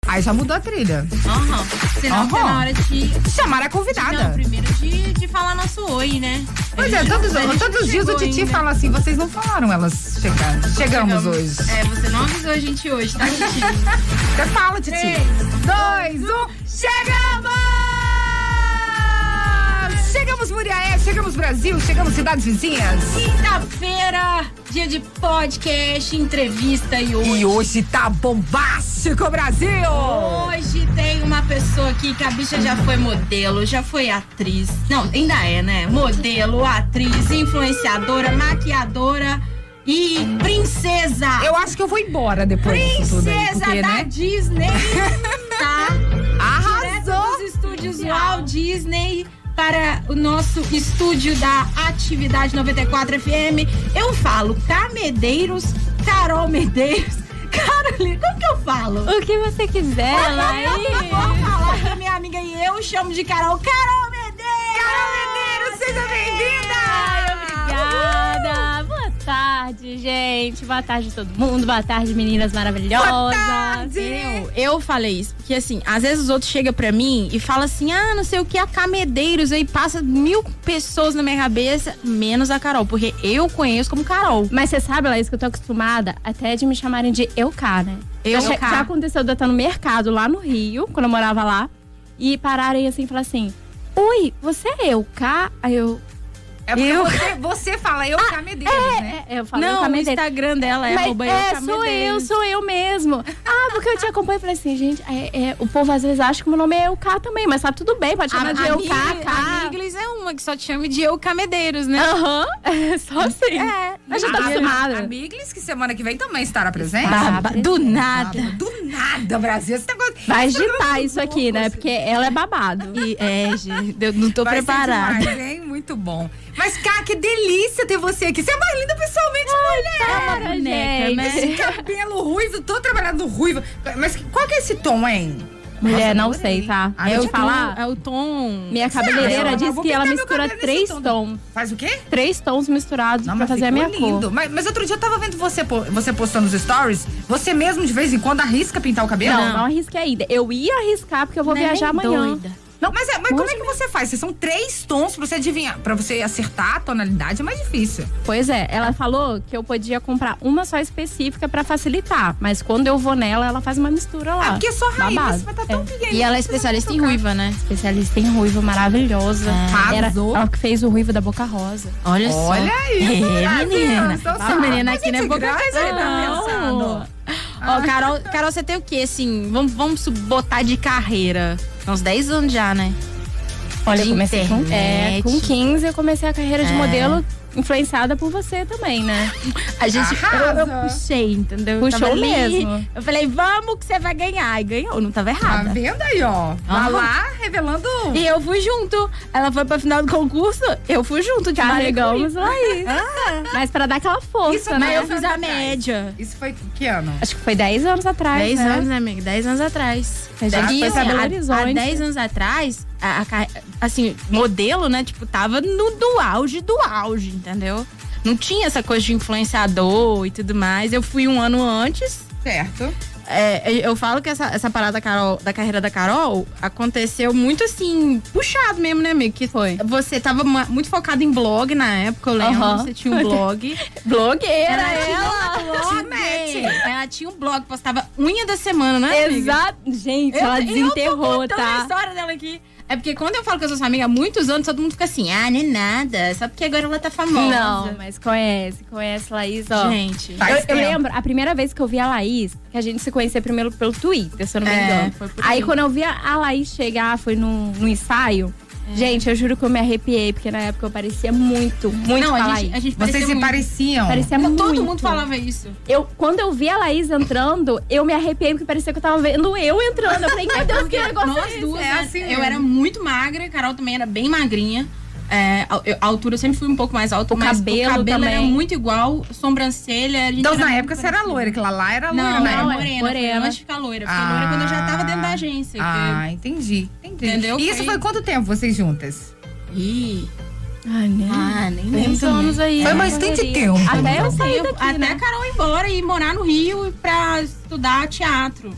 Aí já mudou a trilha. Senão tá na hora de chamar a convidada. Não, primeiro de falar nosso oi, né? Pois é, todos os dias o Titi fala assim, vocês não falaram, elas chegaram. Chegamos hoje. Você não avisou a gente hoje, tá, Titi? Você fala, Titi. 3, 2, 1, chegamos! Chegamos, Muriaé, chegamos, Brasil, chegamos, cidades vizinhas. Quinta-feira, dia de podcast, entrevista e hoje tá bombástico, Brasil! Hoje tem uma pessoa aqui que a bicha já foi modelo, já foi atriz. Não, ainda é, né? Modelo, atriz, influenciadora, maquiadora e princesa. Eu acho que eu vou embora depois disso tudo aí, porque, da né? Disney, tá? Arrasou! Direto dos estúdios Walt Disney para o nosso estúdio da Atividade 94 FM. Eu falo Medeiros, Carol Medeiros, Carolina, como que eu falo? O que você quiser, Eu vou falar pra minha amiga e eu chamo de Carol Medeiros! Carol Medeiros, seja bem-vinda! Ai, obrigada! Boa tarde, gente. Boa tarde todo mundo. Boa tarde, meninas maravilhosas. Boa tarde! Eu falei isso, porque assim, às vezes os outros chegam pra mim e falam assim, não sei o que, a Medeiros, aí passa 1000 pessoas na minha cabeça, menos a Carol, porque eu conheço como Carol. Mas você sabe, Laís, que eu tô acostumada até de me chamarem de Euká, né? Já aconteceu de eu estar no mercado lá no Rio, quando eu morava lá, e pararem assim e falar assim, oi, você é Euká? Aí eu... É porque você fala Euká Medeiros, né? Eu falo Não, Euká o Medeiros. Instagram dela é sou eu mesmo. Porque eu te acompanho e falei assim, gente, o povo às vezes acha que o meu nome é Euká também, mas tá tudo bem, pode chamar de Euká. A Miglis é uma que só te chama de Euká Medeiros, né? Só assim. Eu já tô acostumada. A Miglis, que semana que vem também estará presente. Do nada. Do nada, Brasil. Vai agitar isso aqui, né? Porque ela é babado. Gente, eu não tô preparada. Vai ser demais, hein? Muito bom. Mas, Cá, que delícia ter você aqui. Você é mais linda pessoalmente, mulher. É uma boneca, né? Esse cabelo ruivo, tô trabalhando no ruivo. Mas qual que é esse tom, hein? Mulher, não sei, tá? Eu te falar. É o tom. Minha cabeleireira disse que ela mistura 3 tons. Faz o quê? 3 tons misturados pra fazer a minha cor. Mas outro dia eu tava vendo você postando nos stories. Você mesmo, de vez em quando, arrisca pintar o cabelo? Não arrisquei ainda. Eu ia arriscar porque eu vou viajar amanhã. Doida. Não, mas como é que você faz? São 3 tons pra você adivinhar. Pra você acertar a tonalidade é mais difícil. Pois é, ela falou que eu podia comprar uma só específica pra facilitar. Mas quando eu vou nela, ela faz uma mistura lá. Porque é só raiz, babado. mas tá tão pequeno. E ela é especialista em ruiva, né? Especialista em ruivo, maravilhosa. Arrasou. Ela que fez o ruivo da Boca Rosa. Olha só. Olha aí. Menina. Essa menina aqui não é boca coisa. não. Carol, você tem o quê, assim? Vamos botar de carreira. Uns 10 anos já, né? Olha, eu comecei com 15 eu comecei a carreira de modelo, influenciada por você também, né? A gente, eu puxei, entendeu? Puxou mesmo. Eu falei, vamos que você vai ganhar. E ganhou, não tava errada. Tá vendo aí, ó? Vai lá, revelando. E eu fui junto. Ela foi pra final do concurso, eu fui junto. Carregamos Laís. Mas pra dar aquela força, Isso, né? Eu fiz a média. Isso foi que ano? Acho que foi 10 anos atrás, 10 né? anos, né, amiga? 10 anos atrás. A gente foi pra Belo Horizonte. Há 10 anos atrás, assim, modelo, né, tipo, tava do auge, entendeu? Não tinha essa coisa de influenciador e tudo mais. Eu fui um ano antes. Certo. Eu falo que essa parada da carreira da Carol aconteceu muito assim, puxado mesmo, né, amigo? Que foi. Você tava muito focado em blog na época, eu lembro. Você tinha um blog. Blogueira, Ela tinha um blog, postava unha da semana, né, amiga? Exato. Gente, ela desenterrou, eu tô tá? a história dela aqui. É porque quando eu falo que eu sou sua amiga há muitos anos, todo mundo fica assim, não é nada. Só porque agora ela tá famosa. Não, mas conhece Laís, ó. Gente, eu lembro, a primeira vez que eu vi a Laís, que a gente se conhecia primeiro pelo Twitter, se eu não me engano. Foi por aí quando eu vi a Laís chegar, foi no ensaio. Gente, eu juro que eu me arrepiei, porque na época eu parecia muito não, com a Laís. gente Vocês se pareciam? Parecia muito. Todo mundo falava isso. Quando eu vi a Laís entrando, eu me arrepiei, porque parecia que eu tava vendo eu entrando. Eu falei, meu Deus, que negócio nós é esse? duas, É assim eu mesmo. era muito magra, a Carol também era bem magrinha. A altura eu sempre fui um pouco mais alta, mas cabelo o cabelo também. era muito igual, sobrancelha. Então, na época, você era loira, que lá era loira, Não, né? era morena. Foi antes de ficar loira. Fiquei loira quando eu já tava dentro da agência. Entendi. Entendeu? E isso foi quanto tempo, vocês juntas? Nem lembro. Anos aí. Foi bastante tempo. Até eu sair daqui, Até né? a Carol ir embora e morar no Rio pra estudar teatro.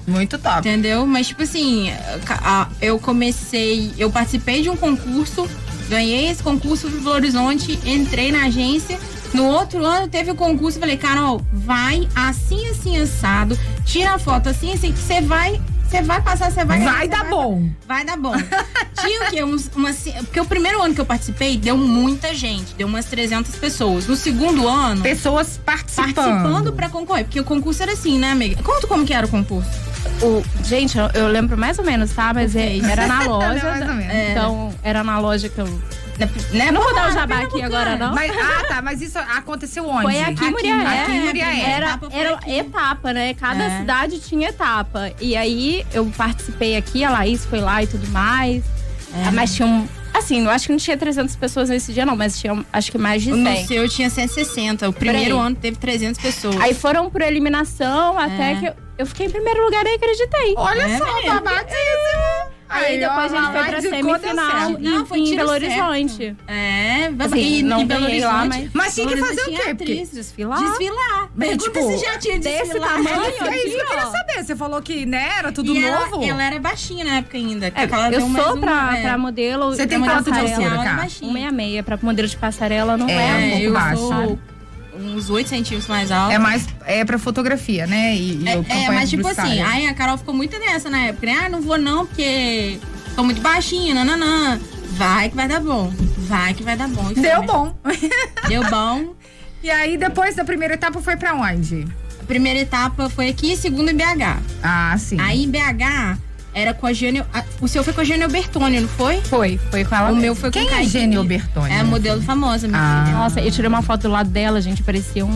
Muito top. Entendeu? Mas, tipo assim, eu participei de um concurso, ganhei esse concurso pro Belo Horizonte, entrei na agência. No outro ano teve o concurso, falei, Carol, vai assim, assim, assado, tira a foto assim, assim, que você vai passar, você vai... Vai dar bom. Vai dar bom. Tinha o quê? Porque o primeiro ano que eu participei, deu muita gente, deu umas 300 pessoas. No segundo ano... Pessoas participando pra concorrer, porque o concurso era assim, né, amiga? Conta como que era o concurso. Gente, eu lembro mais ou menos, tá? Mas era na loja. Mais ou menos. Então, era na loja que eu... Não vou dar o jabá aqui agora, não. Mas isso aconteceu onde? Foi aqui em Muriaé. Aqui em Muriaé. Era etapa, né? Cada cidade tinha etapa. E aí, eu participei aqui, a Laís foi lá e tudo mais. Mas tinha assim, eu acho que não tinha 300 pessoas nesse dia, não. Mas tinha, acho que mais de 100. No seu tinha 160. O primeiro ano teve 300 pessoas. Aí foram por eliminação, até que eu fiquei em primeiro lugar e acreditei. Olha só, babadíssimo. Aí depois a gente foi pra semifinal em Belo Horizonte. Assim, não ganhei lá, mas tinha que fazer o quê? Desfilar. Pergunta se já tinha desse tamanho. É isso que eu queria saber. Você falou que, né, era tudo novo. Ela era baixinha na época ainda. Eu sou pra modelo. Você tem quanto de altura, cara? 1,66. Pra modelo de passarela não é um pouco baixo. Uns 8 centímetros mais alto. É pra fotografia, né? Mas tipo assim, aí a Carol ficou muito nessa na época, né? Não vou não, porque tô muito baixinha, nananã. Vai que vai dar bom. Vai que vai dar bom. Deu bom. Deu bom. E aí, depois da primeira etapa, foi pra onde? A primeira etapa foi aqui, segunda em BH. Ah, sim. Aí em BH... Era com a Gênio. O seu foi com a Gênio Bertoni, não foi? Foi com ela. O meu foi com Quem é Gênio Bertoni? É a modelo famosa, minha filha. Nossa, eu tirei uma foto do lado dela, gente. Parecia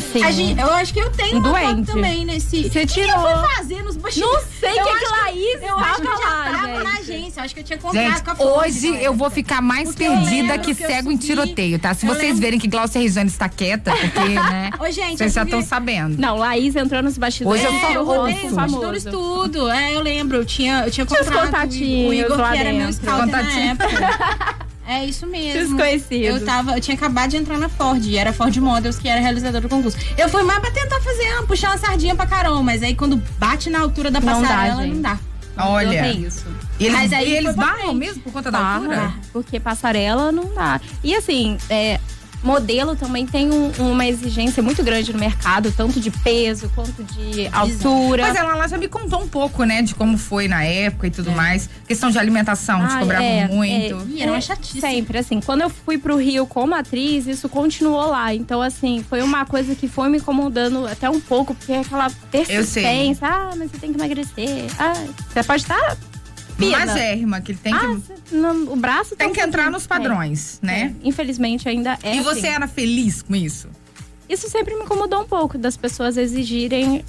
eu acho que eu tenho uma foto também nesse. Você tirou. Eu fui fazer nos bastidores. Não sei o que Laís eu acho que eu já tava gente. na agência. Eu acho que eu tinha contrato com a Ford. Hoje eu vou ficar mais perdida que cego em tiroteio, tá? Se vocês verem que Glaucia Regiane está quieta, porque, né? Ô, gente, vocês já estão sabendo. Não, Laís entrou nos bastidores. Hoje eu só rodei os bastidores tudo. Eu lembro. Eu tinha contrato. O Igor, que era meu scout na época. É isso mesmo. Desconhecido. Eu tinha acabado de entrar na Ford, e era a Ford Models que era realizadora do concurso. Eu fui mais pra tentar puxar uma sardinha pra Carol, mas aí quando bate na altura da passarela, não dá. Olha. É isso. Mas aí eles barram mesmo por conta da altura? Porque passarela não dá. E assim, modelo também tem uma exigência muito grande no mercado, tanto de peso quanto de altura. Mas ela já me contou um pouco, né, de como foi na época e tudo mais. Questão de alimentação, te cobravam muito. E era uma chatice. Sempre, assim, quando eu fui pro Rio como atriz, isso continuou lá. Então, assim, foi uma coisa que foi me incomodando até um pouco, porque aquela persistência. Mas você tem que emagrecer. Você pode estar... magérrima, que ele tem que... o braço tem que entrar nos padrões, né? Infelizmente ainda é. E você era feliz com isso? Isso sempre me incomodou um pouco, das pessoas exigirem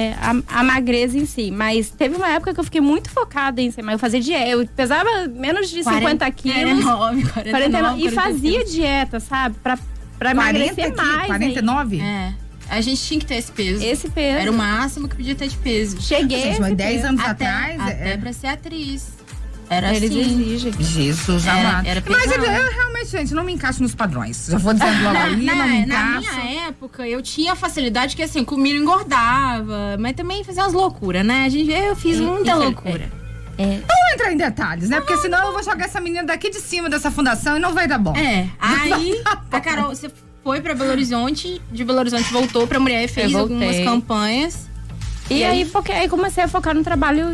a magreza em si. Mas teve uma época que eu fiquei muito focada em ser magra. Eu fazia dieta, eu pesava menos de 50 quilos. 49, e fazia dieta, sabe? Pra emagrecer mais. 49? A gente tinha que ter esse peso. Esse peso. Era o máximo que podia ter de peso. Cheguei. Mas 10 anos atrás. Até pra ser atriz. Era eles assim. exigem. Jesus amado. Mas eu realmente, gente, não me encaixo nos padrões. Já vou dizendo logo aí, não me encaixo. Na minha época, eu tinha facilidade que, assim, comia e engordava. Mas também fazia umas loucuras, né? Eu fiz muita loucura. Não vou entrar em detalhes, né? Porque senão eu vou jogar essa menina daqui de cima dessa fundação e não vai dar bom. Aí, a Carol, você foi pra Belo Horizonte, de Belo Horizonte voltou pra Mulher e fez algumas campanhas. E aí comecei a focar no trabalho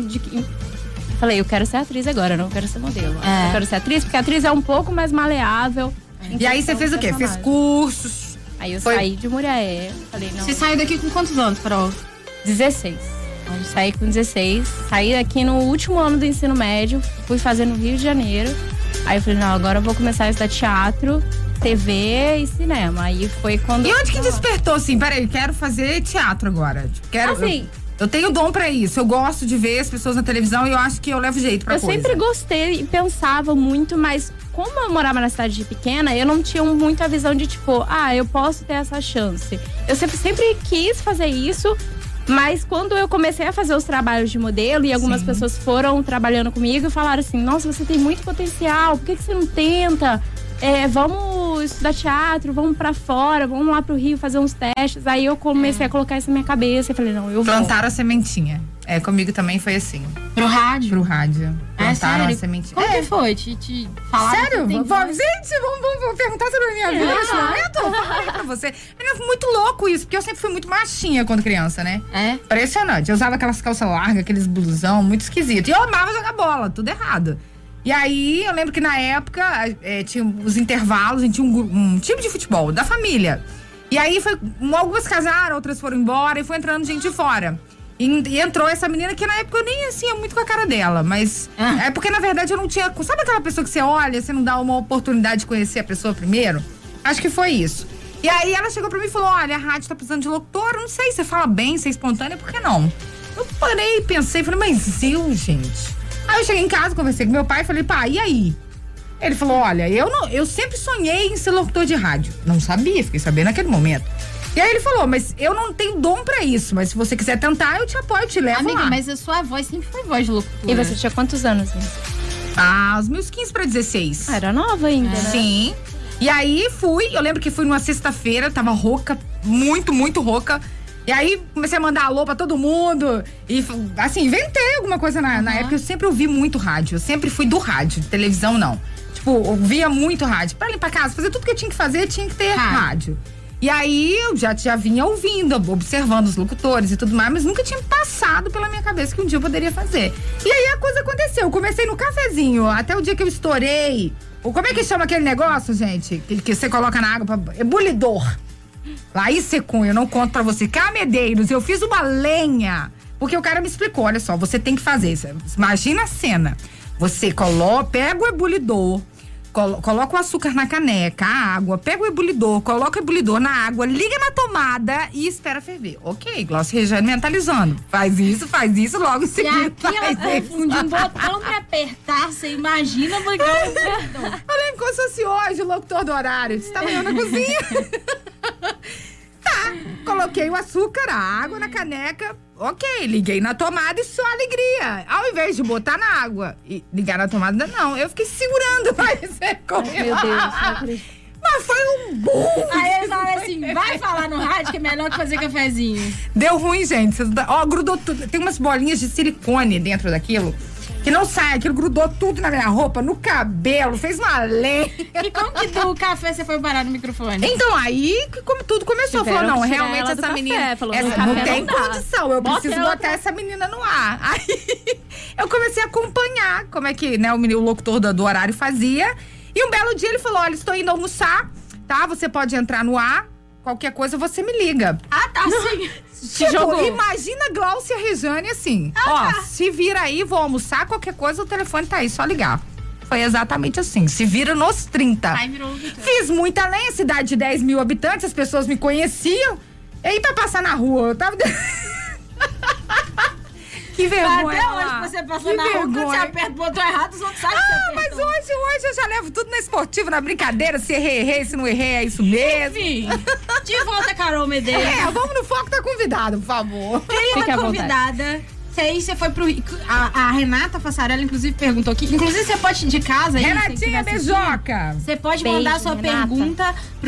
falei, eu quero ser atriz agora, não quero ser modelo. Eu quero ser atriz, porque a atriz é um pouco mais maleável. E aí você fez o quê? Fez cursos? Aí eu saí de Muriaé. Falei, não. Você saiu daqui com quantos anos, Carol? 16. Eu saí com 16. Saí aqui no último ano do ensino médio. Fui fazer no Rio de Janeiro. Aí eu falei, não, agora eu vou começar a estudar teatro, TV e cinema. Aí foi quando... E onde que despertou, assim, peraí, quero fazer teatro agora. Quero... Assim... Eu tenho dom pra isso, eu gosto de ver as pessoas na televisão e eu acho que eu levo jeito pra coisa. Eu sempre gostei e pensava muito, mas como eu morava na cidade pequena, eu não tinha muito a visão de tipo, eu posso ter essa chance. Eu sempre quis fazer isso, mas quando eu comecei a fazer os trabalhos de modelo e algumas pessoas foram trabalhando comigo e falaram assim, nossa, você tem muito potencial, por que você não tenta? Vamos estudar teatro, vamos pra fora, vamos lá pro Rio fazer uns testes. Aí eu comecei a colocar isso na minha cabeça e falei, não, eu vou. Plantaram a sementinha. Comigo também foi assim. Pro rádio? Pro rádio. Plantaram a semente. Como que foi? Te falaram? Sério? Gente, vamos perguntar sobre a minha vida nesse momento? Eu falei pra você. Foi muito louco isso, porque eu sempre fui muito machinha quando criança, né? Impressionante. Eu usava aquelas calças largas, aqueles blusão, muito esquisito. E eu amava jogar bola, tudo errado. E aí, eu lembro que na época, tinha os intervalos, a gente tinha um time de futebol, da família. E aí, algumas casaram, outras foram embora e foi entrando gente de fora. E entrou essa menina que na época eu nem ia muito com a cara dela, mas é porque na verdade eu não tinha. Sabe aquela pessoa que você olha, você não dá uma oportunidade de conhecer a pessoa primeiro? Acho que foi isso. E aí ela chegou pra mim e falou: olha, a rádio tá precisando de locutor, não sei, você fala bem, você é espontânea, por que não? Eu parei, pensei, falei, mas gente. Aí eu cheguei em casa, conversei com meu pai e falei, pai, e aí? Ele falou, olha, eu sempre sonhei em ser locutor de rádio. Não sabia, fiquei sabendo naquele momento. E aí ele falou, mas eu não tenho dom pra isso, mas se você quiser tentar, eu te apoio, eu te levo Amiga, lá. mas a sua voz sempre foi voz de locutora. E você tinha quantos anos? Os meus 15 pra 16. Era nova ainda, né? Sim. E aí eu lembro que fui numa sexta-feira, tava rouca, muito, muito rouca. E aí comecei a mandar alô pra todo mundo. E assim, inventei alguma coisa na época. Eu sempre ouvi muito rádio, eu sempre fui do rádio, televisão não. Tipo, ouvia muito rádio. Pra limpar a casa, fazer tudo que eu tinha que fazer, tinha que ter rádio. E aí eu já vinha ouvindo, observando os locutores e tudo mais, mas nunca tinha passado pela minha cabeça que um dia eu poderia fazer. E aí a coisa aconteceu, eu comecei no cafezinho, até o dia que eu estourei. Como é que chama aquele negócio, gente? Que você coloca na água, ebulidor. Laís Secunha, eu não conto pra você. Camedeiros, eu fiz uma lenha, porque o cara me explicou, olha só, você tem que fazer isso. Imagina a cena, você pega o ebulidor, coloca o açúcar na caneca, a água, pega o ebulidor, coloca o ebulidor na água, liga na tomada e espera ferver. Ok, Glaucia Regiane mentalizando. Faz isso, logo em seguida. E aqui ela confunde um botão pra apertar, você imagina, porque eu lembro como se fosse hoje o locutor do horário. Você tava eu na cozinha. Coloquei o açúcar, a água na caneca. Ok, liguei na tomada e só alegria. Ao invés de botar na água e ligar na tomada, não. Eu fiquei segurando pra você comer. Meu Deus, não acredito. Mas foi um boom! Aí eu falei assim, vai falar no rádio que é melhor que fazer cafezinho. Deu ruim, gente. Grudou tudo. Tem umas bolinhas de silicone dentro daquilo. Que não sai, aquilo grudou tudo na minha roupa, no cabelo, fez uma lenha. E como que do café você foi parar no microfone? Então, aí tudo começou. Falou, não, realmente essa menina. Não tem condição, eu preciso botar essa menina no ar. Aí eu comecei a acompanhar como é que o locutor do horário fazia. E um belo dia ele falou: olha, estou indo almoçar, tá? Você pode entrar no ar, qualquer coisa você me liga. Ah, tá, sim. Imagina Glaucia Regiane assim, se vira aí, vou almoçar, qualquer coisa, o telefone tá aí, só ligar. Foi exatamente assim, se vira nos 30. Ai, virou Fiz muita lenha, cidade de 10 mil habitantes, as pessoas me conheciam. E aí pra passar na rua, eu tava... Que vergonha. Até hoje você passa na rua, quando você aperta o botão errado, os outros sabem que você apertou. Mas hoje eu já levo tudo na esportiva, na brincadeira. Se errei, se não errei, é isso mesmo. Enfim, de volta, Carol Medeiros. Vamos no foco, tá convidado, por favor. Tem uma convidada. Aí você foi pro Rio. A Renata Fassarella, inclusive, perguntou aqui. Inclusive, você pode ir de casa aí. Renatinha Beijoca. Você pode mandar sua pergunta pro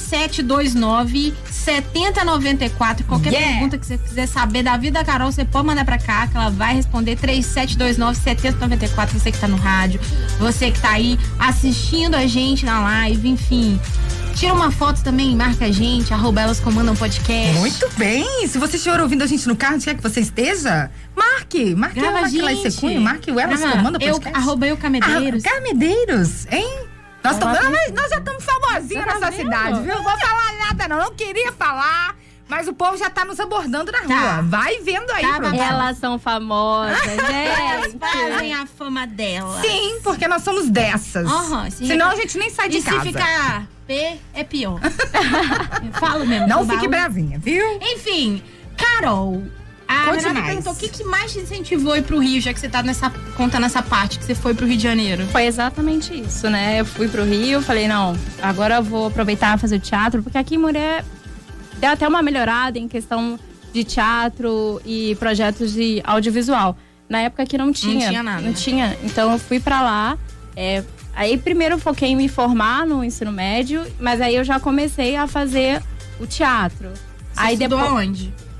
3729-7094. Qualquer pergunta que você quiser saber da vida da Carol, você pode mandar pra cá, que ela vai responder. 3729-7094. Você que tá no rádio, você que tá aí assistindo a gente na live, enfim. Tira uma foto também, marca a gente, @Elas Comandam Podcast. Muito bem. Se você estiver ouvindo a gente no carro, onde quer que você esteja, marque Grava a gente. Secunha, marque o Elas Comandam Podcast. @Eu Camedeiros. Camedeiros, hein? Nós já estamos famosinhos nessa cidade, viu? Não vou falar nada, não queria falar. Mas o povo já tá nos abordando na rua. Vai vendo aí, Elas são famosas, Elas fazem a fama dela. Sim, porque nós somos dessas. Senão a gente nem sai de casa. E se ficar P, é pior. Eu falo mesmo. Não fique bravinha, viu? Enfim, Carol, a Renata perguntou o que mais te incentivou a ir pro Rio, já que você tá contando essa parte que você foi pro Rio de Janeiro. Foi exatamente isso, né? Eu fui pro Rio, falei, não, agora eu vou aproveitar e fazer o teatro, porque aqui em Muré deu até uma melhorada em questão de teatro e projetos de audiovisual. Na época que não tinha nada. Não tinha. Então eu fui pra lá. Aí primeiro eu foquei em me formar no ensino médio, mas aí eu já comecei a fazer o teatro. Aí depois onde?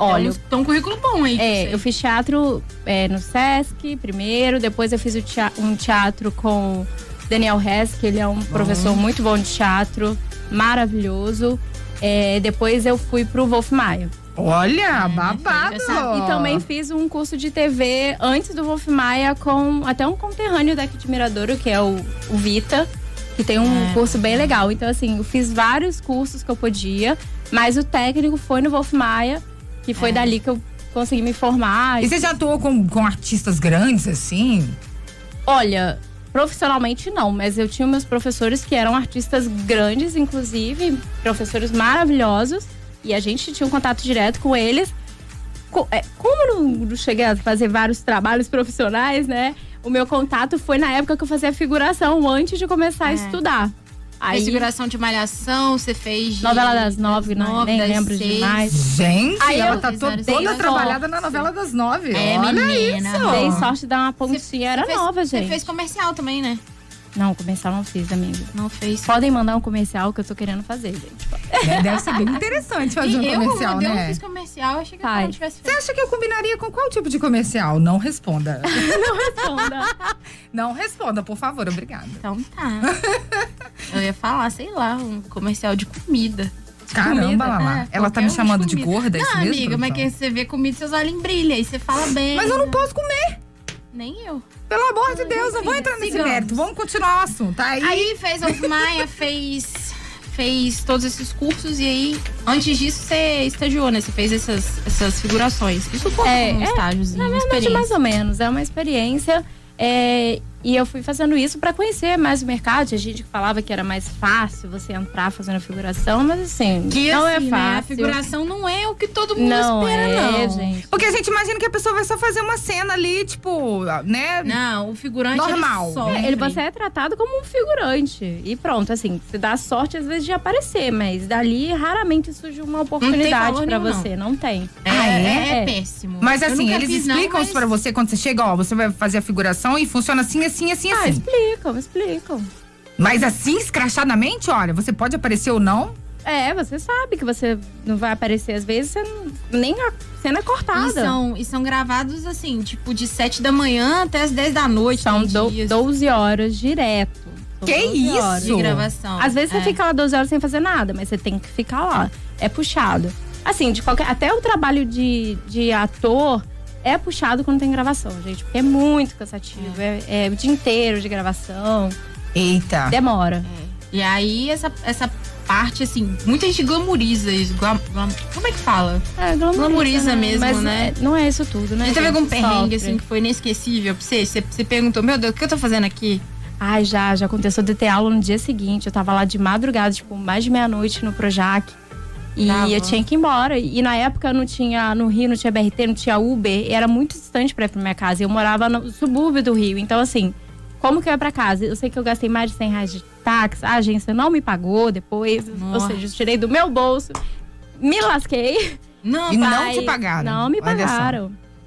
Olha, então um currículo bom aí. Eu fiz teatro no Sesc primeiro, depois eu fiz um teatro com Daniel Hess, que ele é um professor muito bom de teatro, maravilhoso. Depois eu fui pro Wolf Maia. Olha, babado! E também fiz um curso de TV antes do Wolf Maia com até um conterrâneo daqui de Miradouro, que é o Vita, que tem um curso bem legal. Então, assim, eu fiz vários cursos que eu podia, mas o técnico foi no Wolf Maia, que foi dali que eu consegui me formar. E você já atuou com artistas grandes, assim? Olha, profissionalmente não, mas eu tinha meus professores que eram artistas grandes, inclusive, professores maravilhosos. E a gente tinha um contato direto com eles. Como eu não cheguei a fazer vários trabalhos profissionais, né? O meu contato foi na época que eu fazia figuração, antes de começar a estudar. Aí, figuração de Malhação, você fez de Novela das 9, nem lembro 6. demais. Gente, aí ela tá toda trabalhada na Novela das 9. Olha menina. isso. Dei sorte de dar uma pontinha, era nova, gente. Você fez comercial também, né? Não, comercial não fiz, amiga. Não fez. Podem mandar um comercial que eu tô querendo fazer, gente. Deve ser bem interessante fazer um comercial, né? Eu não fiz comercial, achei que eu não tivesse feito. Você acha que eu combinaria com qual tipo de comercial? Não responda. Não responda. Não responda, por favor, obrigada. Então tá. Eu ia falar, sei lá, um comercial de comida. Caramba, Lala. Ela tá me chamando de gorda, é isso mesmo? Não, amiga, mas que você vê comida, seus olhos brilham, aí você fala bem. Mas eu não posso comer. Nem eu. Pelo amor de Deus, não vou entrar nesse mérito. Vamos continuar o assunto, tá aí. Aí fez Wolf Maia, fez todos esses cursos e aí, antes disso, você estagiou, né? Você fez essas figurações. Isso foi um estágiozinho, uma experiência. Mais ou menos, é uma experiência. E eu fui fazendo isso pra conhecer mais o mercado. Tinha gente que falava que era mais fácil você entrar fazendo figuração, mas assim, não é fácil. Né? A figuração não é o que todo mundo espera, não. Gente. Porque a gente imagina que a pessoa vai só fazer uma cena ali, tipo, né? Não, o figurante normal. Você é tratado como um figurante. E pronto, assim, você dá sorte às vezes de aparecer, mas dali raramente surge uma oportunidade pra você. Não tem. É péssimo. Mas assim, eles explicam isso pra você quando você chega, ó, você vai fazer a figuração e funciona assim, assim. Explicam. Mas assim, escrachadamente, olha, você pode aparecer ou não? Você sabe que você não vai aparecer às vezes, nem a cena é cortada. E são gravados assim, tipo de 7 da manhã até as 10 da noite. São 12 horas direto. Que isso? Horas de gravação. Às vezes você fica lá 12 horas sem fazer nada, mas você tem que ficar lá. É puxado. Assim, até o trabalho de ator é puxado quando tem gravação, gente. Porque é muito cansativo. É o dia inteiro de gravação. Eita. Demora. E aí, essa parte, assim, muita gente glamoriza isso. Como é que fala? Glamoriza mesmo, mas né? Não é isso tudo, né? Já teve algum perrengue, assim, que foi inesquecível pra você? Você perguntou, meu Deus, o que eu tô fazendo aqui? Ai, já aconteceu de ter aula no dia seguinte. Eu tava lá de madrugada, tipo, mais de meia-noite no Projac. E eu tinha que ir embora. E na época no Rio não tinha BRT, não tinha Uber. E era muito distante pra ir pra minha casa. Eu morava no subúrbio do Rio. Então, assim, como que eu ia pra casa? Eu sei que eu gastei mais de R$100 de táxi. A agência não me pagou depois. Nossa. Ou seja, eu tirei do meu bolso. Me lasquei. Não te pagaram? Não me pagaram.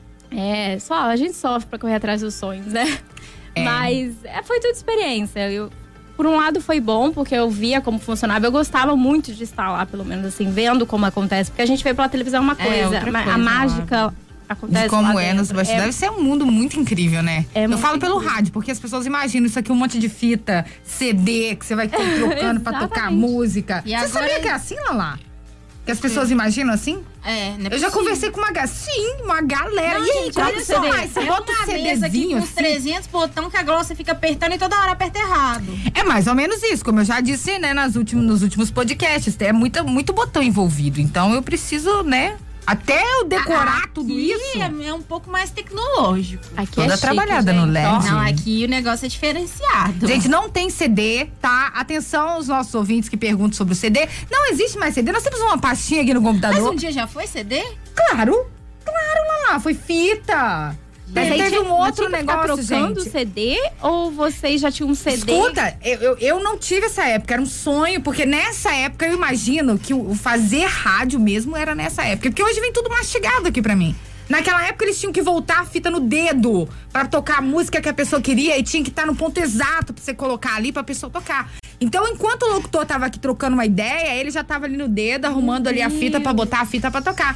Só a gente sofre pra correr atrás dos sonhos, né? Mas foi tudo experiência. Por um lado foi bom, porque eu via como funcionava. Eu gostava muito de estar lá, pelo menos assim, vendo como acontece. Porque a gente vê pela televisão uma coisa, a mágica acontece de como lá dentro. Nos bastidores. Deve ser um mundo muito incrível, né? Eu falo pelo rádio, porque as pessoas imaginam isso aqui, um monte de fita, CD, que você vai trocando pra tocar música. E você sabia que é assim, Lala? Que as pessoas imaginam assim? Não é eu já conversei com uma galera. Não, e aí, gente, quando você faz? Você bota um CDzinho aqui com assim? 300 botão que a glossa fica apertando e toda hora aperta errado. É mais ou menos isso, como eu já disse, né, nos últimos podcasts. É muito botão envolvido. Então eu preciso, né, até eu decorar tudo isso. É um pouco mais tecnológico. Aqui toda chique, trabalhada gente. no LED. Não, aqui o negócio é diferenciado. Gente, não tem CD, tá? Atenção aos nossos ouvintes que perguntam sobre o CD. Não existe mais CD, nós temos uma pastinha aqui no computador. Mas um dia já foi CD? Claro, Lala, foi fita. Mas aí teve um outro negócio, trocando gente. CD ou vocês já tinham um CD? Escuta, eu não tive essa época, era um sonho, porque nessa época eu imagino que o fazer rádio mesmo era nessa época, porque hoje vem tudo mastigado aqui pra mim. Naquela época eles tinham que voltar a fita no dedo pra tocar a música que a pessoa queria e tinha que estar no ponto exato pra você colocar ali pra pessoa tocar. Então, enquanto o locutor tava aqui trocando uma ideia, ele já tava ali no dedo, arrumando ali a fita pra botar a fita pra tocar.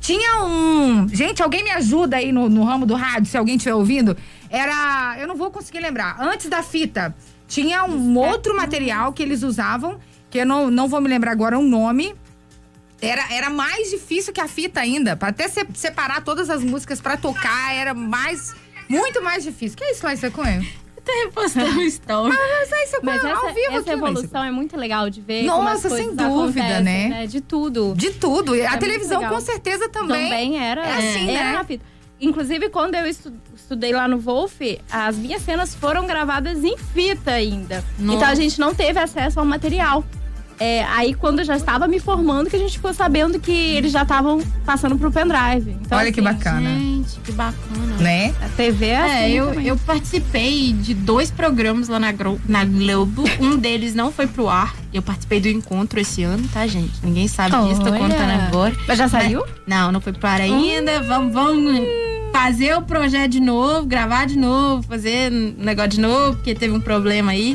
Tinha um... Gente, alguém me ajuda aí no ramo do rádio, se alguém estiver ouvindo. Eu não vou conseguir lembrar. Antes da fita, tinha um outro material que eles usavam, que eu não vou me lembrar agora o nome. Era mais difícil que a fita ainda. Pra até separar todas as músicas pra tocar, era muito mais difícil. Que é isso, Laís Cunha? Postando story. Mas essa evolução é muito legal de ver. Nossa, sem dúvida, né? De tudo. De tudo. A televisão, com certeza, também era. Assim, era né? rápido. Inclusive, quando eu estudei lá no Wolf, as minhas cenas foram gravadas em fita ainda. Nossa. Então, a gente não teve acesso ao material. Aí, quando eu já estava me formando, que a gente ficou sabendo que eles já estavam passando pro pendrive. Então, olha, assim, que bacana. Gente, que bacana. Né? A TV é assim eu participei de 2 programas lá na Globo. Um deles não foi pro ar. Eu participei do Encontro esse ano, tá, gente? Ninguém sabe disso, tô contando agora. Mas já saiu? Não foi pro ar ainda. Vamos fazer o projeto de novo, gravar de novo, fazer um negócio de novo, porque teve um problema aí.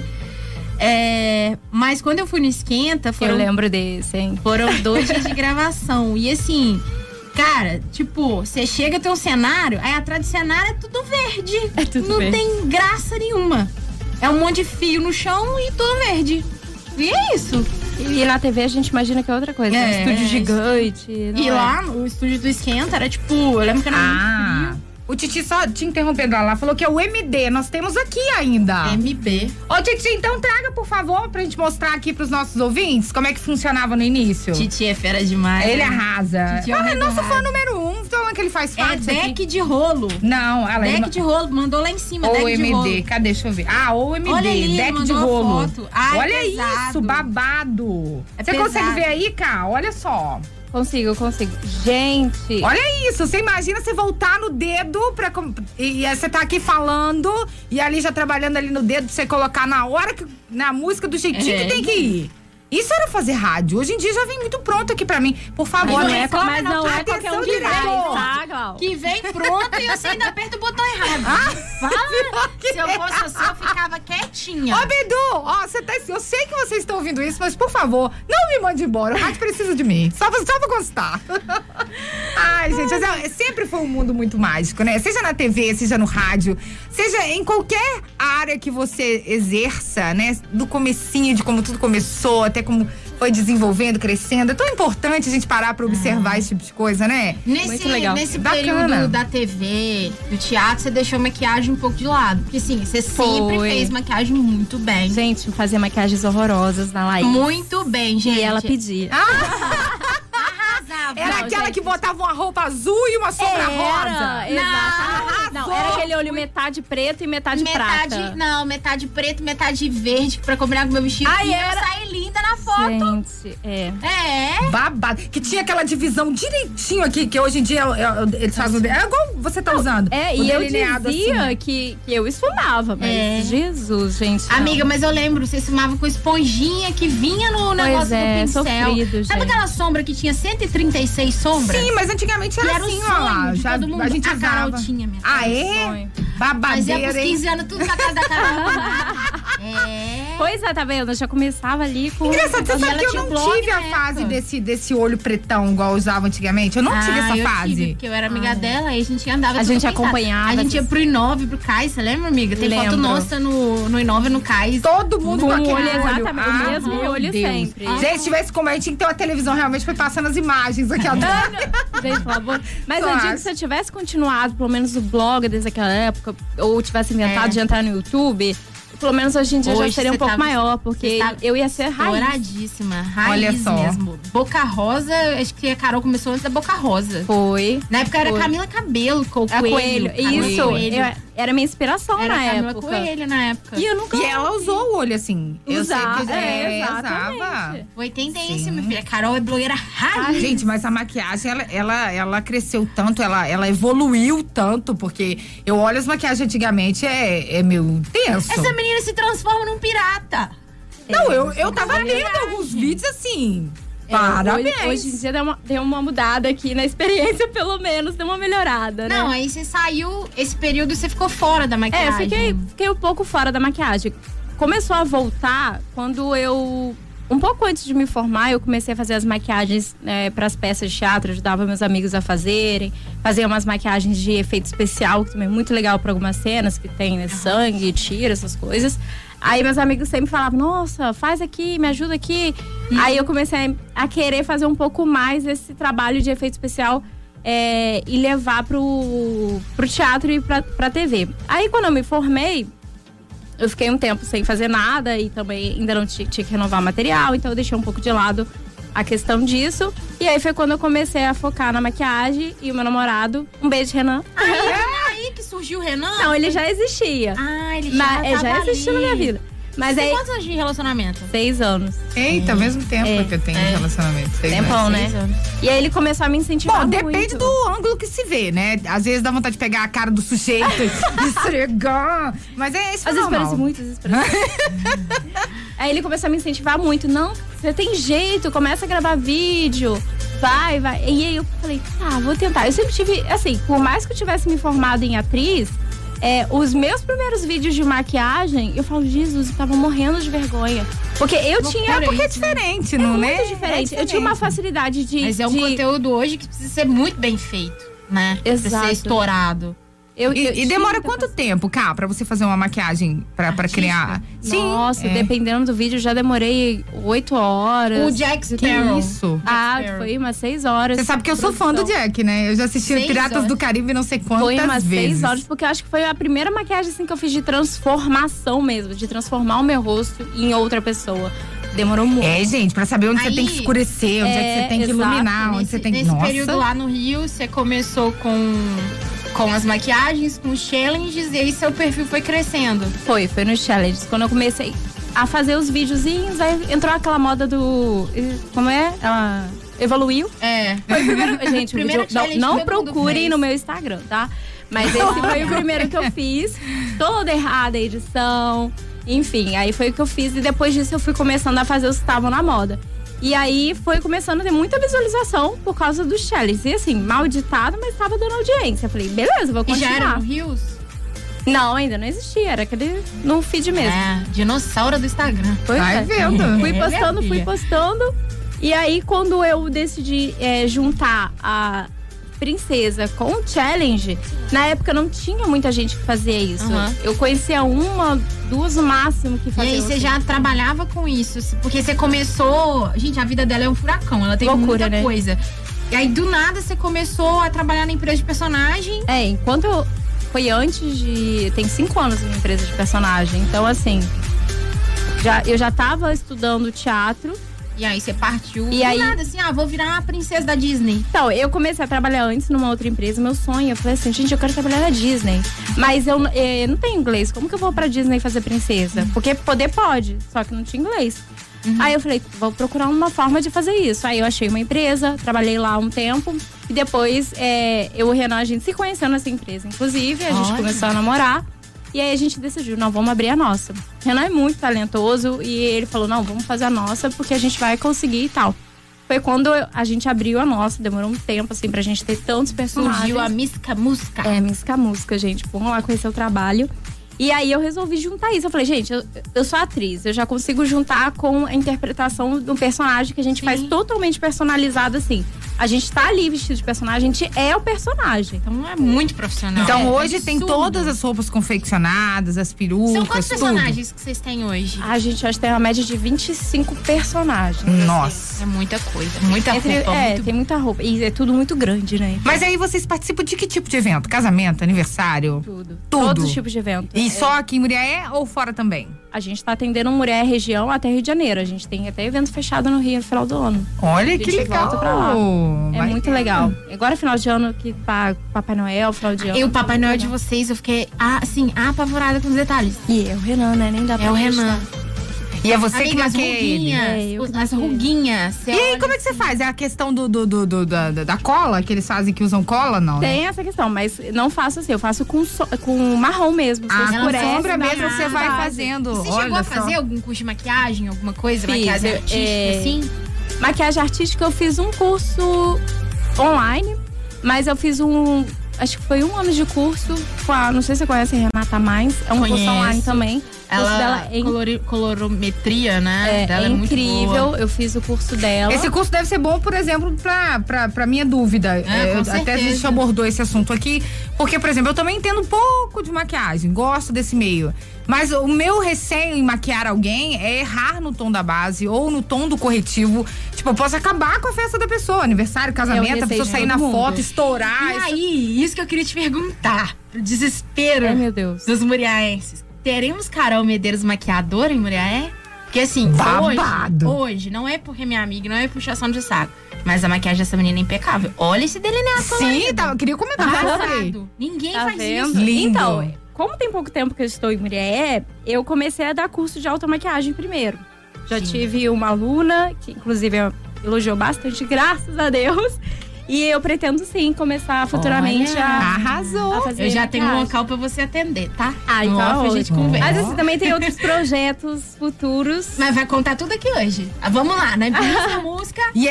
Mas quando eu fui no Esquenta, eu lembro desse, hein? Foram 2 dias de gravação. E assim, cara, tipo, você chega, tem um cenário, aí atrás do cenário é tudo verde. Não tem graça nenhuma. É um monte de fio no chão e tudo verde. E é isso. E na TV a gente imagina que é outra coisa. Um estúdio gigante. E lá no estúdio do Esquenta era tipo, eu lembro que era muito frio. O Titi, só te interrompendo lá, falou que é o MD, nós temos aqui ainda. MB. Ô, Titi, então traga, por favor, pra gente mostrar aqui pros nossos ouvintes como é que funcionava no início. Titi é fera demais. Ele arrasa. Titi é nosso fã número 1, falando que ele faz parte. Deck aqui de rolo. Não, ela Deck de rolo, mandou lá em cima, ou deck de rolo. MD, cadê? Deixa eu ver. O MD, olha ali, deck de rolo. Foto. Ai, olha pesado. isso, babado. Você pesado. consegue ver aí, Cá? Olha só. Consigo. Gente! Olha isso, você imagina você voltar no dedo e você tá aqui falando e ali já trabalhando ali no dedo pra você colocar na música do jeitinho que tem que ir. Isso era fazer rádio. Hoje em dia já vem muito pronto aqui pra mim. Por favor, mas não é qualquer um que faz, tá, Glau? Que vem pronto e você ainda aperta o botão errado. Fala! Se eu fosse você, eu ficava quietinha. Ô, Bidu, eu sei que vocês estão ouvindo isso, mas por favor, não me mande embora. O rádio precisa de mim. Só pra constar. Ai, gente, sempre foi um mundo muito mágico, né? Seja na TV, seja no rádio, seja em qualquer área que você exerça, né? Do comecinho, de como tudo começou, até como foi desenvolvendo, crescendo. É tão importante a gente parar pra observar esse tipo de coisa, né? Muito legal. Nesse período da TV, do teatro, você deixou a maquiagem um pouco de lado. Porque assim, você sempre fez maquiagem muito bem. Gente, fazia maquiagens horrorosas na Laís. Muito bem, gente. E ela pedia. Era aquela que botava uma roupa azul e uma sombra rosa. Exatamente. Não, era aquele olho metade preto e metade prata. Não, metade preto, metade verde, pra combinar com o meu vestido. Aí eu saí linda na foto. Gente, babado. Que tinha aquela divisão direitinho aqui, que hoje em dia eles fazem. É igual você tá usando. E eu dizia assim, que eu esfumava, mas Jesus, gente. Amiga, mas eu lembro, você esfumava com esponjinha que vinha no negócio do pincel. Sofrido, sabe aquela sombra que tinha 136 sombras? Sim, mas antigamente era assim, ó lá. Todo mundo. A gente usava. Carol tinha, minha babadeira, fazia pros 15 anos tudo na casa da Carol. Pois é, tá vendo? Eu já começava ali com... Engraçado, você sabe que eu não tive a fase desse olho pretão igual eu usava antigamente? Eu não tive essa fase. Tive, porque eu era amiga dela e a gente andava. A gente acompanhava. A gente ia pro Inove, pro Cais, você lembra, amiga? Tem foto nossa no Inove, no Cais. Todo mundo com aquele olho. Exatamente, o mesmo olho sempre. Gente, se tivesse como a gente tinha que ter uma televisão realmente foi passando as imagens aqui atrás. Gente, por favor. Mas eu digo que se eu tivesse continuado, pelo menos o blog desde aquela época, ou tivesse inventado de entrar no YouTube, pelo menos hoje em dia já seria um pouco maior, porque eu ia ser estouradíssima. Raiz mesmo. Boca Rosa, acho que a Carol começou antes da Boca Rosa. Foi. Na época era Camila Cabello com o Coelho. Isso. Era minha inspiração era na Camila época. Coelho na época. E ela usou o olho assim. Usava. Usava. Foi tendência, minha filha. A Carol é blogueira raiz. Gente, mas a maquiagem, ela cresceu tanto, ela evoluiu tanto, porque eu olho as maquiagens antigamente, é meio tenso. Essa menina se transforma num pirata. Não, eu tava vendo alguns vídeos assim. Parabéns. Hoje em dia deu uma mudada aqui na experiência, pelo menos, deu uma melhorada, né? Não, aí você saiu, esse período você ficou fora da maquiagem. Fiquei um pouco fora da maquiagem. Começou a voltar quando eu um pouco antes de me formar, eu comecei a fazer as maquiagens para as peças de teatro, ajudava meus amigos a fazerem, fazia umas maquiagens de efeito especial, que também é muito legal para algumas cenas que tem, né, sangue, tiro, essas coisas. Aí meus amigos sempre falavam, nossa, faz aqui, me ajuda aqui. Aí eu comecei a querer fazer um pouco mais esse trabalho de efeito especial e levar pro teatro e pra TV. Aí quando eu me formei, eu fiquei um tempo sem fazer nada e também ainda não tinha que renovar material, então eu deixei um pouco de lado a questão disso. E aí foi quando eu comecei a focar na maquiagem e o meu namorado, um beijo, Renan. Aí que surgiu o Renan? Não, ele já existia. Ele já existiu na minha vida. Mas tem quantos anos de relacionamento? 6 anos. Eita, ao mesmo tempo que eu tenho de relacionamento. 6 Tempão, anos. né? 6 anos. E aí ele começou a me incentivar muito. Bom, depende do ângulo que se vê, né? Às vezes dá vontade de pegar a cara do sujeito e esfregar. Mas é isso. Às vezes parece muito, às vezes parece. Aí ele começou a me incentivar muito. Não, você tem jeito, começa a gravar vídeo. Vai. E aí eu falei, vou tentar. Eu sempre tive, assim, por mais que eu tivesse me formado em atriz, os meus primeiros vídeos de maquiagem, eu falo, Jesus, eu tava morrendo de vergonha. Porque eu tinha... Porque é diferente, não é? Muito diferente. Eu tinha uma facilidade de... Mas é um conteúdo hoje que precisa ser muito bem feito, né? Exato. Precisa ser estourado. E demora quanto tempo, Cá, pra você fazer uma maquiagem pra criar? Sim. Nossa, dependendo do vídeo, já demorei 8 horas. O Jack Sparrow. Isso? Foi umas 6 horas. Você sabe que eu sou fã do Jack, né? Eu já assisti Piratas do Caribe não sei quantas vezes. Foi umas 6 horas, porque eu acho que foi a primeira maquiagem assim, que eu fiz de transformação mesmo. De transformar o meu rosto em outra pessoa. Demorou muito. Gente, pra saber onde você tem que escurecer, onde é que você tem que iluminar, onde você tem que... Nesse período lá no Rio, você começou com as maquiagens, com os challenges, e aí seu perfil foi crescendo. Foi nos challenges. Quando eu comecei a fazer os videozinhos, aí entrou aquela moda do... Como é? Ela evoluiu. Foi o primeiro... Gente, não procurem no meu Instagram, tá? Mas esse foi o primeiro que eu fiz. Toda errada a edição. Enfim, aí foi o que eu fiz. E depois disso eu fui começando a fazer os que estavam na moda. E aí foi começando a ter muita visualização por causa dos challenges. E assim, mal editado, mas tava dando audiência. Eu falei, beleza, vou continuar. E já era no Reels? Não, ainda não existia. Era aquele no feed mesmo. Dinossauro do Instagram. Vai vendo. Fui postando. E aí, quando eu decidi juntar a princesa com o challenge, na época não tinha muita gente que fazia isso. Eu conhecia 1, 2 no máximo que fazia. E aí você já trabalhava com isso? Porque você começou... Gente, a vida dela é um furacão, ela tem muita coisa. E aí, do nada, você começou a trabalhar na empresa de personagem. Enquanto foi antes de... Tem 5 anos na empresa de personagem. Então, assim, eu já tava estudando teatro. E aí você partiu do nada, assim, vou virar a princesa da Disney. Então, eu comecei a trabalhar antes numa outra empresa, meu sonho, eu falei assim, gente, eu quero trabalhar na Disney. Mas eu não tenho inglês, como que eu vou pra Disney fazer princesa? Porque poder pode, só que não tinha inglês. Aí eu falei, vou procurar uma forma de fazer isso. Aí eu achei uma empresa, trabalhei lá um tempo. E depois, eu e o Renan, a gente se conheceu nessa empresa. Inclusive, a gente começou a namorar. E aí a gente decidiu, não, vamos abrir a nossa. O Renan é muito talentoso e ele falou, não, vamos fazer a nossa porque a gente vai conseguir e tal. Foi quando a gente abriu a nossa, demorou um tempo, assim, pra gente ter tantos personagens. Surgiu a Misca Musca. Misca Musca, gente. Vamos lá conhecer o trabalho. E aí eu resolvi juntar isso. Eu falei, gente, eu sou atriz, eu já consigo juntar com a interpretação do personagem que a gente faz totalmente personalizado, assim. A gente tá ali vestido de personagem, a gente é o personagem. Então é muito profissional. Então hoje tem todas as roupas confeccionadas, as perucas, São quantos personagens que vocês têm hoje? A gente acho que tem uma média de 25 personagens. Nossa. É muita coisa, muita roupa. Tem muita roupa. E é tudo muito grande, né? Mas aí vocês participam de que tipo de evento? Casamento, aniversário? Tudo. Todos os tipos de evento. E só aqui em Muriaé ou fora também? A gente tá atendendo Muriaé região até Rio de Janeiro. A gente tem até evento fechado no Rio no final do ano. Olha que legal. Volta pra lá. Muito legal. Agora final de ano que tá Papai Noel, final de ano. E o Papai Noel de vocês, eu fiquei assim, apavorada com os detalhes. E é o Renan, né? Nem dá pra o Renan. E é você que maquia ele? As ruguinhas. E aí, como é que você faz? É a questão da cola, que eles fazem, que usam cola, não? Tem essa questão, mas não faço assim. Eu faço com marrom mesmo. Você escurece, sombra mesmo você vai fazendo. Você chegou a fazer algum curso de maquiagem, alguma coisa? Maquiagem artística, assim? Maquiagem artística, eu fiz um curso online, mas eu fiz acho que foi 1 ano de curso. Não sei se você conhece Renata Mais. É um curso online também. Ela colorimetria, né? É incrível, eu fiz o curso dela. Esse curso deve ser bom, por exemplo, pra minha dúvida. Até a gente abordou esse assunto aqui, porque, por exemplo, eu também entendo um pouco de maquiagem, gosto desse meio. Mas o meu receio em maquiar alguém é errar no tom da base ou no tom do corretivo. Tipo, eu posso acabar com a festa da pessoa, aniversário, casamento, a pessoa sair na foto, estourar. E aí, isso que eu queria te perguntar, pro desespero meu Deus, dos muriaenses. Teremos Carol Medeiros maquiadora em Muriaé? Porque assim, hoje, não é porque é minha amiga, não é puxação de saco, mas a maquiagem dessa menina é impecável. Olha esse delineado. Sim, eu queria comentar. Ninguém faz isso. Lindo. Então, como tem pouco tempo que eu estou em Muriaé, eu comecei a dar curso de automaquiagem primeiro. Já tive uma aluna, que inclusive elogiou bastante, graças a Deus. E eu pretendo sim começar futuramente a fazer. Eu já tenho um local pra você atender, tá? Então a gente conversa. Mas assim, também tem outros projetos futuros. Mas vai contar tudo aqui hoje. Vamos lá, né? Essa música. E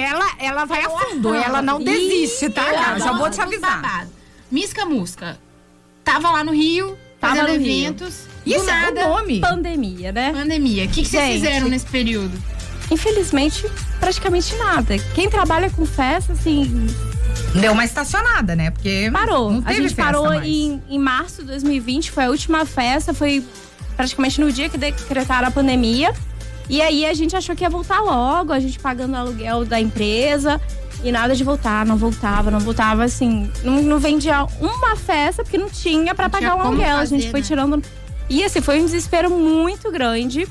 ela vai a fundo, ela não desiste, tá, cara? Já vou te avisar. Misca Musca. Tava lá no Rio, fazendo eventos. Isso é o nome. Pandemia, né? Pandemia. O que vocês fizeram nesse período? Infelizmente, praticamente nada. Quem trabalha com festa, assim... Deu uma estacionada, né? Porque parou. A gente parou em março de 2020, foi a última festa, foi praticamente no dia que decretaram a pandemia. E aí a gente achou que ia voltar logo, a gente pagando o aluguel da empresa. E nada de voltar, não voltava, assim. Não vendia uma festa, porque não tinha pra pagar o aluguel. A gente foi tirando... E assim, foi um desespero muito grande.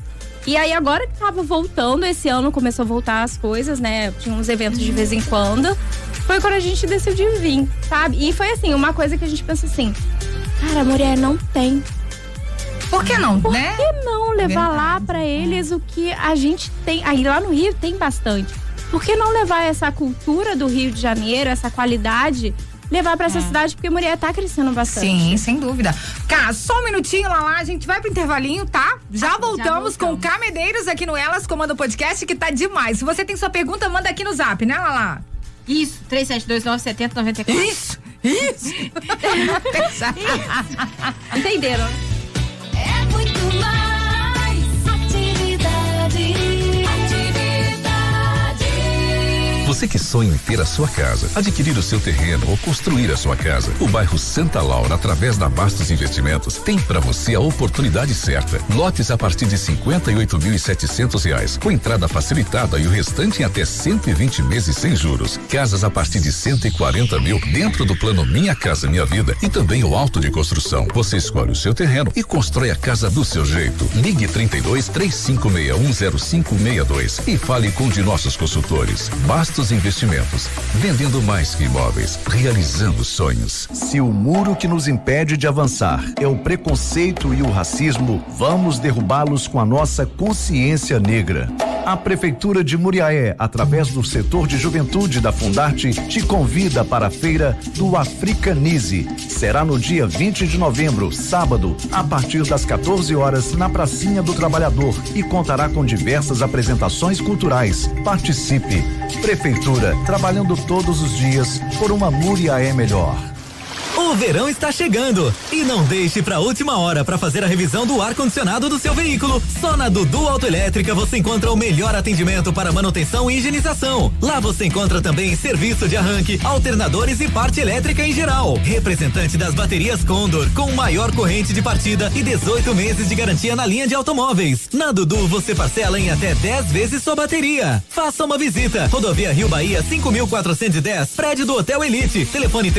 E aí, agora que tava voltando, esse ano começou a voltar as coisas, né? Tinha uns eventos de vez em quando. Foi quando a gente decidiu vir, sabe? E foi assim, uma coisa que a gente pensa assim, cara, a mulher não tem. Por que não, Por né? Por que não levar lá pra eles o que a gente tem? Aí lá no Rio tem bastante. Por que não levar essa cultura do Rio de Janeiro, essa qualidade, levar pra essa cidade, porque a mulher tá crescendo bastante. Sim, sem dúvida. Cá, só um minutinho, lá, a gente vai pro intervalinho, tá? Já voltamos com o Cá Medeiros aqui no Elas Comanda Podcast, que tá demais. Se você tem sua pergunta, manda aqui no zap, né, Lala? Isso, 37297094. Isso. Entenderam? É muito mais atividade. Você que sonha em ter a sua casa, adquirir o seu terreno ou construir a sua casa, o bairro Santa Laura, através da Bastos Investimentos, tem para você a oportunidade certa. Lotes a partir de R$58.700, com entrada facilitada e o restante em até 120 meses sem juros. Casas a partir de 140 mil dentro do plano Minha Casa Minha Vida e também o auto de construção. Você escolhe o seu terreno e constrói a casa do seu jeito. Ligue 32-3561-0562 e fale com um de nossos consultores. Bastos Investimentos, vendendo mais que imóveis, realizando sonhos. Se o muro que nos impede de avançar é o preconceito e o racismo, vamos derrubá-los com a nossa consciência negra. A Prefeitura de Muriaé, através do setor de juventude da Fundarte, te convida para a feira do Africanize. Será no dia 20 de novembro, sábado, a partir das 14 horas, na Pracinha do Trabalhador, e contará com diversas apresentações culturais. Participe. Prefeitura, trabalhando todos os dias por uma Muriaé melhor. O verão está chegando e não deixe para a última hora para fazer a revisão do ar-condicionado do seu veículo. Só na Dudu Autoelétrica você encontra o melhor atendimento para manutenção e higienização. Lá você encontra também serviço de arranque, alternadores e parte elétrica em geral. Representante das baterias Condor, com maior corrente de partida e 18 meses de garantia na linha de automóveis. Na Dudu você parcela em até 10 vezes sua bateria. Faça uma visita. Rodovia Rio Bahia 5410, prédio do Hotel Elite. Telefone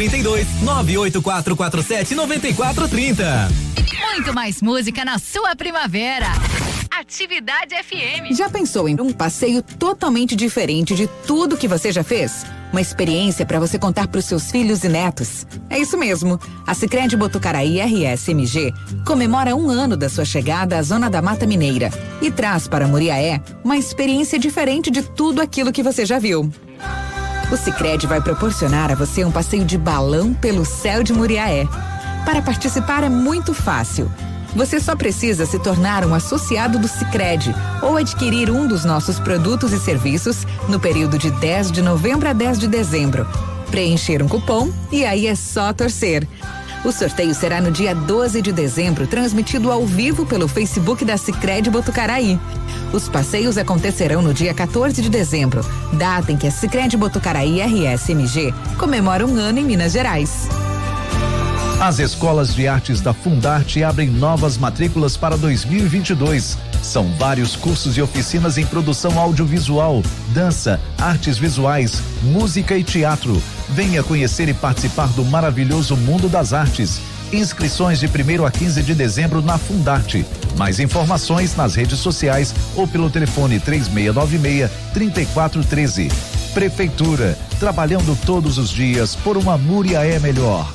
32-98447-9430. Muito mais música na sua primavera. Atividade FM. Já pensou em um passeio totalmente diferente de tudo que você já fez? Uma experiência para você contar para os seus filhos e netos. É isso mesmo. A Sicredi Botucaraí RSMG comemora 1 ano da sua chegada à Zona da Mata Mineira e traz para Muriaé uma experiência diferente de tudo aquilo que você já viu. O Sicredi vai proporcionar a você um passeio de balão pelo céu de Muriaé. Para participar é muito fácil. Você só precisa se tornar um associado do Sicredi ou adquirir um dos nossos produtos e serviços no período de 10 de novembro a 10 de dezembro. Preencher um cupom e aí é só torcer. O sorteio será no dia 12 de dezembro, transmitido ao vivo pelo Facebook da Sicredi Botucaraí. Os passeios acontecerão no dia 14 de dezembro, data em que a Sicredi Botucaraí RSMG comemora 1 ano em Minas Gerais. As escolas de artes da Fundarte abrem novas matrículas para 2022. São vários cursos e oficinas em produção audiovisual, dança, artes visuais, música e teatro. Venha conhecer e participar do maravilhoso mundo das artes. Inscrições de 1º a 15 de dezembro na Fundarte. Mais informações nas redes sociais ou pelo telefone 3696-3413. Prefeitura, trabalhando todos os dias por uma Muriaé melhor.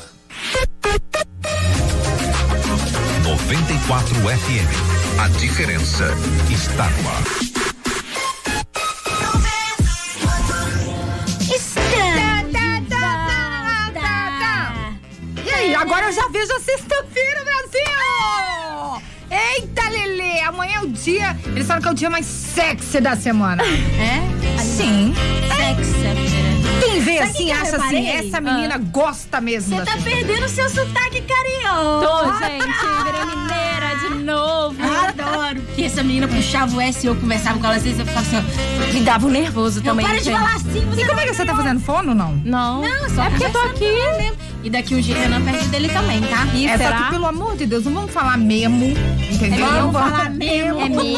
94 FM. A diferença está no ar. E aí, agora eu já vejo a sexta-feira, Brasil! Eita, Lelê, amanhã é o dia, eles falam que é o dia mais sexy da semana. É? Sim. Sexta-feira. Quem vê Sabe assim, que eu acha assim, reparei? essa menina gosta mesmo. Você tá perdendo o seu sotaque carioca. Tô, gente, virei mineira de novo. Adoro. Que essa menina puxava o S e eu conversava com ela, às vezes eu ficava assim, Me dava um nervoso também, para de gente. falar assim. E como é que você tá fazendo fono ou não? Não, Só é porque eu tô aqui. mesmo. E daqui um dia Renan perde dele também, tá? E É, só será? que pelo amor de Deus, não vamos falar mesmo, entendeu? Vamos Não falar mesmo. É mesmo.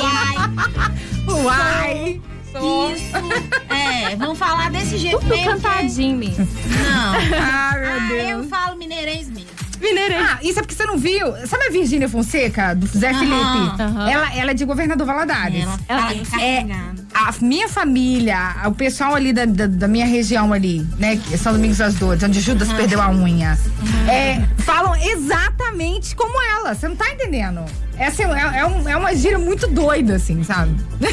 Uai. Isso. É, vamos falar desse jeito Tudo mesmo. cantadinho mesmo. Não. Ai, meu Deus. Eu falo mineirês mesmo. Ah, isso é porque você não viu. Sabe a Virgínia Fonseca, do Zé Felipe? Aham. Ela é de Governador Valadares. Ela fala encarregada. A minha família, o pessoal ali da minha região ali, né? Que São Domingos das Dores, onde Judas perdeu a unha. Falam exatamente como ela. Você não tá entendendo? Essa é uma gíria muito doida, assim, sabe?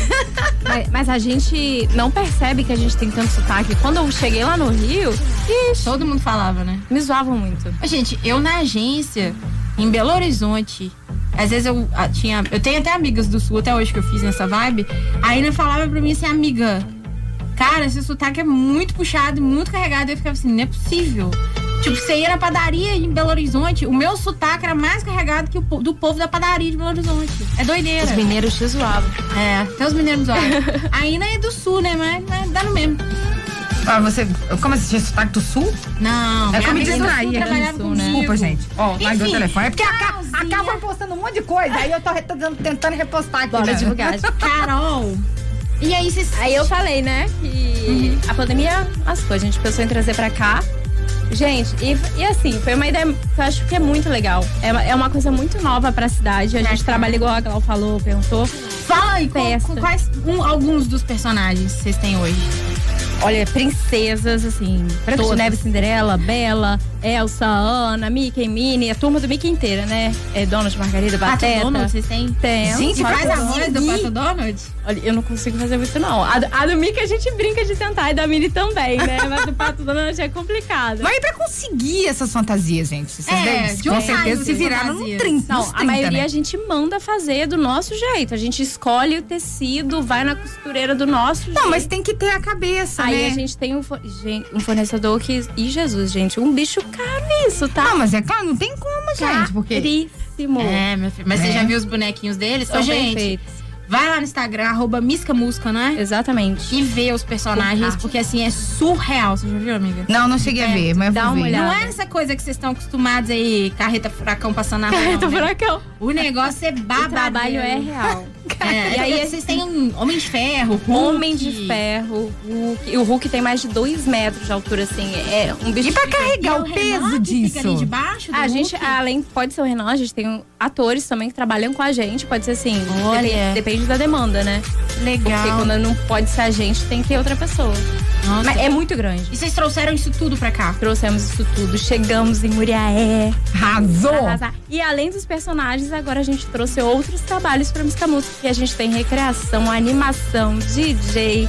Mas a gente não percebe que a gente tem tanto sotaque. Quando eu cheguei lá no Rio, Todo mundo falava, né? me zoavam muito. Gente, eu na agência, em Belo Horizonte, às vezes eu tenho até amigas do Sul, até hoje que eu fiz nessa vibe, a Ina falava pra mim assim, amiga, cara, esse sotaque é muito puxado, muito carregado. Eu ficava assim, não é possível. Tipo, você ia na padaria em Belo Horizonte, o meu sotaque era mais carregado que o do povo da padaria de Belo Horizonte. É doideira. Os mineiros te zoavam. É, até os mineiros zoavam. A Ina é do Sul, né? Mas dá no mesmo. Ah, você. Como você tinha sotaque do Sul? Não, É minha como amiga do Sul distrair, trabalhava Sul, né? comigo. Desculpa, gente. Ó, larguei o Enfim, telefone. É porque a Carolzinha. Cá foi postando um monte de coisa, aí eu tô tentando repostar aqui. Bora né? divulgar. Carol. E aí vocês... Aí eu falei, né, que a pandemia lascou. A gente pensou em trazer pra cá. Gente, e assim, foi uma ideia que eu acho que é muito legal. É uma coisa muito nova pra cidade. A gente trabalha igual a Clau falou, perguntou. Fala aí, com quais alguns dos personagens vocês têm hoje? Olha, princesas, assim, Branca de Neve, Cinderela, Bela, Elsa, Ana, Mickey, Minnie, a turma do Mickey inteira, né? É Donald, Margarida, Pateta. Pato Donald, vocês têm? Tem. Gente, faz a voz do Pato Donald? Olha, eu não consigo fazer muito, não. A do Mickey a gente brinca de tentar, e da Minnie também, né? Mas do Pato Donald é complicado. Mas e pra conseguir essas fantasias, gente? Vocês de com onde certeza saem se viraram essas no fantasias? 30. Não, nos 30, a maioria né? a gente manda fazer do nosso jeito. A gente escolhe o tecido, vai na costureira do nosso jeito. Não, mas tem que ter a cabeça, Aí né? a gente tem um fornecedor que... Ih, Jesus, gente, um bicho caro isso, tá? Não, mas é claro, não tem como, gente, porque... Caríssimo. É, meu filho. Mas você já viu os bonequinhos deles? São Ô, gente, perfeitos. vai lá no Instagram, @miscamusca, né? Exatamente. E vê os personagens, porque assim, é surreal. Você já viu, amiga? Não, não cheguei a ver, mas Dá vou uma ver. olhada. Não é essa coisa que vocês estão acostumados aí, carreta furacão passando na rua. Carreta não, né? furacão. O negócio é babado. O trabalho é real. E aí vocês têm Homem de Ferro, Hulk. Homem de Ferro, Hulk. E o Hulk tem mais de 2 metros de altura, assim. É um bicho. E pra carregar o Renan, peso que disso? Fica ali debaixo do A gente, Hulk. além, pode ser o Renan, a gente tem atores também que trabalham com a gente. Pode ser assim. Olha. Depende da demanda, né? Legal. Porque quando não pode ser a gente, tem que ir outra pessoa. Nossa. Mas é muito grande. E vocês trouxeram isso tudo pra cá? Trouxemos isso tudo. Chegamos em Muriaé. Arrasou! Arrasar. E além dos personagens, agora a gente trouxe outros trabalhos pra Miscamusca. Que a gente tem recreação, animação, DJ.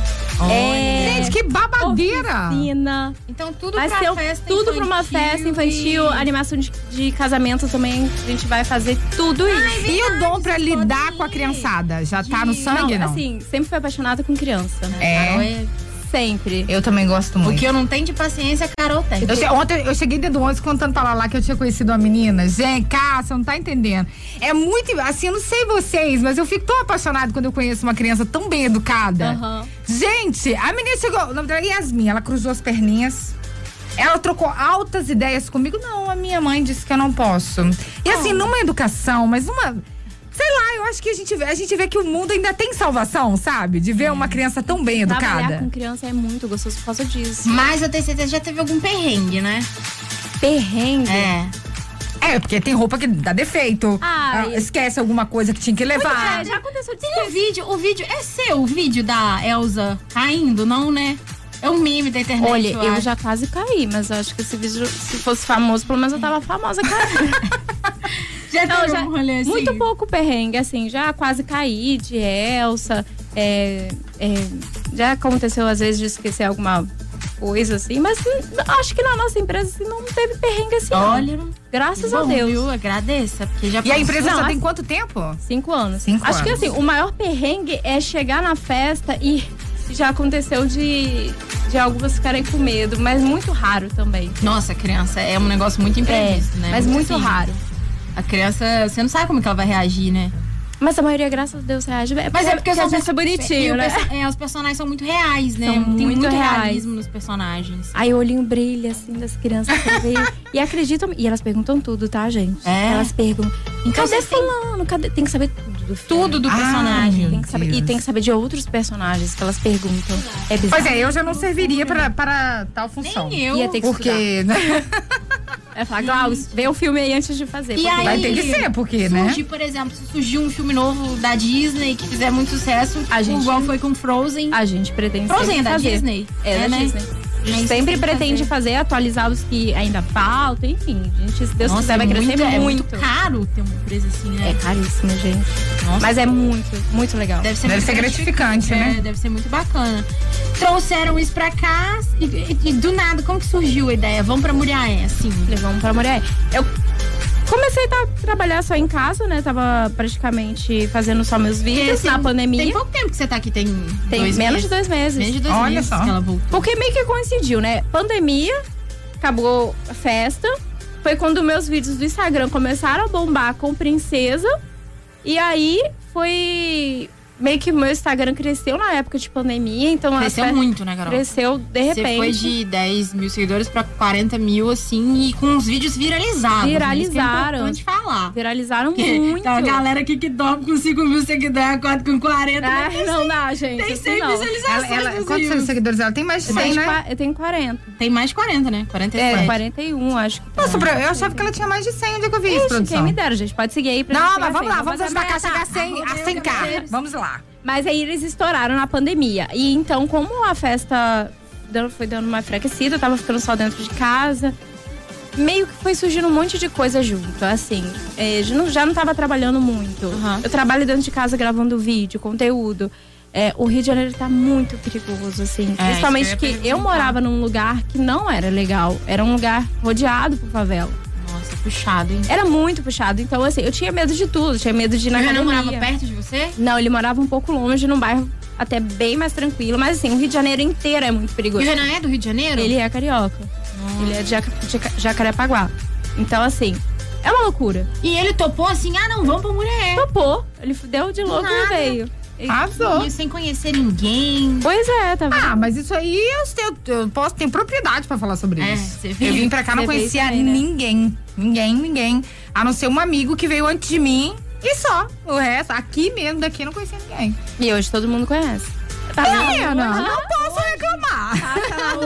Gente, que babadeira! Oficina. Então tudo Vai pra ser festa tudo infantil pra uma festa infantil, animação de casamento também. A gente vai fazer tudo isso. E o dom pra vocês lidar podem com a ir. criançada? Já tá no sangue, não? Assim, sempre fui apaixonada com criança, né? É. Carol é Sempre. Eu também gosto muito. O que eu não tenho de paciência, a Carol tem. Ontem eu cheguei dentro do ônibus contando pra Lala que eu tinha conhecido uma menina. Gente, cara, você não tá entendendo. É muito, assim, eu não sei vocês, mas eu fico tão apaixonada quando eu conheço uma criança tão bem educada. Gente, a menina chegou, o nome dela é Yasmin, ela cruzou as perninhas. Ela trocou altas ideias comigo. Não, a minha mãe disse que eu não posso. E assim, numa educação, mas numa... Sei lá, eu acho que a gente vê que o mundo ainda tem salvação, sabe? De ver uma criança tão bem educada. Trabalhar com criança é muito gostoso por causa disso. Mas eu tenho certeza que já teve algum perrengue, né? Perrengue? É, porque tem roupa que dá defeito. Esquece alguma coisa que tinha que levar. Já aconteceu disso. Tem o vídeo, é seu o vídeo da Elsa caindo, não, né? É um meme da internet. Olha, eu já quase caí, mas eu acho que esse vídeo, se fosse famoso, pelo menos eu tava famosa caindo. já um rolê assim? Muito pouco perrengue, assim, já quase caí de Elsa. Já aconteceu às vezes de esquecer alguma coisa assim, mas acho que na nossa empresa assim, não teve perrengue assim. Olha, não. Graças a Deus. Viu? Agradeça, porque já E a empresa já tem quanto tempo? 5 anos. 5 acho anos. que assim, o maior perrengue é chegar na festa e já aconteceu de algumas ficarem com medo, mas muito raro também. Nossa, criança é um negócio muito imprevisto, né? Mas muito raro. A criança, você não sabe como que ela vai reagir, né? Mas a maioria, graças a Deus, reage bem. Mas é porque são pessoas bonitinhos, né? Os personagens são muito reais, né? São Tem muito reais. realismo nos personagens. Aí o olhinho brilha, assim, das crianças que veio. E acreditam. E elas perguntam tudo, tá, gente? Elas perguntam. Então, cadê fulano? Cadê? Tem que saber tudo do personagem. Tem que saber, e tem que saber de outros personagens que elas perguntam. É bizarro. Pois é, eu já não serviria para tal função. Nem eu. Ia ter que Porque, né? É falar, Glaucio, vê o filme aí antes de fazer. E aí, vai ter que ser, porque, né? Por exemplo, se surgir um filme novo da Disney que fizer muito sucesso, igual foi com Frozen. A gente pretende Frozen é da fazer. Disney? É da Disney. A gente sempre pretende fazer, atualizar os que ainda faltam, enfim. A gente, se Deus quiser, vai crescer muito. É muito caro ter uma empresa assim, né? É caríssimo, gente. Nossa. Mas é muito, muito legal. Deve ser gratificante, né? Deve ser muito bacana. Trouxeram isso pra cá e do nada, como que surgiu a ideia? Vamos pra Muriaé, assim? Vamos pra Muriaé. Eu comecei a trabalhar só em casa, né? Tava praticamente fazendo só meus vídeos na pandemia. Tem pouco tempo que você tá aqui, tem menos de 2 meses. Menos de 2 Olha meses só. que ela voltou. Porque meio que coincidiu, né? Pandemia, acabou a festa. Foi quando meus vídeos do Instagram começaram a bombar com princesa. E aí foi... Meio que o meu Instagram cresceu na época de pandemia, então... Cresceu muito, né, Carol? Cresceu de repente. Você foi de 10 mil seguidores pra 40 mil, assim, e com os vídeos viralizados. Viralizaram. É importante falar. Viralizaram muito. Então, a galera aqui que dorme com 5 mil seguidores, acorda com 40. Não dá, gente. Tem 100 não. visualizações. Quantos seguidores ela tem? Mais de 100, né? Eu tenho 40. Tem mais de 40, né? 47. 41, acho que. Nossa, eu achava que ela tinha mais de 100. Onde é que eu vi isso, Ixi, produção? quem me dera, gente. Pode seguir aí pra Não, gente mas vamos lá. 100. Vamos ajudar a chegar a 100k. Vamos lá. Mas aí eles estouraram na pandemia. E então, como a festa foi dando uma enfraquecida, eu tava ficando só dentro de casa. Meio que foi surgindo um monte de coisa junto, assim. Já não tava trabalhando muito. Eu trabalho dentro de casa gravando vídeo, conteúdo. O Rio de Janeiro tá muito perigoso, assim. Principalmente que eu morava num lugar que não era legal. Era um lugar rodeado por favela. Nossa, puxado, hein? Era muito puxado. Então, assim, eu tinha medo de tudo. Tinha medo de ir na academia. Ele morava perto de você? Não, ele morava um pouco longe, num bairro até bem mais tranquilo. Mas, assim, o Rio de Janeiro inteiro é muito perigoso. E o Renan é do Rio de Janeiro? Ele é carioca. Ele é de Jacarepaguá. Então, assim, é uma loucura. E ele topou assim, não, vamos pra Muriaé. Topou. Ele deu de louco e veio. Arrasou. E sem conhecer ninguém. Pois é, tá vendo? Mas isso aí eu posso ter propriedade pra falar sobre isso. Você viu? Eu vim pra cá, não conhecia ninguém. Ninguém. A não ser um amigo que veio antes de mim e só. O resto, aqui mesmo, daqui, eu não conhecia ninguém. E hoje todo mundo conhece. Tá vendo? Não posso reclamar.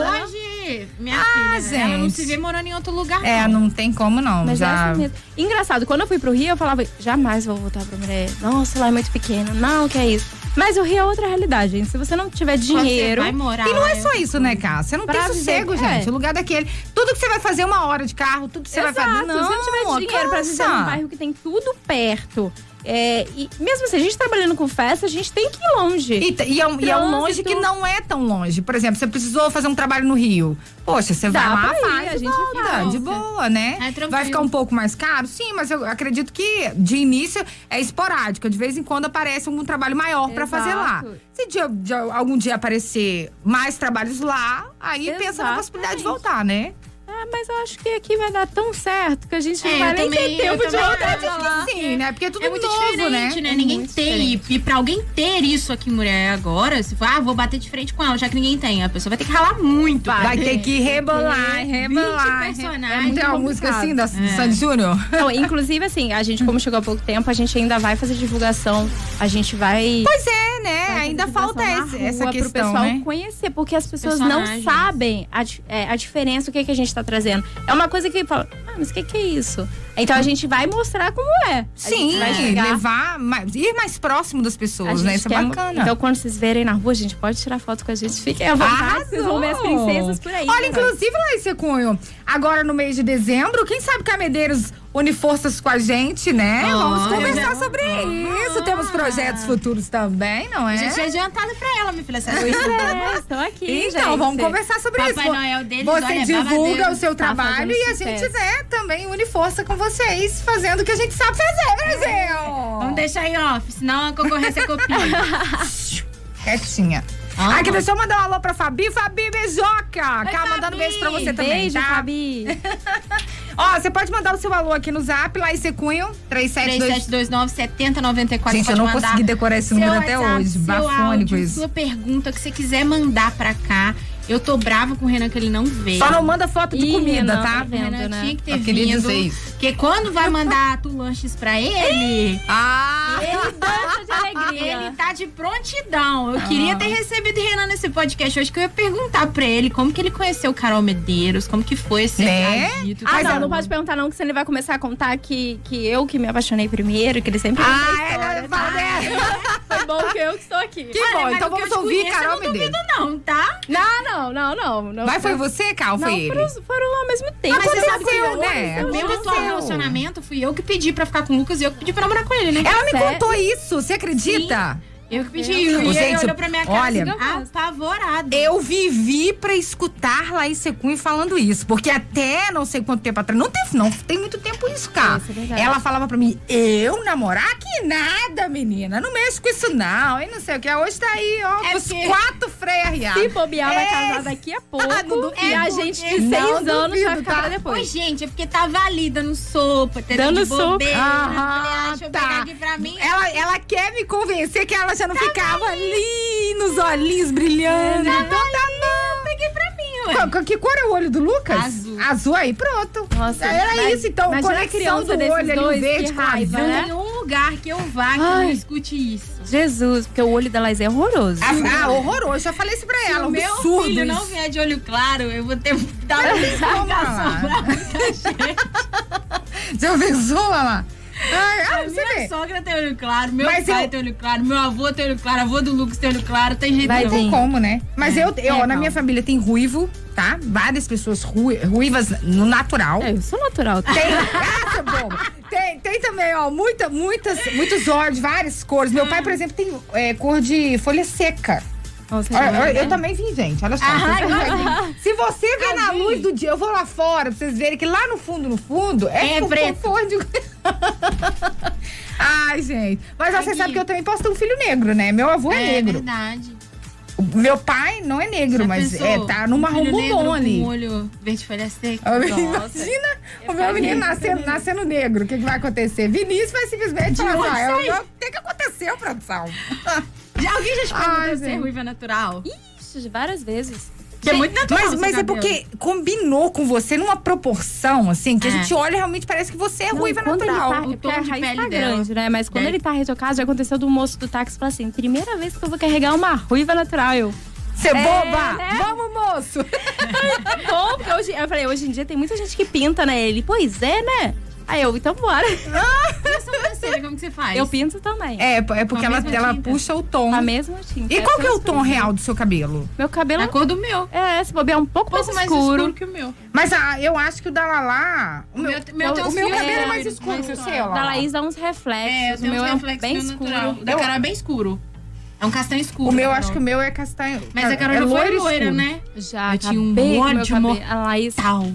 Hoje, minha filha, ela não se vê morando em outro lugar. Não tem como não. Mas já... é assim mesmo. Engraçado, quando eu fui pro Rio, eu falava, jamais vou voltar pra Muriaé. Nossa, lá é muito pequeno. Não, que é isso. Mas o Rio é outra realidade, gente. Se você não tiver dinheiro... Você vai morar. E não é só isso, né, Cá? Você não tem sossego, gente. O lugar daquele... Tudo que você vai fazer 1 hora de carro, tudo que você vai fazer... Não, se você não tiver dinheiro pra viver num bairro que tem tudo perto... E mesmo assim, a gente trabalhando com festa, a gente tem que ir longe. E é um longe que não é tão longe. Por exemplo, você precisou fazer um trabalho no Rio. Poxa, você vai lá, faz, a gente volta, de boa, né? Vai ficar um pouco mais caro? Sim, mas eu acredito que de início é esporádico. De vez em quando aparece um trabalho maior pra fazer lá. Se algum dia aparecer mais trabalhos lá, aí pensa na possibilidade de voltar, né? Mas eu acho que aqui vai dar tão certo que a gente não vai nem ter tempo de voltar. Sim, né? Porque é tudo muito novo, diferente, né? Ninguém tem. E pra alguém ter isso aqui em Muriaé agora, se for, vou bater de frente com ela, já que ninguém tem. A pessoa vai ter que ralar muito. Vai ter que rebolar. 20 personagens. Tem uma música assim do Sandy Júnior? Não, inclusive assim, a gente, como chegou há pouco tempo, a gente ainda vai fazer divulgação. A gente vai... Pois é, né? Ainda falta essa questão, pro pessoal, né? Conhecer, porque as pessoas não sabem a diferença, o que a gente tá trazendo. É uma coisa que fala, mas o que é isso? Então a gente vai mostrar como é. Sim, ir mais próximo das pessoas, né? Isso é bacana. Então quando vocês verem na rua, a gente pode tirar foto com a gente, fiquem à vontade. Vocês vão ver as princesas por aí. Olha, inclusive, Laísa Cunho, agora no mês de dezembro, quem sabe Camedeiros une forças com a gente, né? Vamos conversar sobre isso. Temos projetos futuros também, não é? A gente é adiantado pra ela, minha filha. Estou aqui, então, vamos conversar sobre isso. Papai Noel deles, você divulga o seu trabalho e a gente, né, também une força com vocês, fazendo o que a gente sabe fazer, Brasil! Vamos deixar aí off, senão a concorrência copia. Quietinha. Aqui, deixa eu mandar um alô pra Fabi. Fabi, beijoca! Cá, mandando beijo pra você também, beijo, tá? Fabi. Ó, você pode mandar o seu alô aqui no Zap, Laísa Cunho, 3729-7094. Gente, eu não consegui decorar esse número até hoje. Bafônico isso. Sua pergunta que você quiser mandar pra cá. Eu tô brava com o Renan que ele não veio. Só não manda foto de comida, Renan, tá? Vendo, Renan né? tinha que ter vindo. Porque quando vai mandar tu lanches pra ele, ele dança de alegria. Ele tá de prontidão. Eu queria ter recebido o Renan nesse podcast hoje, que eu ia perguntar pra ele como que ele conheceu o Carol Medeiros, como que foi esse agito. Mas não pode perguntar não, que se ele vai começar a contar que eu que me apaixonei primeiro, que ele sempre Foi bom que eu que estou aqui. Que bom, então vamos ouvir Carol Medeiros. Não, tá? Não. Mas foi você, Cal? Foi ele? Foram ao mesmo tempo. Mas você sabe que né? Meu atual relacionamento, fui eu que pedi pra ficar com o Lucas e eu que pedi pra namorar com ele, né? Ela me contou isso, você acredita? Sim. Eu que pedi. E ele olhou pra minha cara olha, apavorado. Eu vivi pra escutar Laísa Cunho falando isso. Porque até não sei quanto tempo atrás, não tem muito tempo isso, cara. Ela falava pra mim, eu namorar? Que nada, menina. Não mexo com isso, não. E não sei o que. Hoje tá aí, ó, os 4 freios arriados. Se bobear, vai casar daqui a pouco. E a gente de 6 anos vai ficar depois. Oi, gente, é porque tava ali dando sopa, dando sopa. Deixa eu pegar aqui pra mim. Ela quer me convencer que ela já não ficava ali nos olhinhos brilhando. Então tá bom. Peguei pra mim, ué. Que cor é o olho do Lucas? Azul aí, pronto. Nossa, era isso, então. Conexão do olho ali, o verde com raiva, azul. Não tem um lugar que eu vá que não escute isso. Jesus, porque o olho da Laísa é horroroso. Horroroso. Já falei isso pra ela. Se o meu filho não vier de olho claro, eu vou ter que dar uma descargação pra muita gente. Já pensou, Lala? Minha sogra tem olho claro, meu pai tem olho claro, meu avô tem olho claro, avô do Lucas tem olho claro, tem jeito não. Tem como, né? Mas eu na minha família tem ruivo, tá? Várias pessoas ruivas no natural. Eu sou natural. Tem, bom. Tem também, ó, muitos olhos, várias cores. Meu pai, por exemplo, tem cor de folha seca. Nossa, eu também vi, gente. Olha só. Se você ver na luz do dia, eu vou lá fora pra vocês verem que lá no fundo é preto. Ai, gente. Mas você sabe que eu também posso ter um filho negro, né? Meu avô é negro. É verdade. Meu pai não é negro, mas tá no marrom bombom ali. Com olho verde folha seca. Imagina o meu menino nascendo negro. O que vai acontecer? Vinícius vai simplesmente falar, o que aconteceu, produção? Alguém já te perguntou se é ruiva natural? Ixi, várias vezes. Que é muito natural. Mas é porque combinou com você numa proporção, assim, que a gente olha e realmente parece que você é ruiva natural. O tom de pele tá grande, né? Mas quando ele tá retocado, já aconteceu do moço do táxi falar assim: primeira vez que eu vou carregar uma ruiva natural. Você boba! Né? Vamos, moço! Tá bom, porque eu falei, hoje em dia tem muita gente que pinta, né? Ele, pois é, né? Aí eu, então bora. Eu sou financeira, como que você faz? Eu pinto também. É porque ela puxa o tom. A mesma tinta. E qual que é o tom real do seu cabelo? Meu cabelo... A cor do meu. Se bobear um pouco mais escuro que o meu. Mas eu acho que o da Lala... O meu cabelo é mais escuro que o seu. Da Laís dá uns reflexos. O meu é bem escuro. O da Carol é bem escuro. É um castanho escuro. O meu, acho que o meu é castanho. Mas a Carol já foi loira, né? Já, eu tinha um ódio mortal. A Laís...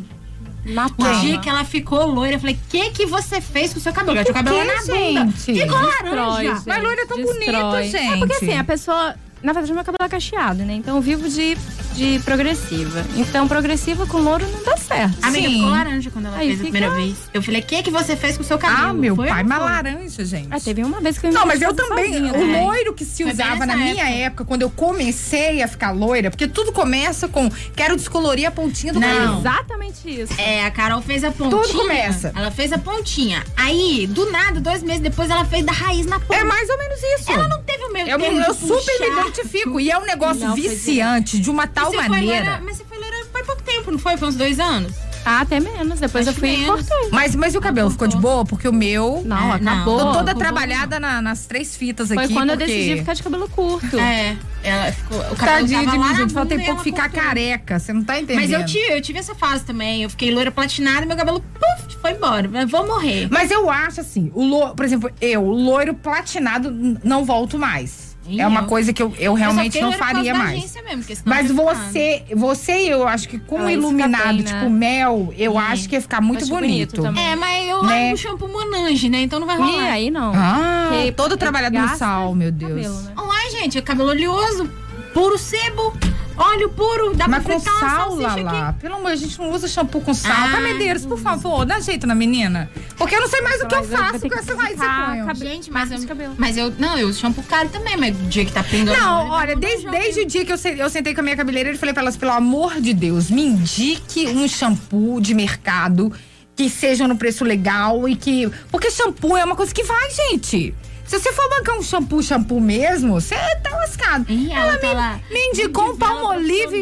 O dia que ela ficou loira, eu falei, o que você fez com o seu cabelo? Eu tinha o cabelo na bunda. Ficou laranja. Mas loira é tão bonito, gente. É porque assim, a pessoa... Na verdade, meu cabelo é cacheado, né? Então eu vivo de progressiva. Então, progressiva com louro não dá certo. A amiga ficou laranja quando ela fez a primeira vez. Eu falei, o que você fez com o seu cabelo? Ah, meu pai, mas laranja, gente. Teve uma vez que eu Não, mas eu também. Sozinha, o loiro que se usava na minha época, quando eu comecei a ficar loira, porque tudo começa com quero descolorir a pontinha do cabelo. Exatamente isso. A Carol fez a pontinha. Tudo começa. Ela fez a pontinha. Aí, do nada, 2 meses depois, ela fez da raiz na ponta. É mais ou menos isso. Ela não teve o meio tempo. Eu super me identifico. E é um negócio viciante de uma tal maneira. Mas você foi loira faz pouco tempo, não foi? Foi uns 2 anos? Até menos. Depois eu fui e cortei. Mas o cabelo ficou de boa? Porque o meu... Não, acabou. Tô toda trabalhada nas 3 fitas aqui. Foi quando eu decidi ficar de cabelo curto. Ela ficou... O cabelo Tadinha de mim, gente. Falta pouco ficar careca. Você não tá entendendo. Mas eu tive essa fase também. Eu fiquei loira platinada e meu cabelo, foi embora. Eu vou morrer. Mas eu acho assim, por exemplo, o loiro platinado não volto mais. É uma coisa que eu realmente não faria mais. Mesmo, mas você, eu acho que com iluminado, tipo mel, eu acho que ia ficar muito bonito. Mas eu amo o shampoo Monange, né? Então não vai rolar. Aí não. Todo trabalhado no sal, meu Deus. Cabelo, né? Ai, gente, é cabelo oleoso, puro sebo. Óleo puro, dá pra fritar uma salsicha lá. Pelo amor, a gente não usa shampoo com sal. Camedeiros, por favor, dá jeito na menina. Porque eu não sei mais o que eu faço com essa raiz que eu ponho. Gente, mas eu uso shampoo caro também, mas o dia que tá pingando... Não, olha, desde o dia que eu sentei com a minha cabeleireira e falei pra elas, pelo amor de Deus, me indique um shampoo de mercado que seja no preço legal e que... Porque shampoo é uma coisa que vai, gente. Se você for bancar um shampoo mesmo, você tá lascado. Ela me indicou um Palmolive,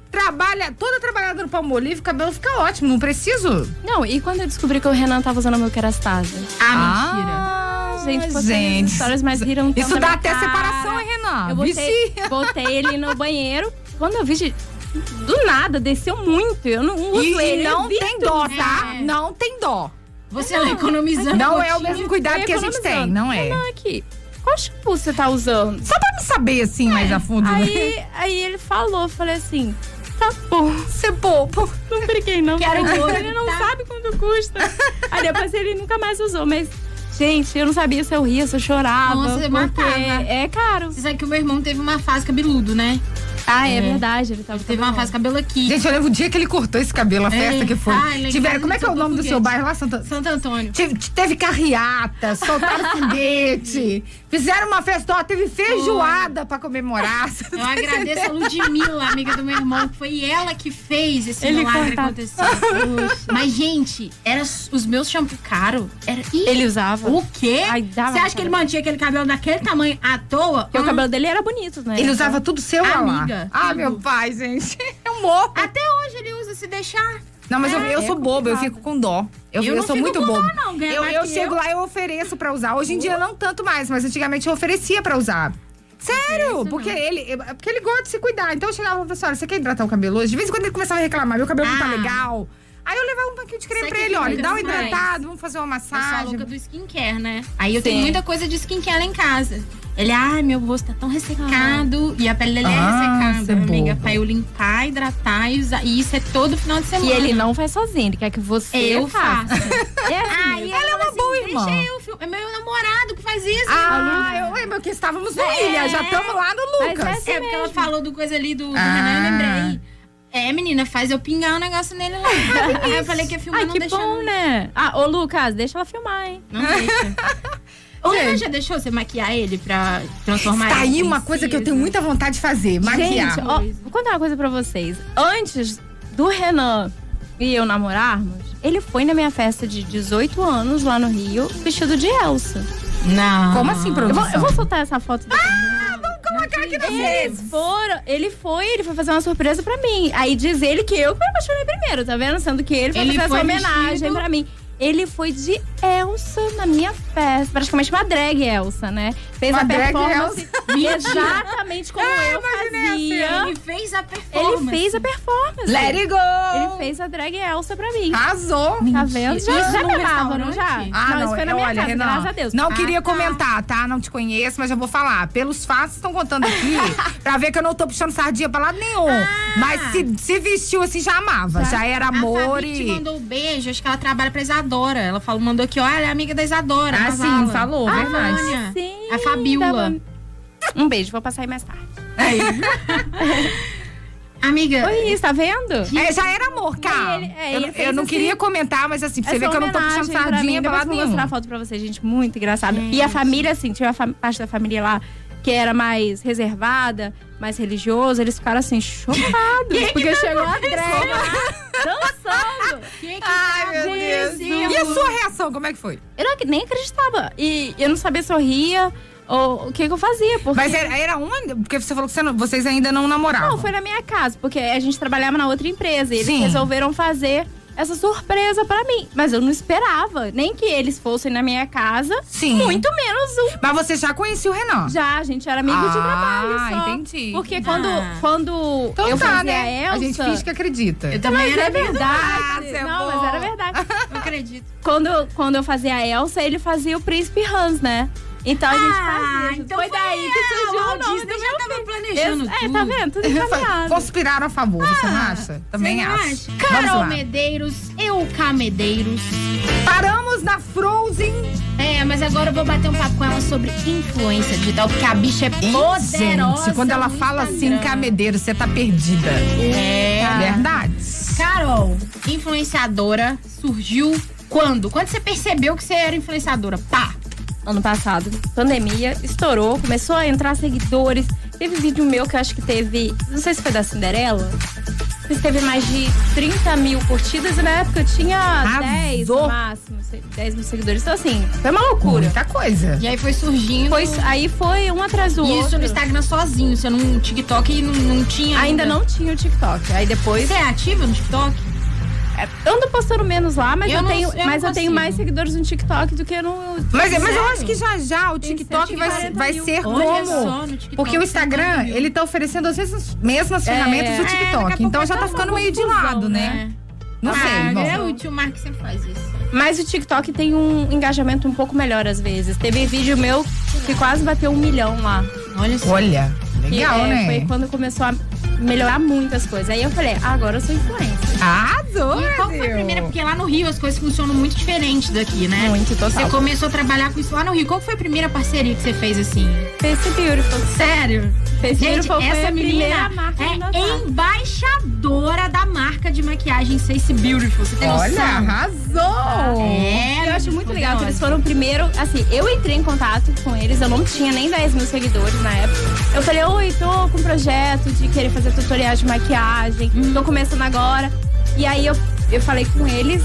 toda trabalhada no Palmolive, o cabelo fica ótimo, não preciso. Não, e quando eu descobri que o Renan tava usando a meu Kerastase? Mentira. Gente, as histórias mais riram tanto. Isso dá até separação, hein, Renan? Eu botei ele no banheiro. Quando eu vi, do nada, desceu muito. Eu não uso ele. Não tem dó, tá? Não tem dó. Você não economizando. Não é o mesmo cuidado que a gente tem, não é? Não, aqui. Qual shampoo você tá usando? Só pra me saber, assim, mais a fundo. Aí ele falou, falei assim, tá bom. Você poupa. Não briguei, não. Ele não sabe quanto custa. Aí depois ele nunca mais usou, mas... Gente, eu não sabia se eu ria, se eu chorava. Nossa, você matava. É caro. Você sabe que o meu irmão teve uma fase cabeludo, né? É verdade, ele teve uma fase cabelo aqui. Gente, eu lembro o dia que ele cortou esse cabelo, a festa que foi. Como é que é o nome do seu bairro lá? Santo Antônio. Teve carreata, soltaram foguete, fizeram uma festa, teve feijoada pra comemorar. Eu agradeço a Ludmilla, amiga do meu irmão, que foi ela que fez esse milagre acontecer. Mas, gente, os meus shampoo caros. Ele usava. O quê? Você acha que ele mantinha aquele cabelo daquele tamanho à toa? Porque o cabelo dele era bonito, né? Ele usava tudo seu, amiga. Meu pai, gente. Eu morro. Até hoje ele usa, se deixar. Não, mas eu sou boba, eu fico com dó. Eu sou muito boba. Eu chego lá e eu ofereço pra usar. Hoje em dia não tanto mais, mas antigamente eu oferecia pra usar. Sério, porque ele gosta de se cuidar. Então eu chegava e falava assim, olha, você quer hidratar o cabelo hoje? De vez em quando ele começava a reclamar, meu cabelo não tá legal. Aí eu levava um pouquinho de creme pra ele, olha, dá um hidratado, vamos fazer uma massagem. Eu sou a louca do skincare, né? Aí eu tenho muita coisa de skincare lá em casa. Ele, meu rosto tá tão ressecado. E a pele dele é ressecada, amiga. Pra eu limpar, hidratar e usar. E isso é todo final de semana. E ele não faz sozinho, ele quer que você faça. Ela é uma boa irmã. É meu namorado que faz isso. Eu lembro que estávamos no Ilha, já estamos lá no Lucas. Porque ela falou do coisa ali do Renan, eu lembrei. Menina, faz eu pingar um negócio nele lá. Aí eu falei que ia filmar, não deixou. Que bom, né? Ô, Lucas, deixa ela filmar, hein? Não deixa. O Renan já deixou você maquiar ele pra transformar ele? Tá aí uma coisa que eu tenho muita vontade de fazer, maquiar. Gente, vou contar uma coisa pra vocês. Antes do Renan e eu namorarmos, ele foi na minha festa de 18 anos lá no Rio, vestido de Elsa. Não. Como assim, produção? Eu vou soltar essa foto dele. Vamos colocar aqui na frente. Ele foi fazer uma surpresa pra mim. Aí diz ele que eu me apaixonei primeiro, tá vendo? Sendo que ele foi fazer essa homenagem pra mim. ele foi de Elsa na minha festa. Praticamente uma drag Elsa, né? Fez uma a drag performance exatamente como eu fazia. Ele fez a performance. Let it go! Ele fez a drag Elsa pra mim. Arrasou. Tá vendo? Já me amava, não já? Ah, não, isso foi na minha casa, Renan, graças a Deus. Não queria comentar, tá? Não te conheço, mas já vou falar. Pelos fatos que estão contando aqui, pra ver que eu não tô puxando sardinha pra lado nenhum. Mas se vestiu assim, já amava. Já era amor. A Fabi te mandou um beijo, acho que ela trabalha pra Isadora. Ela mandou aqui, olha, ela é amiga da Isadora. Ah, sim, falou, verdade. Sim, a Fabiola. Um beijo, vou passar aí mais tarde. Aí. Amiga. Foi isso, tá vendo? Já era amor, cara. Eu não queria comentar, mas assim, pra você ver que eu não tô puxando sardinha pra lado nenhum. Eu vou mostrar a foto pra vocês, gente, muito engraçado. E a família, assim, tinha uma parte da família lá que era mais reservada, mais religiosa, eles ficaram assim, chocados. Porque chegou a drag dançando. Ai, meu Deus. E a sua reação, como é que foi? Eu nem acreditava. E eu não sabia se eu ria ou o que eu fazia. Porque... Mas era onde? Porque você falou que vocês ainda não namoravam. Não, foi na minha casa, porque a gente trabalhava na outra empresa. E eles resolveram fazer essa surpresa pra mim. Mas eu não esperava, nem que eles fossem na minha casa. Sim. Muito menos um. Mas você já conhecia o Renan? Já, a gente era amigo de trabalho só. Entendi. Porque quando então eu fazia né? a Elsa... A gente finge que acredita. Eu também mas era verdade. Não, mas era verdade. Eu acredito. Quando eu fazia a Elsa, ele fazia o Príncipe Hans, né? Então a gente fazia. Então foi daí que surgiu o nome do já tava planejando tudo. tá vendo? Tudo encaminhado. Conspiraram a favor, você não acha? Também acho. Carol Medeiros, Euca Medeiros. Paramos na Frozen. Mas agora eu vou bater um papo com ela sobre influência digital, porque a bicha é poderosa. Gente, quando ela fala assim, Camedeiro, você tá perdida. Verdade. Carol, influenciadora, surgiu quando? Quando você percebeu que você era influenciadora? Pá! Ano passado, pandemia, estourou, começou a entrar seguidores. Teve vídeo meu que eu acho que teve, não sei se foi da Cinderela, mas teve mais de 30 mil curtidas e na época eu tinha 10 no máximo, 10 mil seguidores. Então assim, foi uma loucura. Muita coisa. E aí foi surgindo. Aí foi um atrás do outro. Isso no Instagram sozinho, você no TikTok não tinha ainda não tinha o TikTok. Aí depois... Você é ativa no TikTok? Eu ando postando menos lá, mas eu tenho mais seguidores no TikTok do que no... Mas eu acho que já o TikTok vai ser como... Porque o Instagram, ele tá oferecendo as mesmas ferramentas do TikTok. Então já tá ficando meio de lado, né? Não sei. É útil, o Mark sempre faz isso. Mas o TikTok tem um engajamento um pouco melhor às vezes. Teve vídeo meu que quase bateu 1 milhão lá. Olha só. Olha, legal, né? Foi quando começou a melhorar muitas coisas. Aí eu falei, agora eu sou influencer. Arrasou! E qual foi a primeira? Porque lá no Rio as coisas funcionam muito diferente daqui, né? Muito, total. Você começou a trabalhar com isso lá no Rio. Qual foi a primeira parceria que você fez assim? Face Beautiful. Sério? Face Beautiful foi essa a primeira marca é embaixadora da marca de maquiagem Face Beautiful. Você tem noção? Olha, arrasou! Eu acho muito legal que eles foram primeiro, assim, eu entrei em contato com eles, eu não tinha nem 10 mil seguidores na época. Eu falei, oi, tô com um projeto de querer fazer tutoriais de maquiagem, tô começando agora. E aí eu falei com eles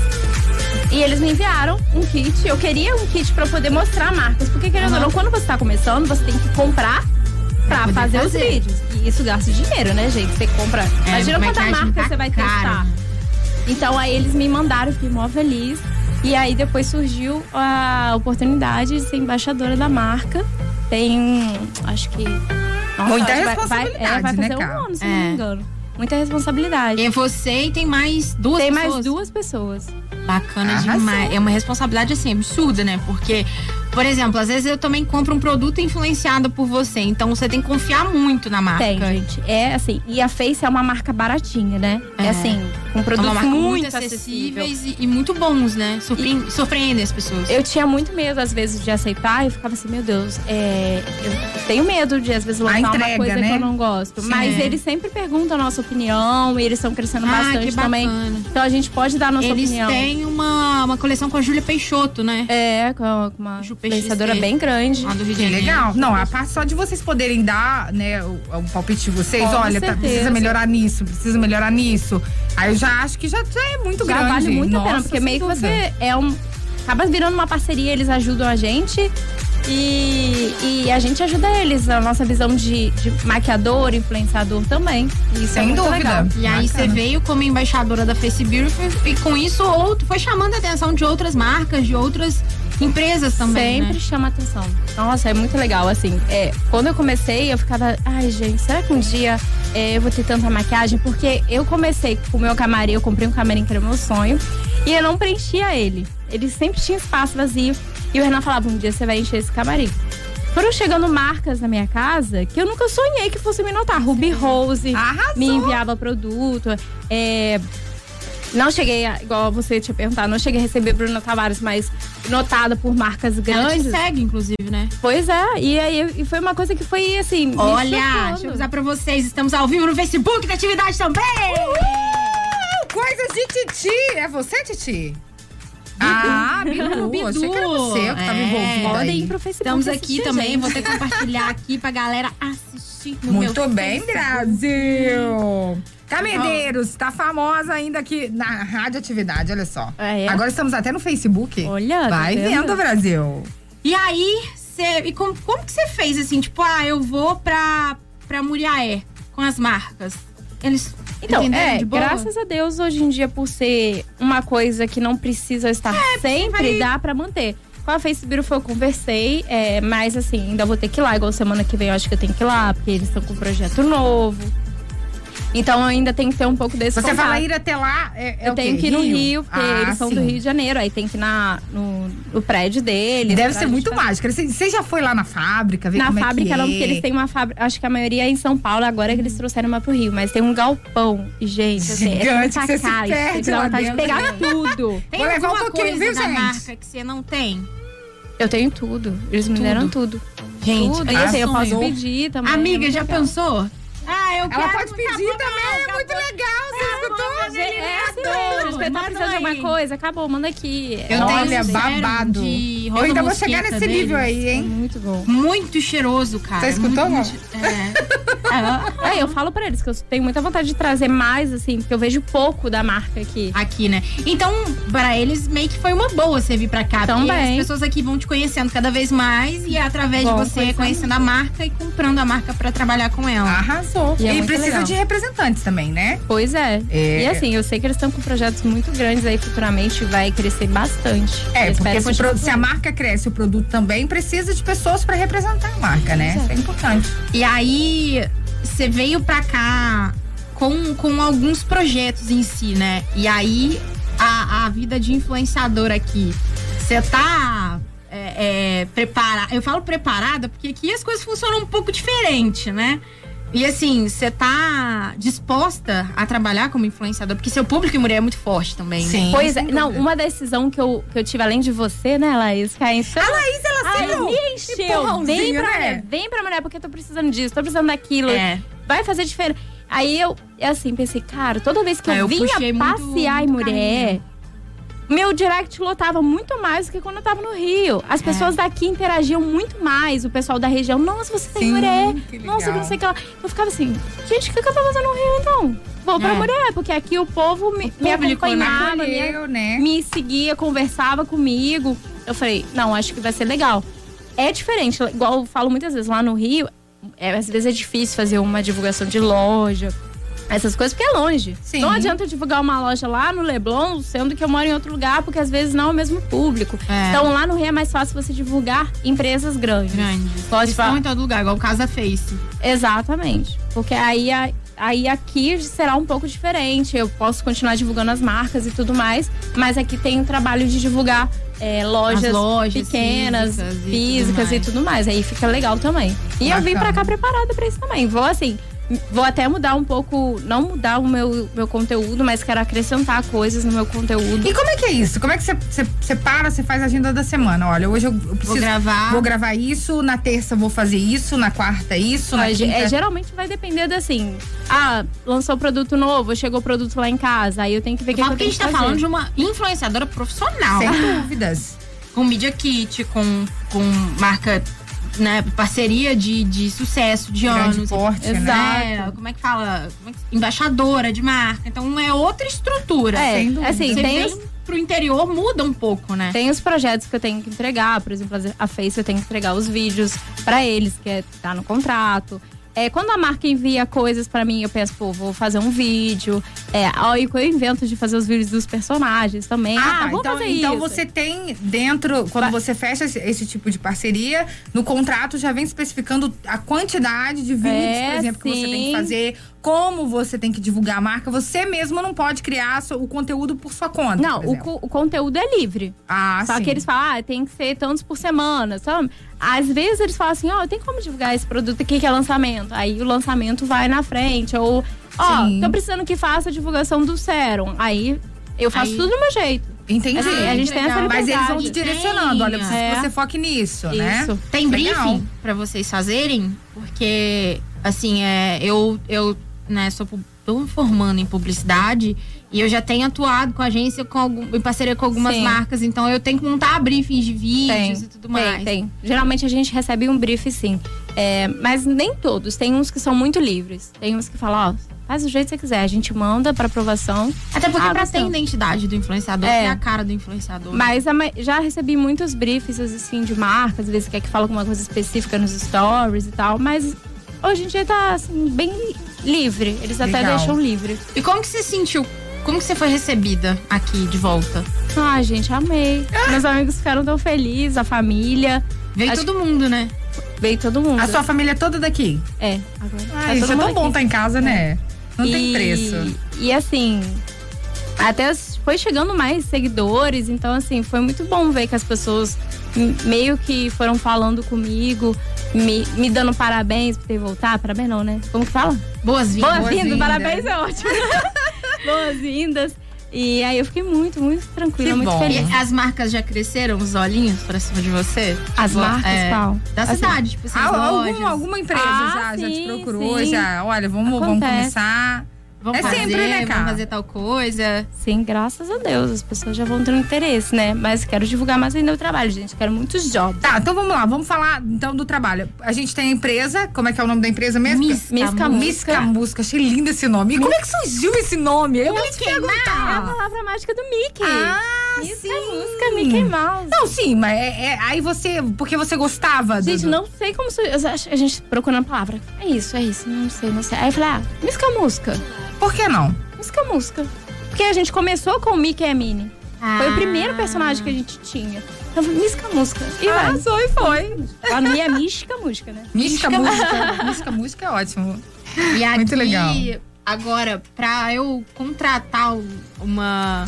e eles me enviaram um kit. Eu queria um kit pra poder mostrar marcas, porque querendo ou não, quando você tá começando, você tem que comprar pra fazer os vídeos. E isso gasta dinheiro, né, gente? Você compra. Imagina quanta marca você vai testar. Então aí eles me mandaram, eu fiquei mó feliz. E aí depois surgiu a oportunidade de ser embaixadora da marca. Tem, acho que... Nossa, muita responsabilidade, vai fazer né, cara? um ano, se não me engano. Muita responsabilidade. É você e tem mais duas pessoas? Tem mais 2 pessoas. Bacana demais. É uma responsabilidade, assim, absurda, né? Porque, por exemplo, às vezes eu também compro um produto influenciado por você. Então, você tem que confiar muito na marca. Tem, gente. É assim, e a Face é uma marca baratinha, né? É assim, com produtos muito acessíveis e muito bons, né? Surpreendem as pessoas. Eu tinha muito medo, às vezes, de aceitar. Eu ficava assim, meu Deus, eu tenho medo de, às vezes, lançar uma coisa, né, que eu não gosto. Sim, mas eles sempre perguntam a nossa opinião e eles estão crescendo bastante também. Então, a gente pode dar a nossa opinião. Eles têm uma coleção com a Júlia Peixoto, né? Com uma influenciadora bem grande. Lá do Rio de Janeiro. Legal. Não, a parte só de vocês poderem dar, né, o palpite de vocês, olha, precisa melhorar nisso, precisa melhorar nisso. Aí eu já acho que já é muito grande. Vale muito a pena, porque meio que você acaba virando uma parceria, eles ajudam a gente E a gente ajuda eles na nossa visão de maquiador, influenciador também. Isso sem dúvida. Legal. E aí você veio como embaixadora da Face Beautiful e com isso foi chamando a atenção de outras marcas, de outras empresas também. Sempre chama atenção. Nossa, é muito legal, assim. Quando eu comecei, eu ficava, ai, gente, será que um dia eu vou ter tanta maquiagem? Porque eu comecei com o meu camarim, eu comprei um camarim que era o meu sonho, e eu não preenchia ele. Ele sempre tinha espaço vazio. E o Renan falava, um dia você vai encher esse camarim. Foram chegando marcas na minha casa que eu nunca sonhei que fosse me notar. Ruby Rose me enviava produto. Não cheguei, igual você tinha perguntado, não cheguei a receber Bruna Tavares, mas notada por marcas grandes. Ela te segue, inclusive, né? Pois é, e foi uma coisa que foi assim. Olha, deixa eu avisar pra vocês, estamos ao vivo no Facebook da Atividade também! Coisas de Titi! É você, Titi? Bidu. Achei que era você que tava envolvida. Podem ir pro Facebook. Estamos aqui também, vou ter que compartilhar aqui pra galera assistir no meu Muito bem, Brasil! Camedeiros, tá famosa ainda aqui na Rádio Atividade, olha só. Agora estamos até no Facebook. Olha, vai vendo, Brasil. E aí, como que você fez assim, tipo, eu vou pra Muriaé com as marcas? Eles graças a Deus, hoje em dia, por ser uma coisa que não precisa estar sempre, dá pra manter. Com a Face Beautiful eu conversei, mas assim, ainda vou ter que ir lá, igual semana que vem eu acho que eu tenho que ir lá, porque eles estão com um projeto novo. Então eu ainda tenho que ter um pouco desse Você contato. fala ir até lá, eu tenho que ir no Rio, porque eles são do Rio de Janeiro. Aí tem que ir no prédio deles. Deve ser muito mágico. Você já foi lá na fábrica, ver como é que é? Na fábrica não, porque eles têm uma fábrica, acho que a maioria é em São Paulo, agora é que eles trouxeram uma pro Rio. Mas tem um galpão, e gente, assim, gigante, que você se perde. Tem vontade de pegar tudo. Tem alguma coisa da marca que você não tem? Eu tenho tudo. Eles me deram tudo. Gente, tudo. E assim, eu posso pedir também. Amiga, já pensou? Ela pode pedir também, é muito legal, você escutou? Se tá precisando de alguma coisa, acabou, manda aqui. Olha, babado. Eu ainda vou chegar nesse nível aí, hein? Muito bom. Muito cheiroso, cara. Você escutou, não? Eu falo pra eles que eu tenho muita vontade de trazer mais, assim, porque eu vejo pouco da marca aqui. Aqui, né? Então, pra eles, meio que foi uma boa você vir pra cá. Também. Porque as pessoas aqui vão te conhecendo cada vez mais e através de você conhecendo a marca e comprando a marca pra trabalhar com ela. Arrasou. E precisa legal de representantes também, né? Pois é. E assim, eu sei que eles estão com projetos muito grandes aí, futuramente vai crescer bastante. Porque se a marca cresce, o produto também precisa de pessoas pra representar a marca, né? Isso é importante. E aí, você veio pra cá com alguns projetos em si, né? E aí, a vida de influenciador aqui, você tá preparada? Eu falo preparada porque aqui as coisas funcionam um pouco diferente, né? E assim, você tá disposta a trabalhar como influenciadora? Porque seu público em Muriaé é muito forte também, né? Sim. Pois é. Não, uma decisão que eu tive, além de você, né, Laís? A Laís, ela sempre me encheu. Vem pra Muriaé, porque eu tô precisando disso, tô precisando daquilo. Vai fazer diferença. Aí eu assim, pensei, cara, toda vez que eu vinha passear em Muriaé, meu direct lotava muito mais do que quando eu tava no Rio. As pessoas daqui interagiam muito mais. O pessoal da região, nossa, você tem Muriaé. Nossa, não sei o que lá. Eu ficava assim, gente, o que eu tô fazendo no Rio então? Vou pra Muriaé, porque aqui o povo me acompanhava, me seguia, conversava comigo. Eu falei, não, acho que vai ser legal. É diferente, igual eu falo muitas vezes, lá no Rio, às vezes é difícil fazer uma divulgação de loja, essas coisas, porque é longe. Sim. Não adianta eu divulgar uma loja lá no Leblon, sendo que eu moro em outro lugar, porque às vezes não é o mesmo público. Então lá no Rio é mais fácil você divulgar empresas grandes. Pode falar em todo lugar, igual o Casa Face. Exatamente. Porque aí aqui será um pouco diferente. Eu posso continuar divulgando as marcas e tudo mais, mas aqui tem o trabalho de divulgar lojas pequenas, físicas e tudo mais. Aí fica legal também. E eu vim pra cá preparada pra isso também. Vou até mudar um pouco, não mudar o meu conteúdo, mas quero acrescentar coisas no meu conteúdo. E como é que é isso? Como é que você faz a agenda da semana? Olha, hoje eu preciso vou gravar isso, na terça vou fazer isso, na quarta isso, na quinta... Geralmente vai depender assim, lançou produto novo, chegou produto lá em casa, aí eu tenho que ver o que a gente tá falando de uma influenciadora profissional. Sem dúvidas. Com Media Kit, com marca né, parceria de sucesso, de anos. Porte, né? Como é que fala? Embaixadora de marca. Então é outra estrutura. Assim, tem pro interior muda um pouco, né? Tem os projetos que eu tenho que entregar, por exemplo, a Face eu tenho que entregar os vídeos pra eles, que tá no contrato. Quando a marca envia coisas pra mim, eu penso, vou fazer um vídeo. Aí eu invento de fazer os vídeos dos personagens também. Vamos fazer isso. Então você tem dentro, quando você fecha esse tipo de parceria, no contrato já vem especificando a quantidade de vídeos, por exemplo, que você tem que fazer, como você tem que divulgar a marca. Você mesmo não pode criar o conteúdo por sua conta. Não, o conteúdo é livre. Só que eles falam, tem que ser tantos por semana, sabe? Às vezes eles falam assim, tem como divulgar esse produto aqui que é lançamento. Aí o lançamento vai na frente. Ou, tô precisando que faça a divulgação do Serum. Aí eu faço tudo do meu jeito. Entendi. Assim, a gente tem essa liberdade. Mas eles vão te direcionando. Olha, preciso que você foque nisso, né? Tem briefing pra vocês fazerem? Porque, assim, eu tô me formando em publicidade e eu já tenho atuado com a agência em parceria com algumas marcas, então eu tenho que montar briefings de vídeos e tudo mais. Tem. Geralmente a gente recebe um briefing, sim. Mas nem todos. Tem uns que são muito livres. Tem uns que falam, faz do jeito que você quiser. A gente manda pra aprovação. Até porque pra ter a identidade do influenciador, ter a cara do influenciador. Mas já recebi muitos briefings, assim, de marcas. Às vezes quer que fale alguma coisa específica nos stories e tal. Mas hoje em dia tá, assim, bem livre. Eles até deixam livre. E como que você sentiu? Como que você foi recebida aqui de volta? Gente, amei. Meus amigos ficaram tão felizes, a família. Veio todo mundo, né? Veio todo mundo. A sua família é toda daqui? Agora. Isso é tão bom estar em casa, né? Não tem preço. E assim, até foi chegando mais seguidores, então assim, foi muito bom ver que as pessoas meio que foram falando comigo, me dando parabéns por ter voltado. Parabéns não, né? Como que fala? Boas-vindas. Boas-vindas, parabéns é ótimo. Boas-vindas. E aí eu fiquei muito, muito tranquila, muito feliz. E as marcas já cresceram os olhinhos pra cima de você? As marcas, qual? Da cidade, tipo assim, alguma empresa já te procurou, já, olha, vamos começar. Vamos sempre, né, cara? Vamos fazer tal coisa. Sim, graças a Deus. As pessoas já vão tendo interesse, né? Mas quero divulgar mais ainda o trabalho, gente. Quero muitos jobs. Tá, então vamos lá. Vamos falar, então, do trabalho. A gente tem a empresa. Como é que é o nome da empresa mesmo? Misca Música. Achei lindo esse nome. E como é que surgiu esse nome? Eu vou te perguntar. É a palavra mágica do Mickey. Misca Música Mickey Mouse. Não, sim, mas aí você... Porque você gostava Gente, não sei como surgiu. A gente procurando a palavra. É isso. Não sei. Aí eu falei, Misca Música. Por que não? Música. Porque a gente começou com o Mickey e a Minnie. Foi o primeiro personagem que a gente tinha. Então, Misca Música. E foi. A minha é Mística Música, né? Mística Música é ótimo. E aqui, muito legal. Agora, pra eu contratar uma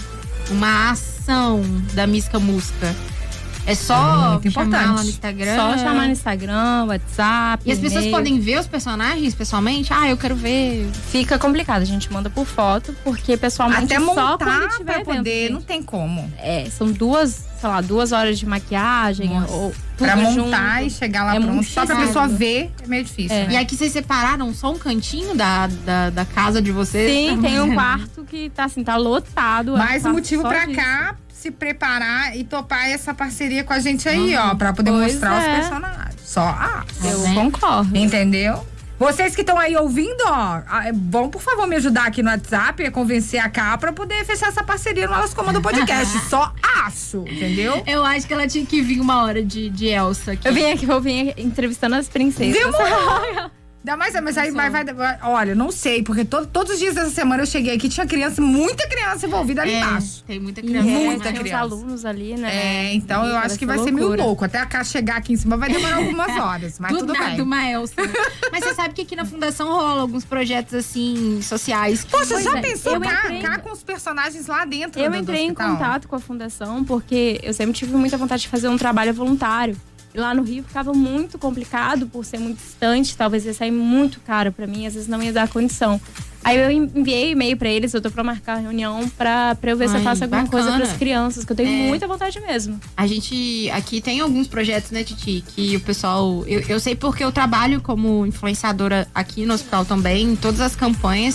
ação da Misca Música, é só chamar lá no Instagram? Só chamar no Instagram, WhatsApp, E as pessoas podem ver os personagens pessoalmente? Eu quero ver. Fica complicado, a gente manda por foto, porque pessoalmente até montar só quando tiver pra poder, evento, não tem como. São 2 horas de maquiagem. Ou pra montar junto. e chegar lá pronto. Só pra pessoa ver, é meio difícil. Né? E aqui vocês separaram só um cantinho da casa de vocês? Sim, tem um quarto que tá lotado. Mais um motivo pra cá se preparar e topar essa parceria com a gente aí, pra poder mostrar os personagens. Só eu concordo. Entendeu? Vocês que estão aí ouvindo, vão, por favor, me ajudar aqui no WhatsApp a convencer a Cá pra poder fechar essa parceria no Elas Comandam Podcast. Só acho, entendeu? Eu acho que ela tinha que vir uma hora de Elsa aqui. Eu vim entrevistando as princesas. Demorou! Mas aí vai. Olha, não sei, porque todos os dias dessa semana eu cheguei aqui, tinha muita criança envolvida ali embaixo. Tem muita criança. Muita criança. Os alunos ali, né? Então eu acho que vai ser meio louco. Até a Cá chegar aqui em cima vai demorar algumas horas, mas tudo bem. Uma Elsa. Mas você sabe que aqui na Fundação rola alguns projetos, assim, sociais. Poxa, já pensou Cá com os personagens lá dentro Eu entrei em contato com a Fundação, porque eu sempre tive muita vontade de fazer um trabalho voluntário. E lá no Rio ficava muito complicado por ser muito distante, talvez ia sair muito caro pra mim, às vezes não ia dar condição. Aí eu enviei e-mail pra eles, eu tô pra marcar a reunião pra eu ver se eu faço alguma coisa pras crianças, que eu tenho muita vontade mesmo. A gente aqui tem alguns projetos, né, Titi, que o pessoal... Eu sei porque eu trabalho como influenciadora aqui no hospital também, em todas as campanhas.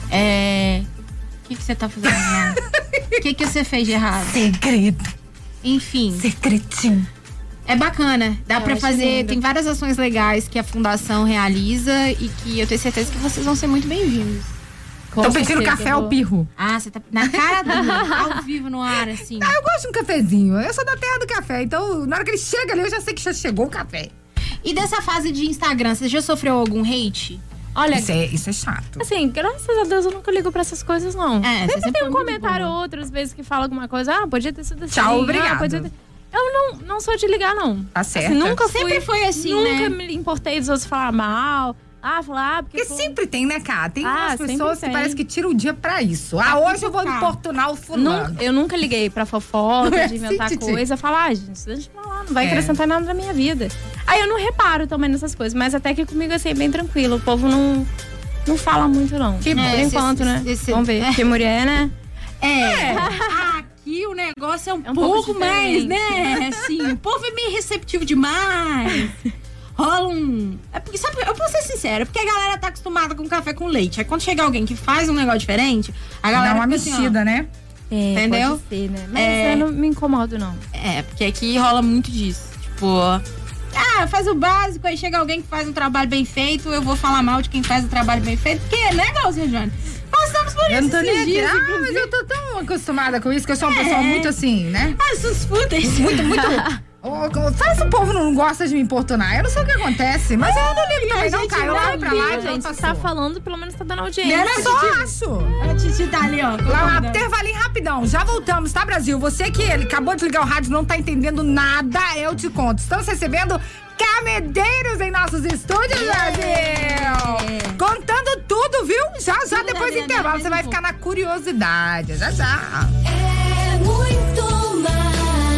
O que você tá fazendo? O que você fez de errado? Segredo. Enfim. Secretinho. É bacana, dá pra fazer, tem várias ações legais que a Fundação realiza e que eu tenho certeza que vocês vão ser muito bem-vindos. Tô pedindo café ao pirro. Ah, você tá na cara dura, ao vivo no ar, assim. Ah, eu gosto de um cafezinho, eu sou da terra do café, então na hora que ele chega ali eu já sei que já chegou o café. E dessa fase de Instagram, você já sofreu algum hate? Olha, isso é chato. Assim, graças a Deus eu nunca ligo pra essas coisas, não. Sempre tem um comentário ou outro, às vezes, que fala alguma coisa. Podia ter sido assim. Tchau, obrigado. Eu não sou de ligar, não. Tá certo. Assim, nunca sempre foi assim, nunca me importei dos outros falar mal. Porque sempre tem, né, cara? Tem umas pessoas que tem. parece que tiram o dia pra isso. Hoje eu vou importunar o fulano. Eu nunca liguei pra fofoca, de inventar coisa. Falar, gente, deixa pra lá, não vai acrescentar nada na minha vida. Aí eu não reparo também nessas coisas, mas até que comigo assim é bem tranquilo. O povo não fala muito, não. Por enquanto, né? Vamos ver. Porque mulher, né? Aqui o negócio é um pouco mais, né? Assim, o povo é meio receptivo demais. Rola é porque, sabe, eu vou ser sincera, porque a galera tá acostumada com café com leite. Aí quando chega alguém que faz um negócio diferente, a galera dá uma mexida, assim, né? Entendeu? Pode ser, né? Mas eu não me incomodo, não. Porque aqui rola muito disso. Tipo, faz o básico, aí chega alguém que faz um trabalho bem feito, eu vou falar mal de quem faz o trabalho bem feito. Porque, né, Galzinha Joane? Nós estamos por isso. Eu não tô nem aqui. Mas eu tô tão acostumada com isso que eu sou uma pessoa muito assim, né? Seus fúteis. Muito. Faz o povo não gosta de me importunar. Eu não sei o que acontece, mas eu não ligo também, não, cara. Eu olho pra lá, gente, você tá falando, pelo menos tá dando audiência. Eu só acho. A Titi tá ali, ó. Intervalinho rapidão. Já voltamos, tá, Brasil? Você que acabou de ligar o rádio, não tá entendendo nada, eu te conto. Estamos recebendo Camedeiros em nossos estúdios, Brasil! Contando tudo, viu? Já depois do intervalo, você vai ficar na curiosidade. Já. É muito mais.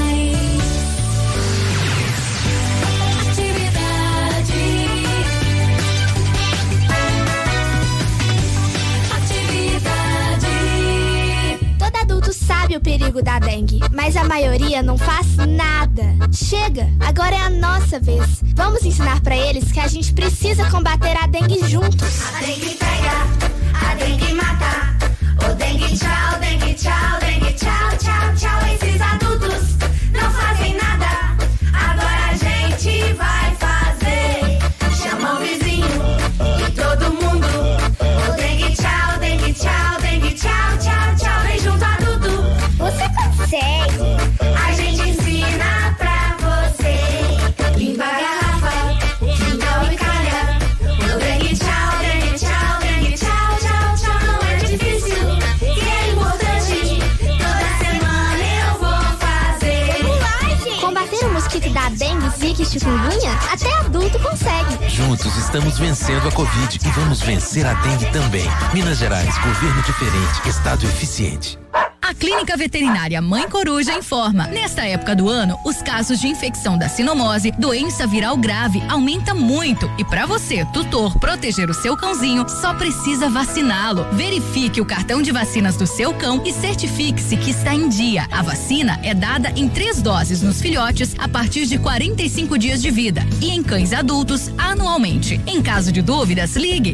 Todo adulto sabe o perigo da dengue, mas a maioria não faz nada. Chega, agora é a nossa vez. Vamos ensinar pra eles que a gente precisa combater a dengue juntos. A dengue pega, a dengue mata. O dengue tchau, dengue tchau, dengue tchau, tchau, tchau. Esses adultos não fazem nada. Agora a gente vai fazer. Chama o vizinho e todo mundo. O dengue tchau, dengue tchau, dengue tchau, tchau, tchau. Vem junto, adulto. Você consegue. A gente ensina pra você. Limpa a garrafa, quintal e calha. O dengue tchau, dengue tchau, dengue tchau, tchau, tchau. Não é difícil, e é importante. Toda semana eu vou fazer. Combater o mosquito da dengue, zika e chikungunya, até adulto consegue. Juntos estamos vencendo a Covid e vamos vencer a dengue também. Minas Gerais, governo diferente, estado eficiente. A Clínica Veterinária Mãe Coruja informa. Nesta época do ano, os casos de infecção da sinomose, doença viral grave, aumenta muito. E para você, tutor, proteger o seu cãozinho, só precisa vaciná-lo. Verifique o cartão de vacinas do seu cão e certifique-se que está em dia. A vacina é dada em 3 doses nos filhotes a partir de 45 dias de vida e em cães adultos anualmente. Em caso de dúvidas, ligue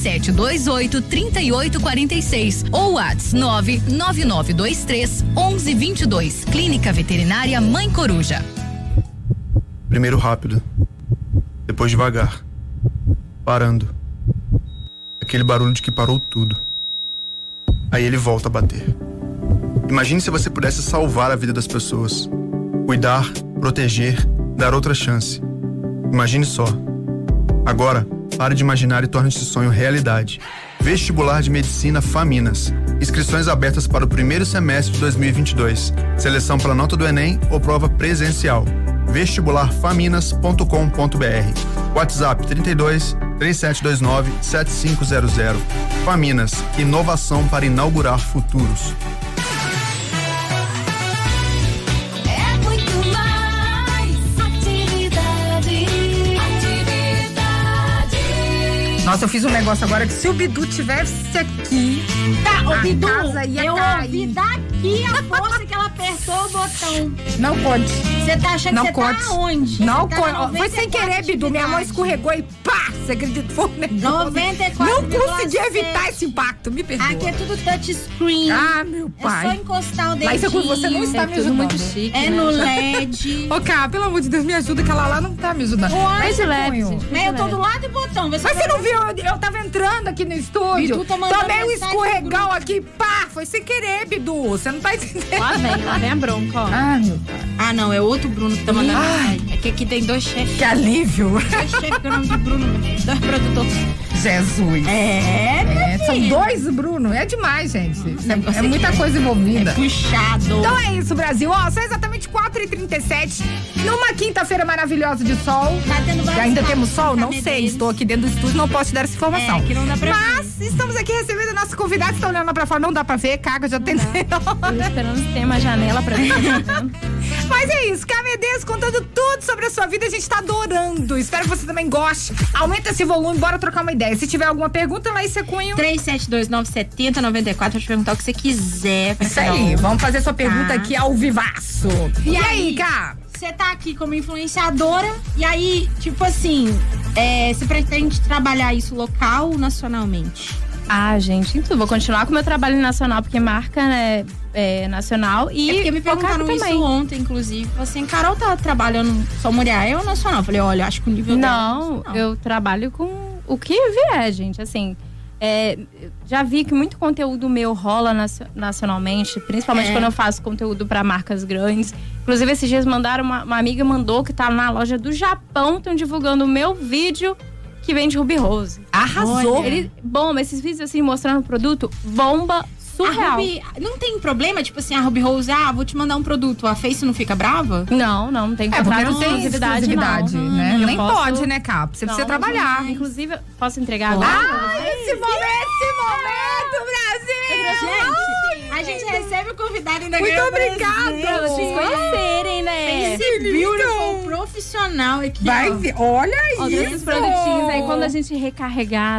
3728-3846 ou WhatsApp 99923 1122. Clínica Veterinária Mãe Coruja. Primeiro rápido, depois devagar, parando. Aquele barulho de que parou tudo. Aí ele volta a bater. Imagine se você pudesse salvar a vida das pessoas. Cuidar, proteger, dar outra chance. Imagine só. Agora, pare de imaginar e torne esse sonho realidade. Vestibular de Medicina Faminas. Inscrições abertas para o primeiro semestre de 2022. Seleção pela nota do Enem ou prova presencial. vestibularfaminas.com.br. WhatsApp 32 3729 7500. Faminas, inovação para inaugurar futuros. Nossa, eu fiz um negócio agora que se o Bidu tivesse aqui, tá, o a Bidu, casa ia eu cair. ouvi daqui. aqui a força que ela apertou o botão. Não pode. Você tá achando que você tá onde? Não Você pode. Foi sem querer, Bidu. Minha mão escorregou e pá! Você acredita? Foi um negócio. 94,7. Não consegui evitar esse impacto, me perdoa. Aqui é tudo touchscreen. Ah, meu pai. É só encostar o dedinho. Mas você não está me ajudando. Muito chique, é no LED. Ô, Cá, pelo amor de Deus, me ajuda, que ela lá não tá me ajudando. Mas de leve, gente. Mas eu tô do lado do botão. Mas você não viu? Eu tava entrando aqui no estúdio. Tomei um escorregão aqui, pá! Foi sem querer, Bidu. Você não tá entendendo. Lá vem a bronca, ó. Ah, meu pai. Ah, não, é outro Bruno que tá mandando mensagem. É que aqui tem 2 chefes. Que alívio. 2 chefes que é o nome de Bruno, 2 produtores. Jesus. São 2, Bruno. É demais, gente. É muita coisa envolvida. É puxado. Então é isso, Brasil. Ó, são exatamente 4h37. Numa quinta-feira maravilhosa de sol. Ainda temos sol? Não sei. Estou aqui dentro do estúdio, não posso te dar essa informação. Que não dá pra Mas estamos aqui recebendo a nossa convidada. Estão olhando lá pra fora, não dá pra ver. Caga, já tem. Tô esperando ter uma janela pra ver. Mas é isso, Cá Medeiros contando tudo sobre a sua vida, a gente tá adorando. Espero que você também goste. Aumenta esse volume, bora trocar uma ideia. Se tiver alguma pergunta, lá em Cunho. 372-970-94, pode perguntar o que você quiser. Isso aí, vamos fazer sua pergunta aqui ao vivaço. E aí, Cá? Você tá aqui como influenciadora, e aí, tipo assim, você pretende trabalhar isso local ou nacionalmente? Ah, gente, então vou continuar com o meu trabalho nacional, porque marca, né, nacional e porque me perguntaram isso também. ontem, inclusive. Assim, Carol tá trabalhando só Muriaé ou nacional? Eu falei, olha, acho que o nível não, eu trabalho com o que vier, gente, assim. Já vi que muito conteúdo meu rola nacionalmente, principalmente quando eu faço conteúdo para marcas grandes. Inclusive, esses dias mandaram, uma amiga mandou que tá na loja do Japão, estão divulgando o meu vídeo que vende Ruby Rose. Arrasou! Bomba, esses vídeos assim, mostrando o produto, bomba surreal. Não tem problema, tipo assim, a Ruby Rose, vou te mandar um produto, a Face não fica brava? Não tem contrato de exclusividade, né? Nem pode, né, Cá? Você precisa trabalhar. Inclusive, posso entregar agora? Esse momento, Brasil! Gente, a gente recebe o convidado ainda. Muito obrigada! Pra vocês conhecerem, né? Face Beautiful profissional aqui. Olha isso! Esses produtinhos aí, quando a gente recarregar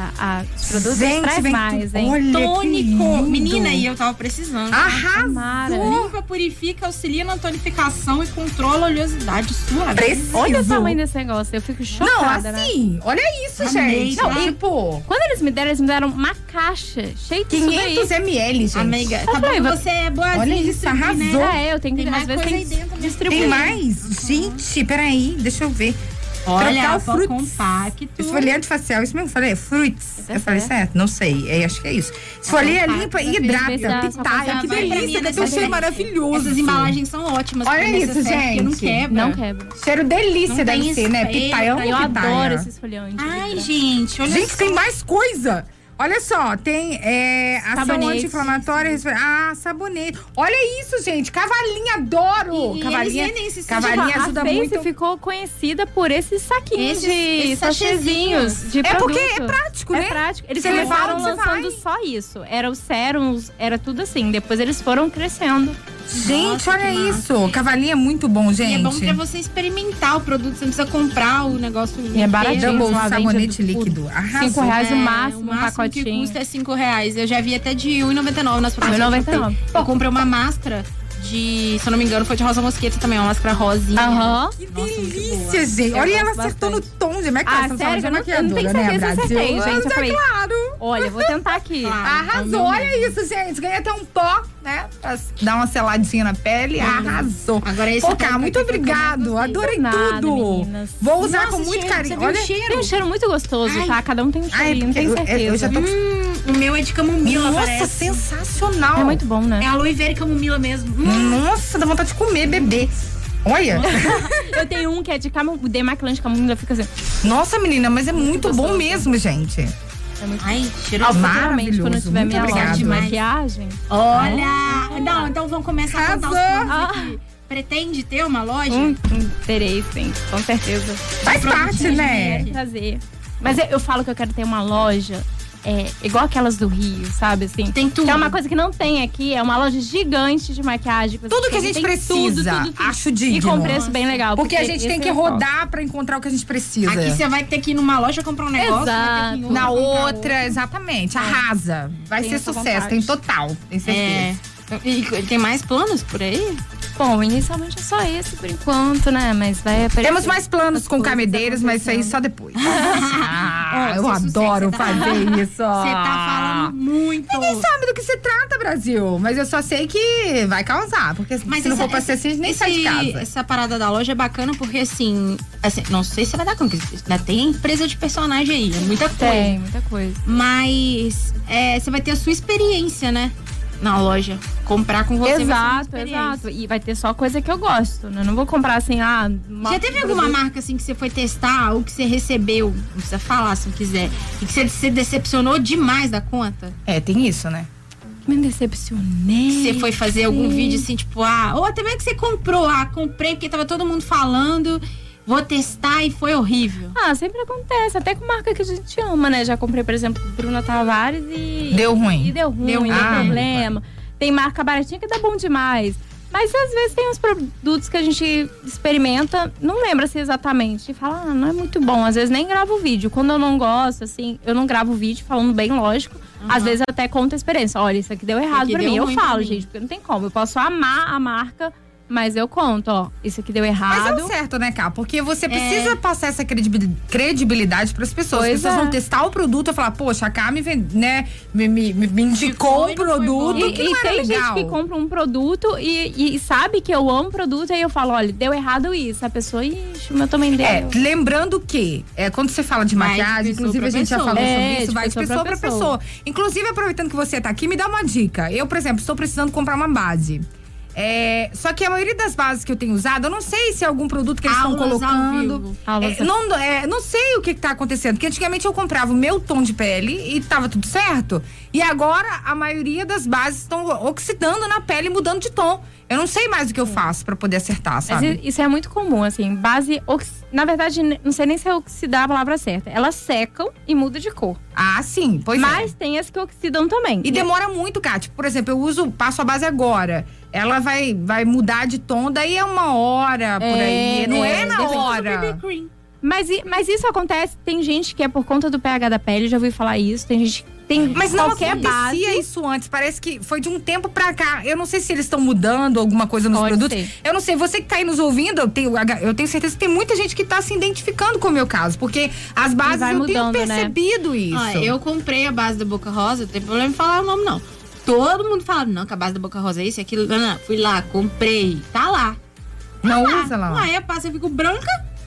os produtos, gente, traz mais, hein? Olha, tônico. Menina, e eu tava precisando. Arrasou! Limpa, purifica, auxilia na tonificação e controla a oleosidade suave. Preciso. Olha o tamanho desse negócio, eu fico chocada, Não, assim, olha isso, gente. Não, tipo... Quando eles me deram uma caixa cheia de 500 ml, gente. Amiga, tá bom, você é boazinha. Olha isso, arrasou. Né? Eu tenho que, às vezes, tem que distribuir. Tem mais? Gente, peraí, deixa eu ver. Olha, trocar o compacto. Esfoliante facial, isso mesmo que eu falei? Fruits. Eu falei certo? Não sei. Acho que é isso. Esfolia, limpa e hidrata. Pitaia, que delícia. Deve ter um cheiro maravilhoso. Essas embalagens são ótimas. Olha isso, gente. Não quebra. Não quebra. Cheiro delícia deve ser, né? Pitaia, eu adoro esse esfoliante. Ai, gente, olha Gente, tem mais coisa. Olha só, tem ação anti-inflamatória. Sabonete. Olha isso, gente. Cavalinha, adoro. Cavalinha ajuda muito. A Face ficou conhecida por esses saquinhos de sachêzinhos de produto. Porque é prático, né? É prático. Eles começaram lançando só isso. Era os sérums, era tudo assim. Depois eles foram crescendo. Gente, olha isso. Cavalinha é muito bom, gente. E é bom pra você experimentar o produto. Você não precisa comprar o negócio. E é baratinho. O sabonete líquido. R$5 o máximo, um pacotinho. O que custa é R$5. Eu já vi até de R$1,99 nas promoções. R$1,99. Eu comprei uma máscara se eu não me engano, foi de rosa mosqueta também, uma máscara rosinha. Que delícia, gente. Olha, ela acertou no tom de maquiagem. Sério, eu não tenho certeza se acertei, gente. Eu falei, claro. Olha, vou tentar aqui. Arrasou, olha isso, gente. Ganhei até um pó, né? Pra dar uma seladinha na pele. Arrasou. Agora esse muito obrigado. Adorei tudo. Meninas. Vou usar com muito carinho. Olha, tem um cheiro muito gostoso, tá? Cada um tem um cheirinho, tenho certeza. Eu já tô... O meu é de camomila, Nossa, sensacional. É muito bom, né? É aloe vera e camomila mesmo. Nossa, dá vontade de comer, bebê. Olha. Eu tenho um que é de demaquilante de camomila, fica assim. Nossa, menina, mas é muito bom mesmo, gente. É muito Ai, cheiro maravilhoso. Quando eu tiver minha loja de maquiagem. Olha! Não, então vamos começar a contar os produtos aqui. Pretende ter uma loja? Terei, sim, com certeza. Faz parte, né? Prazer. Mas eu falo que eu quero ter uma loja igual aquelas do Rio, sabe? Assim, tem tudo. Que é uma coisa que não tem aqui, é uma loja gigante de maquiagem. Tudo que a gente precisa, tudo. Acho digno. E com preço bem legal. Porque a gente tem que rodar pra encontrar o que a gente precisa. Aqui você vai ter que ir numa loja comprar um negócio. Exato. Na outra, exatamente. Arrasa. Vai ser sucesso, tem total. Tem certeza. E tem mais planos por aí? Bom, inicialmente é só esse por enquanto, né? Mas vai aparecer. Temos mais planos com Camedeiros, mas isso aí só depois. Eu adoro fazer isso. Você tá falando muito. Ninguém sabe do que se trata, Brasil. Mas eu só sei que vai causar. Porque se não for pra ser assim, a gente nem sai de casa. Essa parada da loja é bacana porque, assim não sei se vai dar conta. Tem empresa de personagem aí. É muita coisa. Tem, muita coisa. Mas você vai ter a sua experiência, né? Na loja. Comprar com você. Exato. E vai ter só coisa que eu gosto, né? Não vou comprar assim, Já teve alguma marca assim que você foi testar ou que você recebeu? Não precisa falar se não quiser. E que você se decepcionou demais da conta? Tem isso, né? Me decepcionei. Você foi fazer algum vídeo assim, tipo, ou até mesmo que você comprou, comprei porque tava todo mundo falando, vou testar e foi horrível. Sempre acontece, até com marca que a gente ama, né? Já comprei, por exemplo, Bruna Tavares e... Deu ruim. E deu problema. Tem marca baratinha que dá bom demais. Mas às vezes tem uns produtos que a gente experimenta, não lembra assim exatamente, e fala, não é muito bom. Às vezes nem gravo vídeo. Quando eu não gosto, assim, eu não gravo vídeo, falando bem lógico. Às vezes até conto a experiência. Olha, isso aqui deu errado pra mim. Eu falo, gente, porque não tem como. Eu posso amar a marca, mas eu conto, isso aqui deu errado. Mas é o certo, né, Cá? Porque você precisa passar essa credibilidade pras pessoas. As pessoas vão testar o produto e falar, poxa, a Cá me indicou um produto que não era tem legal. gente que compra um produto e sabe que eu amo o produto, e aí eu falo, olha, deu errado isso. A pessoa, ixi, o meu também deu. Lembrando que, quando você fala de maquiagem, inclusive a gente já falou sobre isso, vai de pessoa pra pessoa. Inclusive, aproveitando que você tá aqui, me dá uma dica. Eu, por exemplo, estou precisando comprar uma base. Só que a maioria das bases que eu tenho usado, eu não sei se é algum produto que eles estão colocando. Não sei o que tá acontecendo. Porque antigamente eu comprava o meu tom de pele e tava tudo certo. E agora a maioria das bases estão oxidando na pele e mudando de tom. Eu não sei mais o que eu faço pra poder acertar, sabe? Mas isso é muito comum, assim. Base, na verdade, não sei nem se é oxidar a palavra certa. Elas secam e mudam de cor. Sim, pois Mas tem as que oxidam também. E demora muito, Kátia. Por exemplo, passo a base agora. Ela vai mudar de tom, daí é 1 hora por aí. Não é na hora. Mas isso acontece, tem gente que é por conta do pH da pele, já ouvi falar isso, tem gente que tem mas não qualquer acontecia base. Isso antes, parece que foi de um tempo pra cá. Eu não sei se eles estão mudando alguma coisa nos produtos. Ser. Eu não sei, você que tá aí nos ouvindo, eu tenho certeza que tem muita gente que tá se identificando com o meu caso, porque as bases eu tenho percebido isso. Eu comprei a base da Boca Rosa, não tem problema em falar o nome não. Todo mundo fala, não, que a base da Boca Rosa é isso, aquilo, não, fui lá, comprei, tá lá. Não usa lá. Aí eu passo, eu fico branca.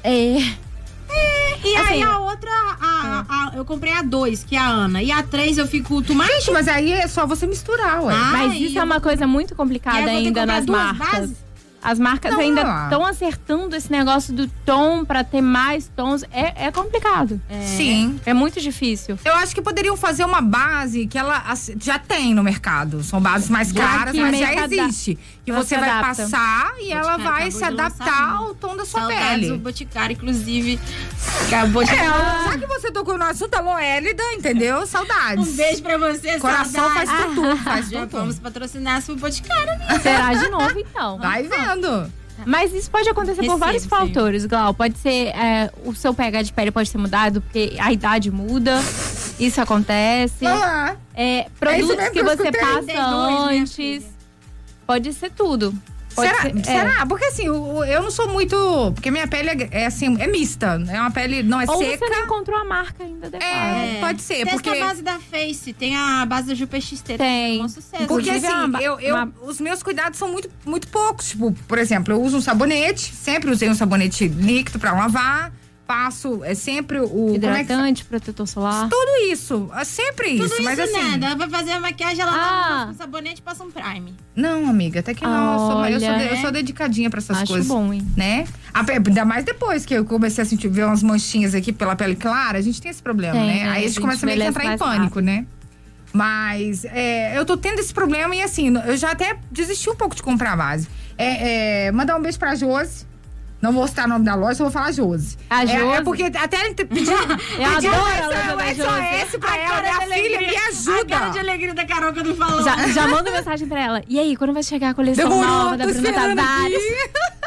E assim, aí a outra, eu comprei a 2, que é a Ana. E a 3 eu fico tomate. Gente, mas aí é só você misturar, ué. Mas isso é uma coisa muito complicada ainda nas marcas. Bases? As marcas ainda estão acertando esse negócio do tom pra ter mais tons. É complicado. Sim. É muito difícil. Eu acho que poderiam fazer uma base que ela já tem no mercado. São bases mais caras, mas já existe. Que você vai passar e ela vai se adaptar ao tom da sua pele. O Boticário, inclusive, acabou de já que você tocou no assunto, alô, Hélida, entendeu? Saudades. Um beijo pra você, coração saudades. faz tudo, faz já tudo. Vamos patrocinar o Boticário, né? Será de novo, então. Vai vendo. Mas isso pode acontecer por vários fatores, Glau. Pode ser, o seu pH de pele pode ser mudado, porque a idade muda. Isso acontece. Produtos que você passa antes. Pode ser tudo. Será? Porque assim, eu não sou muito... Porque minha pele é assim, é mista. É uma pele, não é Ou seca. Ou você não encontrou a marca ainda adequada. Pode ser. Testa a base da Face, tem a base da JuPXT. Tem. Um sucesso. Porque assim, os meus cuidados são muito, muito poucos. Tipo, por exemplo, eu uso um sabonete. Sempre usei um sabonete líquido pra lavar. Passo sempre o... hidratante, protetor solar. Tudo isso. Sempre isso. Tudo mas isso assim... nada. Ela vai fazer a maquiagem, ela lava com sabonete e passa um prime. Não, amiga, até que não. Eu sou dedicadinha pra essas coisas. Acho bom, hein? Né? Ainda mais depois que eu comecei a ver umas manchinhas aqui pela pele clara, a gente tem esse problema, né? Aí a gente começa meio que a entrar em pânico, né? Mas eu tô tendo esse problema e assim, eu já até desisti um pouco de comprar a base. Mandar um beijo pra Josi. Não vou citar o nome da loja, só vou falar Josi. A Josi? Porque até ele pediu eu adoro a loja da Josi. SOS pra ela, minha filha, me ajuda. A cara de alegria da Carol que eu não falou. Já manda mensagem pra ela. E aí, quando vai chegar a coleção nova da Bruna Tavares?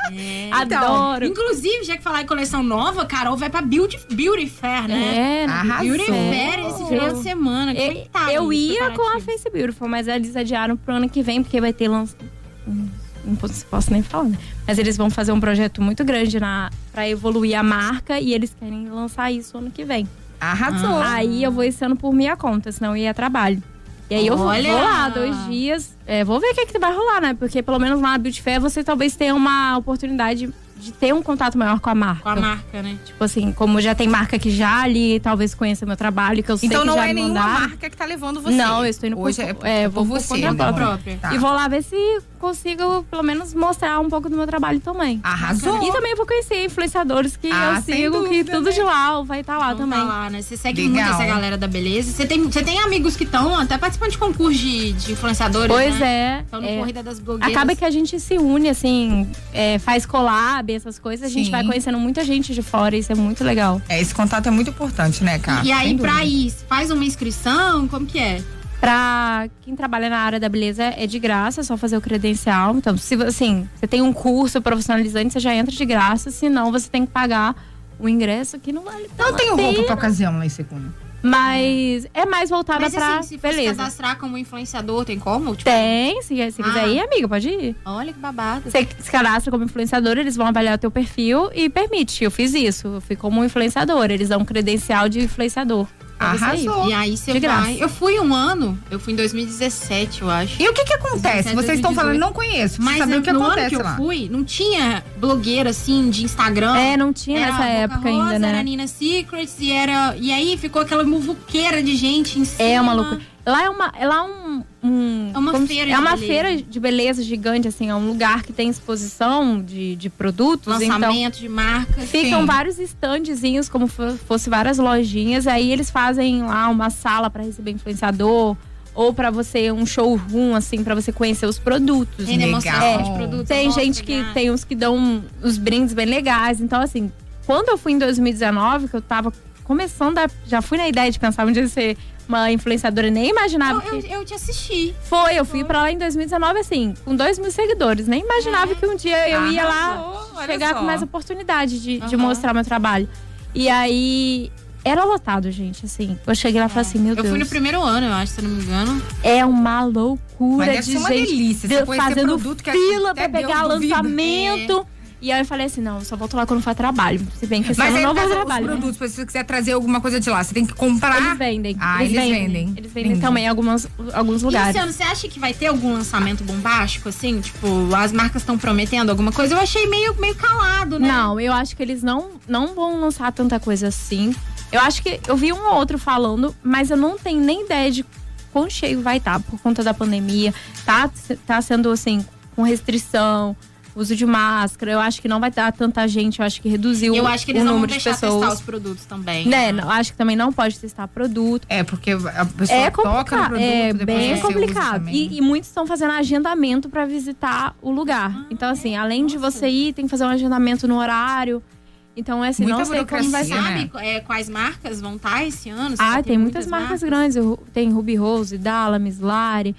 Adoro. Inclusive, já que falar em coleção nova, Carol vai pra Beauty Fair, né? Beauty Fair esse final de semana. Eu ia com a Face Beautiful, mas eles adiaram pro ano que vem, porque vai ter não posso nem falar, né? Mas eles vão fazer um projeto muito grande pra evoluir a marca e eles querem lançar isso ano que vem. Arrasou. Aí eu vou esse ano por minha conta, senão eu ia a trabalho. E aí eu vou lá 2 dias. Vou ver o que vai rolar, né? Porque pelo menos lá na Beauty Fair você talvez tenha uma oportunidade de ter um contato maior com a marca. Com a marca, né? Tipo assim, como já tem marca que já ali talvez conheça meu trabalho, que eu sei que já me mandaram. Então não é nenhuma marca que tá levando você. Não, eu estou indo hoje vou por conta própria. Tá. E vou lá ver se consigo pelo menos mostrar um pouco do meu trabalho também. Arrasou. E também vou conhecer influenciadores que eu sigo, dúvida, que tudo de lá vai estar lá também. Tá lá, né? Você segue muito essa galera da beleza. Você tem amigos que estão até participando de concurso de influenciadores, pois né? Estão no Corrida das Blogueiras. Acaba que a gente se une, assim, faz collab, essas coisas. A gente vai conhecendo muita gente de fora, isso é muito legal. Esse contato é muito importante, né, cara? E aí, pra ir, faz uma inscrição, como que é? Pra quem trabalha na área da beleza é de graça, é só fazer o credencial. Então, se assim, você tem um curso profissionalizante, você já entra de graça, senão você tem que pagar o ingresso que não vale. Não tenho roupa pra ocasião lá em Secunda. Mas é mais voltada pra se beleza. Se cadastrar como influenciador, tem como? Tipo... Tem, se quiser ir, amiga, pode ir. Olha que babado. Você se cadastra como influenciador, eles vão avaliar o teu perfil e permite. Eu fiz isso, eu fui como influenciador. Eles dão um credencial de influenciador. Arrasou. E aí você vai. Eu fui eu fui em 2017, eu acho. E o que acontece? Vocês estão falando, não conheço. Mas saber o que no acontece ano que lá. eu fui, não tinha blogueira assim de Instagram. Não tinha nessa época Rosa, ainda, né? Era Nina Secrets e aí ficou aquela muvuqueira de gente em cima. É uma loucura. Lá é uma feira de beleza gigante, assim, é um lugar que tem exposição de produtos, lançamento de marcas. Ficam vários standzinhos, como fosse várias lojinhas, aí eles fazem lá uma sala para receber influenciador, ou para você um showroom, assim, para você conhecer os produtos. Tem demonstração de produtos. Tem gente que tem uns que dão os brindes bem legais, então assim, quando eu fui em 2019, que eu tava começando já fui na ideia de pensar um dia ser uma influenciadora, nem imaginava eu te assisti. Eu fui pra lá em 2019, assim, com 2.000 seguidores. Nem imaginava que um dia eu ia lá chegar com mais oportunidade de mostrar meu trabalho. E aí, era lotado, gente, assim. Eu cheguei lá e falei assim, meu Deus. Eu fui no primeiro ano, eu acho, se não me engano. É uma loucura. Mas deve ser uma delícia. Você fazendo produto que fila pra pegar lançamento. E aí eu falei assim, não, eu só volto lá quando for trabalho. Se bem que esse ano não vai trabalho. Mas os produtos, se você quiser trazer alguma coisa de lá, você tem que comprar. Eles vendem. Eles vendem Entendi. também em alguns lugares. E, Luciano, você acha que vai ter algum lançamento bombástico, assim? Tipo, as marcas estão prometendo alguma coisa? Eu achei meio calado, né? Não, eu acho que eles não vão lançar tanta coisa assim. Eu acho que eu vi um ou outro falando, mas eu não tenho nem ideia de quão cheio vai estar por conta da pandemia. Tá sendo assim, com restrição, uso de máscara. Eu acho que não vai dar tanta gente, eu acho que reduziu o número de pessoas. Eu acho que eles não vão deixar testar os produtos também. Né? Não, acho que também não pode testar produto. Porque a pessoa toca no produto, é depois bem complicado. E muitos estão fazendo agendamento para visitar o lugar. Então, assim, além de você ir, tem que fazer um agendamento no horário. Então, assim, muita não sei como vai ser. Sabe quais marcas vão estar esse ano? Tem muitas marcas grandes. Tem Ruby Rose, Dalla, Miss Lari,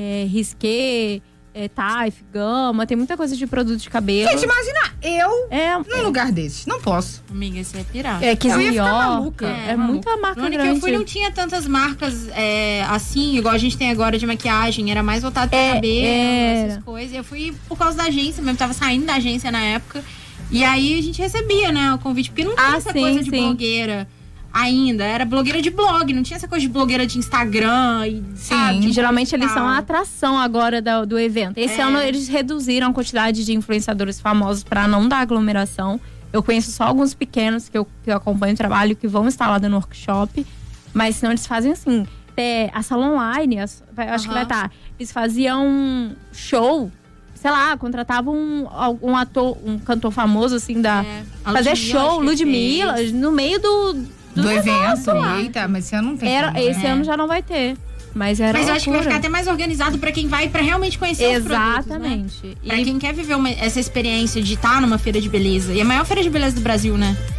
Risqué, Taif, Gama, tem muita coisa de produto de cabelo. Gente, imagina num lugar desses. Não posso. Amiga, isso é pirata. Eu ia ficar maluca. É muita marca grande. No ano que eu fui não tinha tantas marcas assim, igual a gente tem agora de maquiagem. Era mais voltado pra cabelo, essas coisas. Eu fui por causa da agência mesmo, tava saindo da agência na época. E aí a gente recebia, né, o convite, porque não tinha essa coisa de blogueira ainda. Era blogueira de blog, não tinha essa coisa de blogueira de Instagram. E geralmente eles são a atração agora do evento. Esse ano eles reduziram a quantidade de influenciadores famosos para não dar aglomeração. Eu conheço só alguns pequenos que eu acompanho o trabalho, que vão estar lá dando workshop. Mas senão eles fazem assim, a sala online, acho que vai estar. Eles faziam um show, sei lá, contratavam um ator, um cantor famoso assim, fazer show, Ludmilla, no meio do evento. Eita, mas esse ano não tem. Esse ano já não vai ter. Mas eu acho que vai ficar até mais organizado pra quem vai pra realmente conhecer os produtos. Exatamente. Né? Pra quem quer viver essa experiência de estar numa feira de beleza. E a maior feira de beleza do Brasil, né?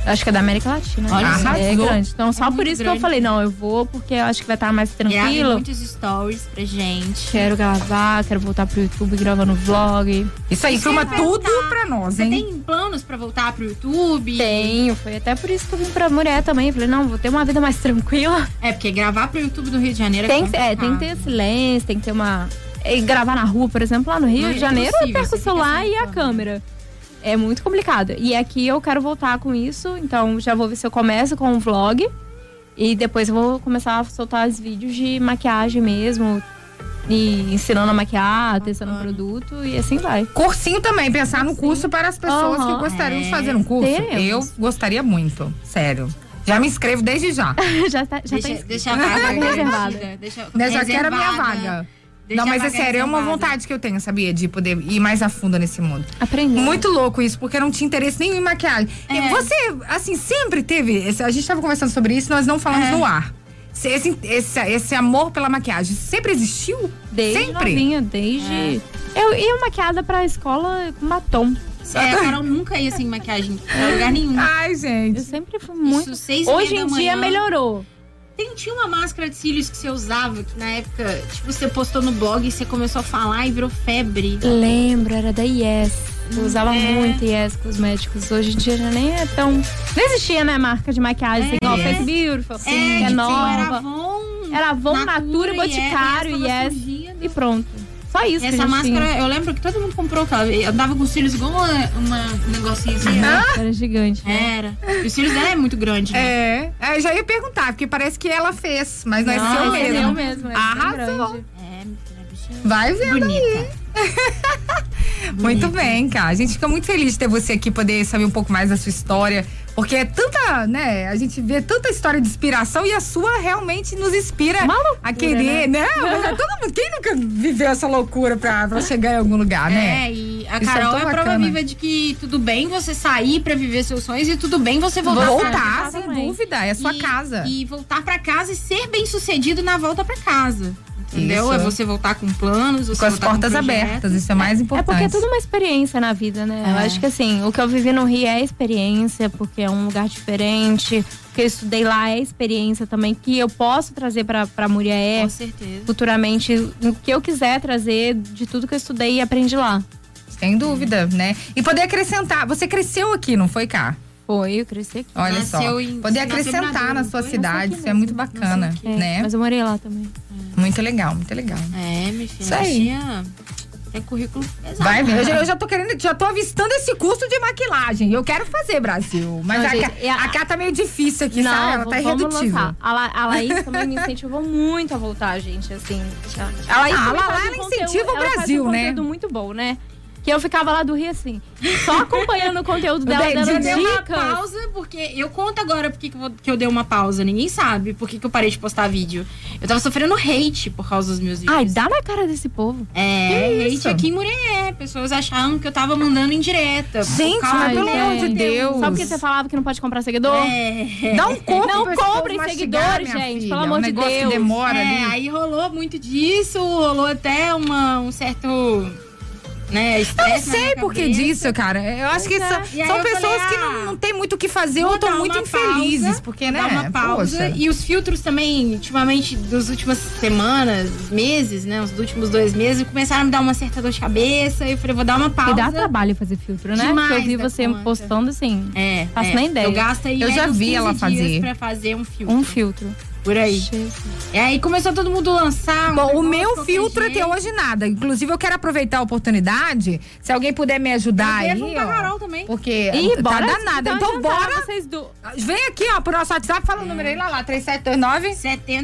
Acho que é da América Latina. Olha, é grande. Então, só por muito isso grande. que eu falei, não, eu vou, porque eu acho que vai estar mais tranquilo. Grave muitos stories pra gente. Quero gravar, quero voltar pro YouTube gravando vlog. Isso aí, filma tudo pra nós, hein? Você tem planos pra voltar pro YouTube? Tenho, foi até por isso que eu vim pra Mulher também. Falei, não, vou ter uma vida mais tranquila. É, porque gravar pro YouTube do Rio de Janeiro tem que ter silêncio, tem que ter uma... E gravar na rua, por exemplo, lá no Rio de Janeiro, eu perco o celular e a câmera. É muito complicado. E aqui eu quero voltar com isso, então já vou ver se eu começo com um vlog. E depois eu vou começar a soltar os vídeos de maquiagem mesmo. E ensinando a maquiar, testando o produto e assim vai. Cursinho também, pensar no curso para as pessoas que gostariam de fazer um curso. Eu gostaria muito, sério. Já me inscrevo desde já. Deixa a vaga reservada. Já quero a minha vaga. Não, mas é sério, é uma vontade que eu tenho, sabia? De poder ir mais a fundo nesse mundo. Aprender. Muito louco isso, porque eu não tinha interesse nenhum em maquiagem. E você, assim, sempre teve... A gente estava conversando sobre isso, nós não falamos no ar. Esse amor pela maquiagem sempre existiu? Desde novinha, desde... Eu ia maquiada pra escola com batom. A Carol nunca ia sem maquiagem em lugar nenhum. Ai, gente. Eu sempre fui muito... Isso, hoje em dia melhorou. Tinha uma máscara de cílios que você usava, que na época, tipo, você postou no blog e você começou a falar e virou febre. Lembro, era da Yes. Eu usava muito Yes Cosméticos. Hoje em dia já nem é tão... Não existia, né, marca de maquiagem assim, igual Face Beautiful, que é nova. Era Avon, Natura, Boticário, Yes e pronto. Só isso. Essa máscara, eu lembro que todo mundo comprou, eu andava com os cílios igual um negocinho assim. Era gigante. Era. E os cílios dela é muito grande, né? Eu já ia perguntar, porque parece que ela fez, mas não é seu mesmo. É eu mesmo. Arrasou. Vai vendo aí. Muito bem, cara. A gente fica muito feliz de ter você aqui, poder saber um pouco mais da sua história. Porque é tanta, né? A gente vê tanta história de inspiração e a sua realmente nos inspira a querer, né? Todo mundo, quem nunca viveu essa loucura pra chegar em algum lugar, né? E a Carol é a prova viva de que tudo bem você sair pra viver seus sonhos e tudo bem você voltar. Sem dúvida, é a sua casa. E voltar pra casa e ser bem sucedido na volta pra casa. Entendeu? Isso. É você voltar com planos, você com as portas abertas, isso é mais importante. É porque é tudo uma experiência na vida, né? Eu acho que assim, o que eu vivi no Rio é experiência, porque é um lugar diferente. O que eu estudei lá é experiência também, que eu posso trazer pra Muriaé. Com certeza. Futuramente, o que eu quiser trazer de tudo que eu estudei e aprendi lá. Sem dúvida, né? E poder acrescentar. Você cresceu aqui, não foi, cá? Foi, eu cresci aqui. Olha só, poder acrescentar na sua cidade, isso é muito bacana, né? Mas eu morei lá também. Muito legal, muito legal. Minha filha. Isso aí. Tem currículo pesado. Vai ver. Eu já tô querendo, já tô avistando esse curso de maquilagem. Eu quero fazer, Brasil. Mas a Cá tá meio difícil aqui, sabe? Ela tá irredutível. A Laís também me incentivou muito a voltar, gente. Assim, a Laís ela incentiva o Brasil, né? Um conteúdo muito bom, né? Que eu ficava lá do Rio assim, só acompanhando o conteúdo dela, dando dicas. Eu dei uma pausa, porque eu conto agora porque que eu dei uma pausa. Ninguém sabe por que eu parei de postar vídeo. Eu tava sofrendo hate por causa dos meus vídeos. Ai, dá na cara desse povo. Hate aqui em Muriaé. Pessoas achavam que eu tava mandando indireta. Gente, mas pelo amor de Deus. Só porque você falava que não pode comprar seguidor? Dá um compro. Não comprem seguidores, gente. Pelo amor de Deus. Que demora ali. Aí rolou muito disso. Rolou até um certo... Né, eu não sei por que disso, cara. Eu acho que são pessoas que não tem muito o que fazer ou estão muito infelizes. Pausa, porque, né? Dá uma pausa. E os filtros também, ultimamente, das últimas semanas, meses, né? Os últimos 2 meses, começaram a me dar uma certa dor de cabeça. Eu falei, vou dar uma pausa. E dá trabalho fazer filtro, né? Porque eu vi você postando assim. Faço nem ideia. Eu gasto aí. Eu já vi ela fazer. Pra fazer um filtro. Um filtro. Por aí. E aí começou todo mundo a lançar. Bom, o meu filtro até hoje nada. Inclusive, eu quero aproveitar a oportunidade. Se alguém puder me ajudar aí. Vamos pra Carol também. Porque tá danada. Então, bora. Vem aqui, ó, pro nosso WhatsApp. Fala o número aí lá, 3729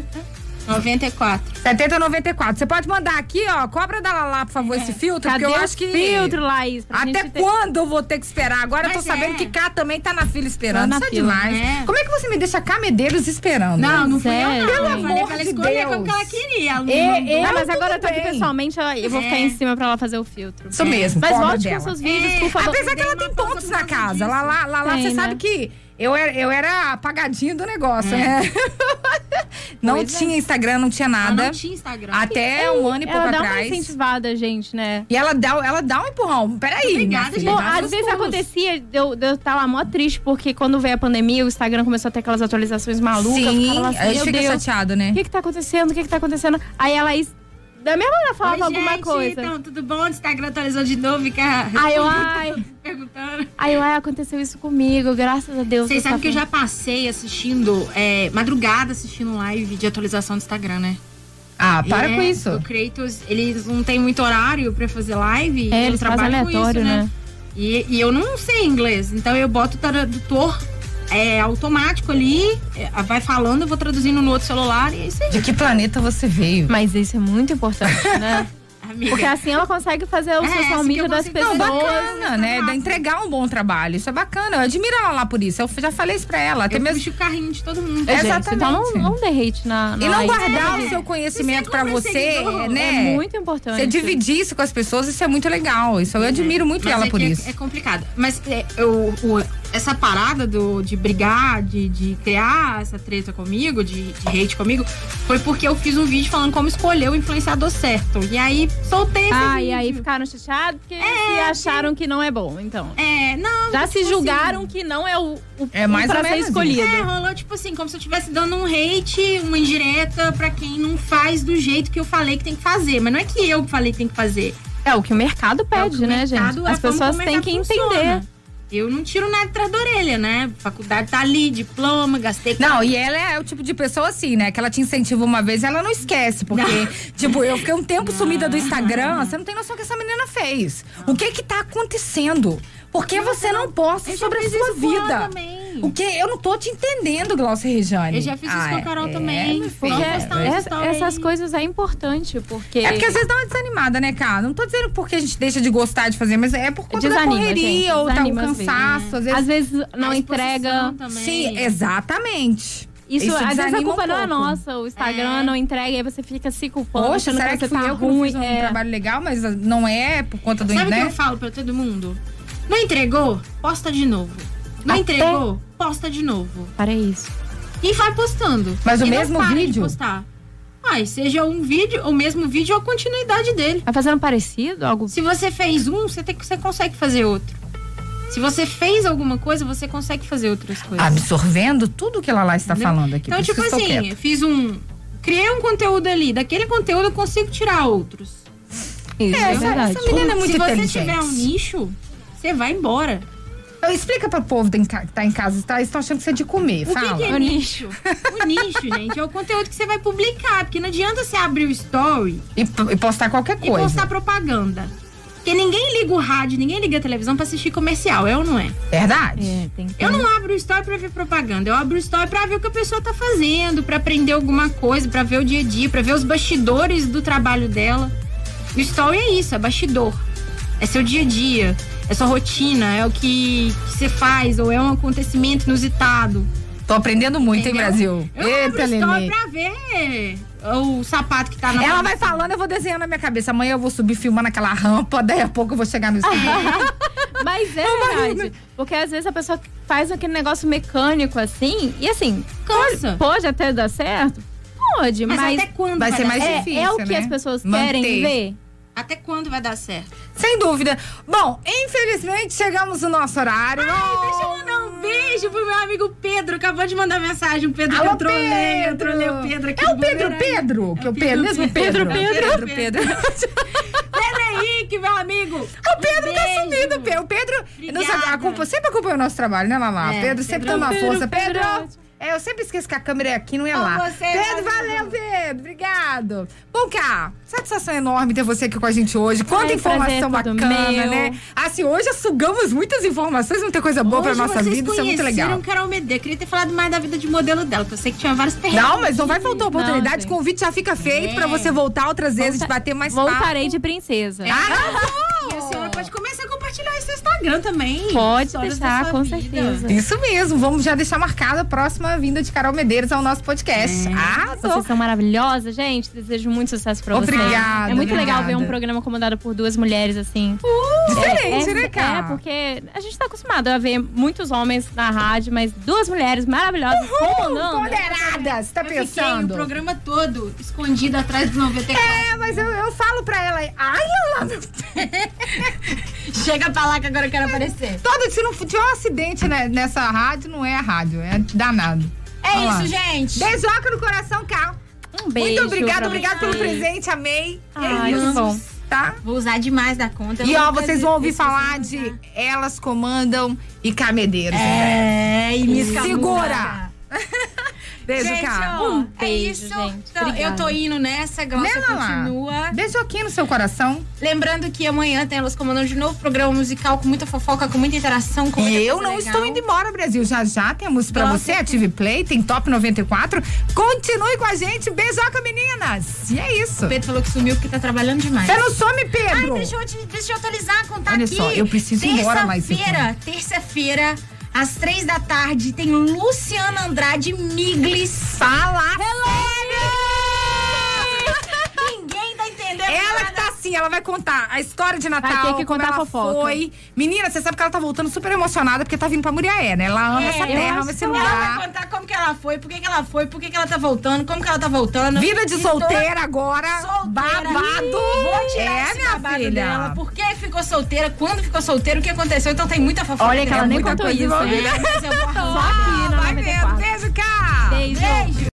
7094. 7094. Você pode mandar aqui, ó. Cobra da Lala, por favor, esse filtro. Cadê porque eu acho que. Filtro, Laís. Até quando eu vou ter que esperar? Agora eu tô sabendo que Cá também tá na fila esperando. Isso é demais. Como é que você me deixa Cá Medeiros esperando? Não fui eu, não. Pelo amor de Deus. Como que ela queria. Mas agora eu tô aqui pessoalmente, eu vou ficar em cima pra ela fazer o filtro. Isso mesmo. Mas volte com seus vídeos, por favor. Apesar que ela tem pontos na casa. Lá, você sabe que eu era apagadinha do negócio, né? Não tinha Instagram, não tinha nada. Não tinha Instagram. Até um ano e pouco atrás. Ela dá uma incentivada, gente, né? E ela dá um empurrão. Peraí, obrigada, filha, gente. Às vezes acontecia de eu estar lá mó triste, porque quando veio a pandemia, o Instagram começou a ter aquelas atualizações malucas. Sim, assim, a gente fica chateado, né? O que tá acontecendo? O que tá acontecendo? Aí ela da mesma hora falava alguma coisa. Então, tudo bom? O Instagram atualizou de novo, fica perguntando. Aí aconteceu isso comigo, graças a Deus. Vocês sabem que eu já passei assistindo, madrugada assistindo live de atualização do Instagram, né? Ah, para com isso. O Kratos, eles não tem muito horário pra fazer live. Eles fazem aleatório, né? E eu não sei inglês, então eu boto o tradutor automático ali, vai falando, eu vou traduzindo no outro celular e é isso aí. De que planeta você veio? Mas isso é muito importante, né? Amiga. Porque assim ela consegue fazer o social media das pessoas. Bacana, né? De entregar um bom trabalho. Isso é bacana. Eu admiro ela lá por isso. Eu já falei isso pra ela. Até mesmo puxo o carrinho de todo mundo. Exatamente. Então não dê hate na e não guardar o seu conhecimento pra você, né? É muito importante. Você dividir isso com as pessoas, isso é muito legal. Isso eu admiro muito ela por isso. É complicado. Mas essa parada de brigar, de criar essa treta comigo, de hate comigo, foi porque eu fiz um vídeo falando como escolher o influenciador certo. E aí soltei esse vídeo. E aí ficaram chateados porque se acharam que não é bom, então. Não. Já se julgaram que não é o mais pra ser escolhido. Rolou tipo assim, como se eu estivesse dando um hate, uma indireta pra quem não faz do jeito que eu falei que tem que fazer. Mas não é que eu falei que tem que fazer. É o que o mercado pede, né, gente? As pessoas têm que entender. Eu não tiro nada atrás da orelha, né? Faculdade tá ali, diploma, gastei... Não, e ela é o tipo de pessoa assim, né? Que ela te incentiva uma vez e ela não esquece. Porque, tipo, eu fiquei um tempo sumida do Instagram. Você não tem noção do que essa menina fez. O que tá acontecendo? Por que você não posta sobre a sua vida? O que? Eu não tô te entendendo, Glaucia Rejane. Eu já fiz isso com a Carol também. Porque essas coisas é importante, porque... É porque às vezes dá uma desanimada, né, cara? Não tô dizendo porque a gente deixa de gostar de fazer, mas é por conta da correria, ou tá um cansaço. Às vezes não entrega. Sim, exatamente. Isso às vezes a culpa não é nossa, o Instagram não entrega, aí você fica se culpando. Poxa, será que fui eu que não fiz um trabalho legal, mas não é por conta do Sabe o que eu falo pra todo mundo? Não entregou? Posta de novo. Não entregou? Posta de novo. Para isso. E vai postando. Mas o mesmo vídeo? Postar. Seja um vídeo, o mesmo vídeo ou a continuidade dele. Vai fazendo parecido? Algo... Se você fez você consegue fazer outro. Se você fez alguma coisa, você consegue fazer outras coisas. Absorvendo tudo que ela está falando aqui. Então, tipo assim, criei um conteúdo ali. Daquele conteúdo eu consigo tirar outros. Isso, é verdade. Essa menina é muito inteligente. Se você tiver um nicho, você vai embora. Explica para o povo que tá em casa, eles estão achando que você é de comer. Fala. O que é nicho? O nicho, gente, é o conteúdo que você vai publicar. Porque não adianta você abrir o story e postar qualquer coisa. E postar propaganda. Porque ninguém liga o rádio, ninguém liga a televisão pra assistir comercial, é ou não é? Verdade. Eu não abro o story pra ver propaganda, eu abro o story pra ver o que a pessoa tá fazendo, pra aprender alguma coisa, pra ver o dia a dia, pra ver os bastidores do trabalho dela. O story é isso, é bastidor. É seu dia a dia, é sua rotina, é o que você faz, ou é um acontecimento inusitado. Tô aprendendo muito, hein, Brasil? Eu abro o story pra ver o sapato que tá na Ela vai falando, eu vou desenhando na minha cabeça. Amanhã eu vou subir filmando aquela rampa, daí a pouco eu vou chegar no estúdio. Mas é verdade. Porque às vezes a pessoa faz aquele negócio mecânico assim, e assim, cansa. Pode até dar certo? Pode, mas até quando vai ser mais difícil, é o que as pessoas querem ver. Até quando vai dar certo? Sem dúvida. Bom, infelizmente chegamos no nosso horário. Deixa eu mandar um beijo pro meu amigo Pedro. Acabou de mandar mensagem. O Pedro que eu trolei o Pedro aqui. É o Pedro? Que é o Pedro mesmo? Pedro. Pedro Henrique, meu amigo. O Pedro tá sumido. O Pedro sempre acompanha o nosso trabalho, né, Lala? Pedro sempre dá uma força. Pedro. Eu sempre esqueço que a câmera é aqui, não é lá. Pedro, valeu, Pedro. Obrigado. Bom, cá, satisfação enorme ter você aqui com a gente hoje. Quanta informação bacana, né? Assim, hoje sugamos muitas informações, muita coisa boa pra nossa vida. Isso é muito legal. Hoje Carol Medeiros. Queria ter falado mais da vida de modelo dela, que eu sei que tinha vários perrengues. Não, mas não vai faltar oportunidade. O convite já fica feito pra você voltar outras vezes, bater mais papo. Voltarei de princesa. E a senhora pode começar a compartilhar compartilhar esse Instagram também. Pode deixar, com certeza. Isso mesmo, vamos já deixar marcada a próxima vinda de Carol Medeiros ao nosso podcast. Vocês são maravilhosas, gente. Desejo muito sucesso pra vocês. Obrigada. É muito legal ver um programa comandado por duas mulheres, assim. Diferente, né, cara? É, porque a gente tá acostumado a ver muitos homens na rádio, mas duas mulheres maravilhosas comandando. Ponderadas, tá pensando? O programa todo escondido atrás do 94. Mas eu falo pra ela, ai, ela meu chega pra lá que agora eu quero aparecer. Se não tiver um acidente nessa rádio, não é a rádio, é danado. É isso, gente. Beijoca no coração, Cal. Um beijo. Muito obrigado pelo presente, amei. Ai, que bom. Tá? Vou usar demais da conta. E vocês vão ouvir falar de Elas Comandam e Camedeiros. E me segura! Beijo, gente, cara. Um beijo, isso. gente. Então, eu tô indo nessa, Glaucia continua. Beijoquinho no seu coração. Lembrando que amanhã tem Elas Comandando de novo, programa musical com muita fofoca, com muita interação. Com E eu não estou indo embora, Brasil. Já temos pra você a TV Play, tem Top 94. Continue com a gente. Beijoca, meninas. E é isso. O Pedro falou que sumiu porque tá trabalhando demais. Você não some, Pedro. Ai, deixa eu atualizar, contar Olha aqui. Olha só, eu preciso ir embora mais. Terça-feira, às 3 da tarde, tem Luciana Andrade Miglis. Fala! Ninguém tá entendendo ela nada. que tá assim, ela vai contar a história de Natal. Vai ter que como contar ela fofoca. foi. Menina, você sabe que ela tá voltando super emocionada porque tá vindo pra Muriaé, né? Ela ama essa terra, ama esse Ela lugar. vai contar como que ela foi, por que ela foi, por que ela tá voltando, como que ela tá voltando. Vida de solteira agora. Babado. Vou tirar esse minha babado filha. dela. Por que ficou solteira, quando ficou solteira, o que aconteceu. Então tem muita fofoca. Olha que ela nem muita contou coisa isso, envolvida. né? Mas eu vou Só aqui na Vai mesmo. 94. Beijo, cara. Beijo.